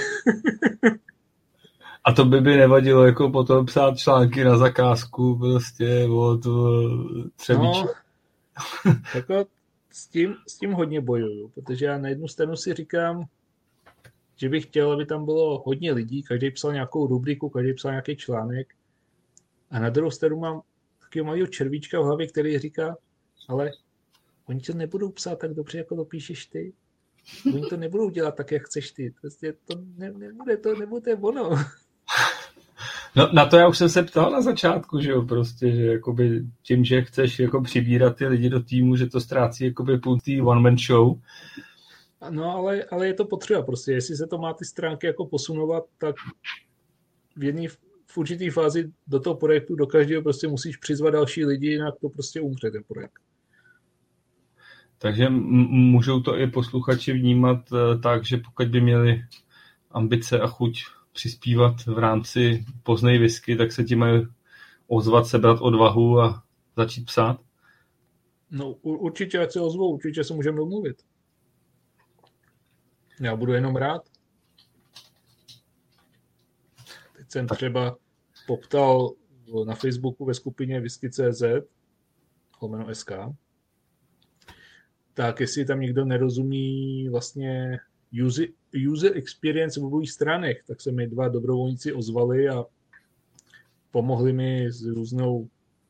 A to by by nevadilo, jako potom psát články na zakázku, prostě od Třebíče. No, jako s tím, s tím hodně bojuju, protože já na jednu stranu si říkám, že bych chtěl, aby tam bylo hodně lidí, každý psal nějakou rubriku, každý psal nějaký článek. A na druhou stranu mám takového malého červíčka v hlavě, který říká, ale oni to nebudou psát tak dobře, jako to píšeš ty. Oni to nebudou dělat tak, jak chceš ty. Prostě to ne, nebude, to nebude ono. No, na to já už jsem se ptal na začátku, že jo, prostě, že jakoby tím, že chceš jako přibírat ty lidi do týmu, že to ztrácí jakoby půl tý one-man show. No, ale, ale je to potřeba prostě. Jestli se to má ty stránky jako posunovat, tak v jedné v určitý fázi do toho projektu, do každého prostě musíš přizvat další lidi, jinak to prostě umře ten projekt. Takže m- můžou to i posluchači vnímat uh, tak, že pokud by měli ambice a chuť přispívat v rámci poznej whisky, tak se ti mají ozvat, sebrat odvahu a začít psát? No určitě, ať se ozvou, určitě se můžeme domluvit. Já budu jenom rád. Teď jsem třeba poptal na Facebooku ve skupině whisky tečka cé zet lomeno es ká. Tak jestli tam někdo nerozumí vlastně user, user experience webových stránek, tak se mi dva dobrovolníci ozvali a pomohli mi s různou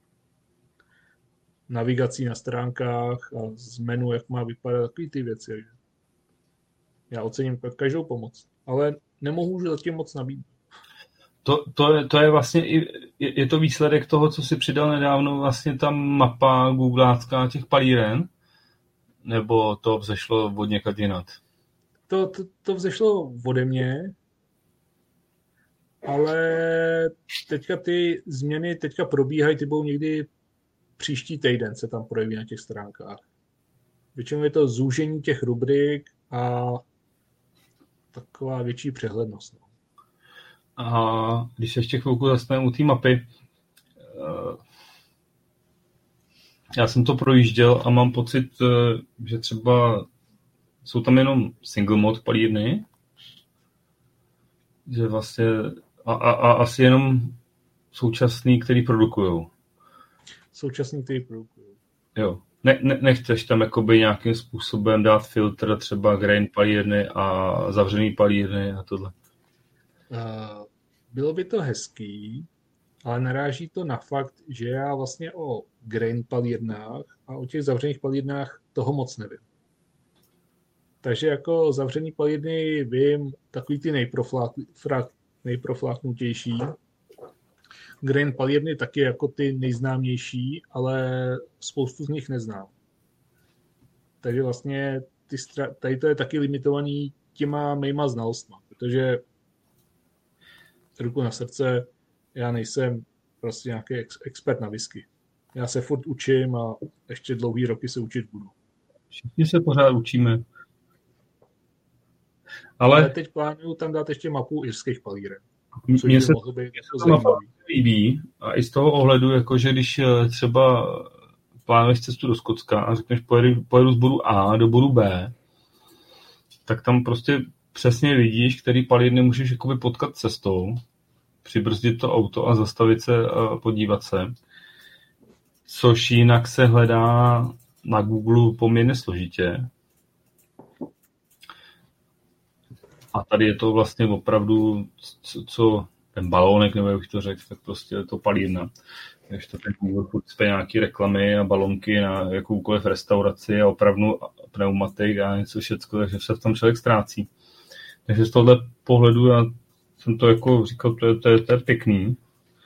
navigací na stránkách a z menu, jak má vypadat, takové ty věci. Já ocením každou pomoc, ale nemohu už zatím moc nabídnout. To, to, je, to je vlastně i, je, je to výsledek toho, co si přidal nedávno, vlastně ta mapa googlácká těch palíren, nebo to vzešlo od někud jinat? To, to, to vzešlo ode mě, ale teďka ty změny teďka probíhají, ty budou někdy příští týden se tam projeví na těch stránkách. Většinou je to zúžení těch rubrik a taková větší přehlednost. A když se ještě chvilku zastavím u té mapy, já jsem to projížděl a mám pocit, že třeba jsou tam jenom single mod palírny, že vlastně a, a, a asi jenom současný, který produkujou. Současný, který produkují. Jo. Ne, ne, nechceš tam jakoby nějakým způsobem dát filtr, třeba grain palírny a zavřený palírny a tohle? Uh, bylo by to hezký, ale naráží to na fakt, že já vlastně o grain palírnách a o těch zavřených palírnách toho moc nevím. Takže jako zavřený palírny vím takový ty nejproflák, nejprofláknutější. Grain palírny taky jako ty nejznámější, ale spoustu z nich neznám. Takže vlastně ty stra- tady to je taky limitovaný těma mýma znalostma, protože ruku na srdce, já nejsem prostě nějaký ex- expert na whisky. Já se furt učím a ještě dlouhý roky se učit budu. Všichni se pořád učíme. Ale, Ale teď plánuju tam dát ještě mapu irských palíren. Mně se, se to mapa líbí a i z toho ohledu, jakože když třeba plánuješ cestu do Skotska a řekneš pojedu, pojedu z bodu A do bodu B, tak tam prostě přesně vidíš, který palírny můžeš jakoby potkat cestou, přibrzdit to auto a zastavit se a podívat se, což jinak se hledá na Google poměrně složitě. A tady je to vlastně opravdu, co, co ten balónek, nebo jak bych to řekl, tak prostě je to palírna. Takže to ten Google furt spě nějaký reklamy a balonky na jakoukoliv restauraci a opravdu pneumatik a něco všecko, takže se v tom člověk ztrácí. Takže z tohohle pohledu já jsem to jako říkal, to je, to je, to je pěkný.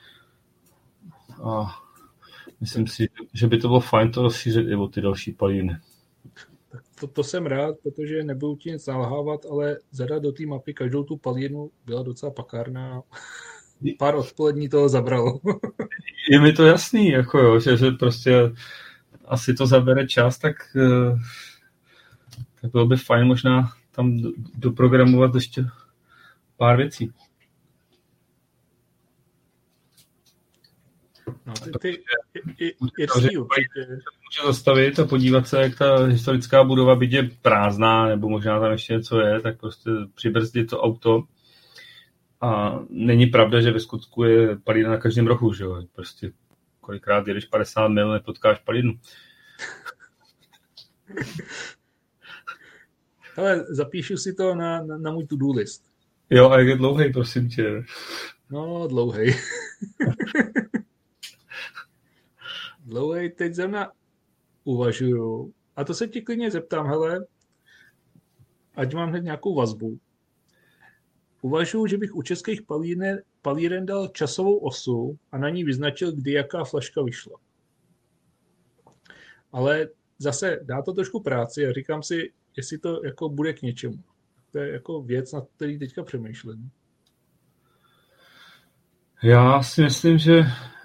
A myslím si, že by to bylo fajn to rozšířit i o ty další palírny. Tak to, to jsem rád, protože nebudu ti nic nalhávat, ale zadat do té mapy každou tu palírnu byla docela pakárna. Pár odpolední toho zabralo. Je mi to jasný, jako jo, že, že prostě asi to zabere čas, tak, tak bylo by fajn možná tam doprogramovat ještě pár věcí. No, ty, ty, i, i, irský určitě. Může zastavit a podívat se, jak ta historická budova byť je prázdná, nebo možná tam ještě něco je, tak prostě přibrzdit to auto. A není pravda, že ve Skotsku je palírna na každém rohu, že jo? Prostě kolikrát jedeš padesát mil, nepotkáš palírnu. Ale zapíšu si to na, na, na můj to-do list. Jo, a jak je dlouhej, prosím tě. No, dlouhej. Dlouhej, teď zrovna uvažuju. A to se ti klidně zeptám, hele, ať mám hned nějakou vazbu. Uvažuju, že bych u českých palíren, palíren dal časovou osu a na ní vyznačil, kdy jaká flaška vyšla. Ale zase dá to trošku práci a říkám si, jestli to jako bude k něčemu. To je jako věc, na který teďka přemýšlím. Já si myslím, že,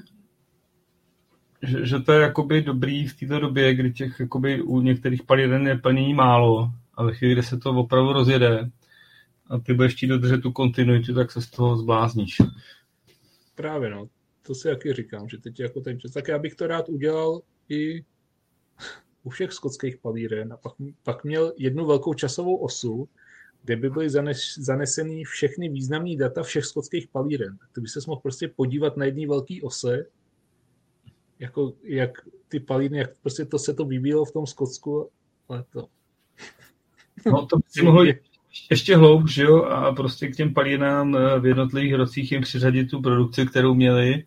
že, že to je jakoby dobrý v této době, kdy těch jakoby u některých palíren je plnění málo a ve chvíli, kdy se to opravdu rozjede a ty budeš chtít dodržet tu kontinuitu, tak se z toho zblázníš. Právě no, to si taky říkám, že teď jako ten čas. Tak já bych to rád udělal i u všech skotských palíren a pak, pak měl jednu velkou časovou osu, kde by byly zanes, zaneseny všechny významné data všech skotských palíren. Tak to by se mohl prostě podívat na jedné velké ose, jako jak ty palírny, jak prostě to se to vyvíjelo v tom Skotsku, ale to... No to by si mohl ještě hloub, že jo, a prostě k těm palírnám v jednotlivých rocích jim přiřadit tu produkci, kterou měli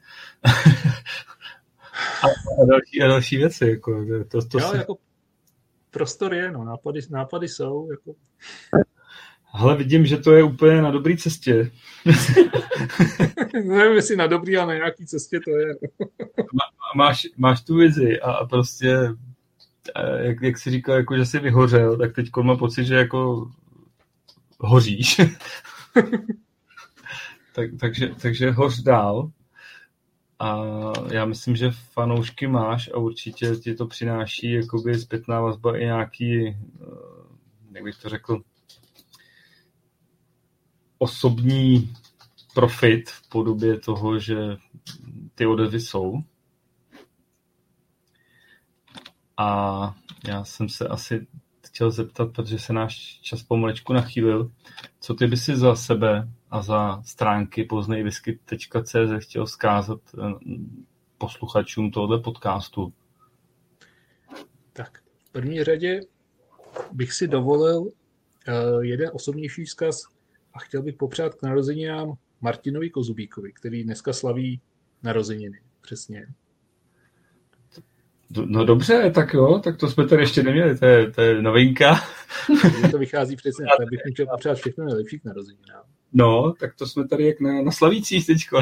a, a, další, a další věci. Jako, to, to jo, si... jako prostor je, no, nápady, nápady jsou. Jako... Hele, vidím, že to je úplně na dobré cestě. Nevím, jestli na dobrý a na nějaký cestě to je. máš, máš tu vizi a, a prostě, jak, jak jsi říkal, jako, že jsi vyhořel, tak teď mám pocit, že jako hoříš. tak, takže, takže hoř dál. A já myslím, že fanoušky máš a určitě ti to přináší jakoby zpětná vazba i nějaký, jak bych to řekl, osobní profit v podobě toho, že ty odezvy jsou. A já jsem se asi chtěl zeptat, protože se náš čas pomalečku nachýlil, co ty by si za sebe a za stránky poznejwhisky tečka cé zet chtěl vzkázat posluchačům tohoto podcastu? Tak v první řadě bych si dovolil uh, jeden osobnější vzkaz a chtěl bych popřát k narozeninám Martinovi Kozubíkovi, který dneska slaví narozeniny. Přesně. No dobře, tak jo, tak to jsme tady ještě neměli, to je, to je novinka. To vychází přesně, tak bych chtěl popřát všechno nejlepší k narozeninám. No, tak to jsme tady jak na, na slavících teďko.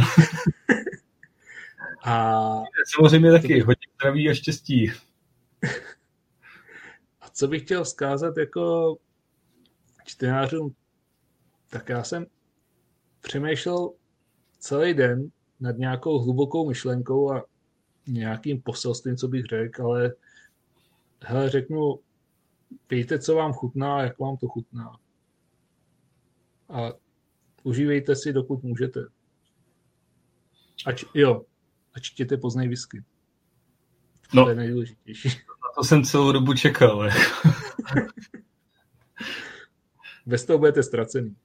A samozřejmě taky, bych... hodně zdraví a štěstí. A co bych chtěl vzkázat jako čtenářům, tak já jsem přemýšlel celý den nad nějakou hlubokou myšlenkou a nějakým poselstvím, co bych řekl, ale hele, řeknu, pijte, co vám chutná, jak vám to chutná. A užívejte si, dokud můžete. Ač, jo, a čtěte poznejwhisky. No, to je nejdůležitější. Na to jsem celou dobu čekal. Bez toho budete ztracený.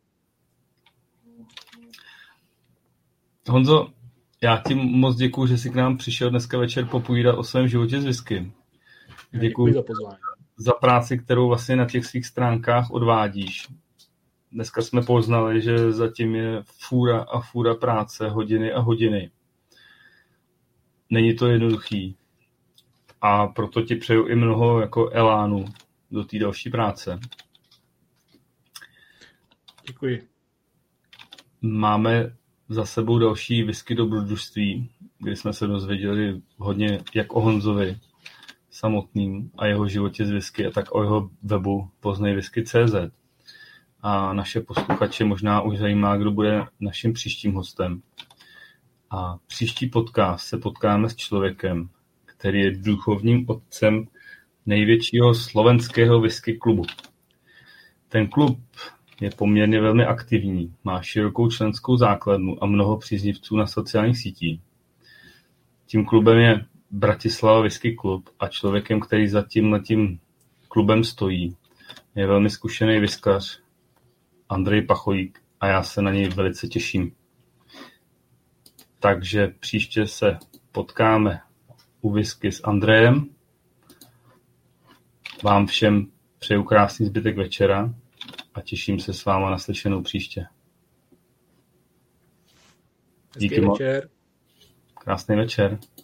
Honzo, já ti moc děkuju, že jsi k nám přišel dneska večer popovídat o svém životě s whisky. Děkuji za pozvání. Za práci, kterou vlastně na těch svých stránkách odvádíš. Dneska jsme poznali, že zatím je fůra a fůra práce, hodiny a hodiny. Není to jednoduchý. A proto ti přeju i mnoho jako elánu do té další práce. Děkuji. Máme za sebou další whisky dobrodružství, kdy jsme se dozvěděli hodně jak o Honzovi samotným a jeho životě z whisky, a tak o jeho webu poznejwhisky tečka cé zet. A naše posluchače možná už zajímá, kdo bude naším příštím hostem. A příští podcast se potkáme s člověkem, který je duchovním otcem největšího slovenského whisky klubu. Ten klub je poměrně velmi aktivní, má širokou členskou základnu a mnoho příznivců na sociálních sítích. Tím klubem je Bratislava Whisky Klub a člověkem, který za tímhletím klubem stojí, je velmi zkušený whiskař Andrej Pachojík a já se na něj velice těším. Takže příště se potkáme u whisky s Andrejem. Vám všem přeju krásný zbytek večera a těším se s váma na slyšenou příště. Díky moc. Krásný večer.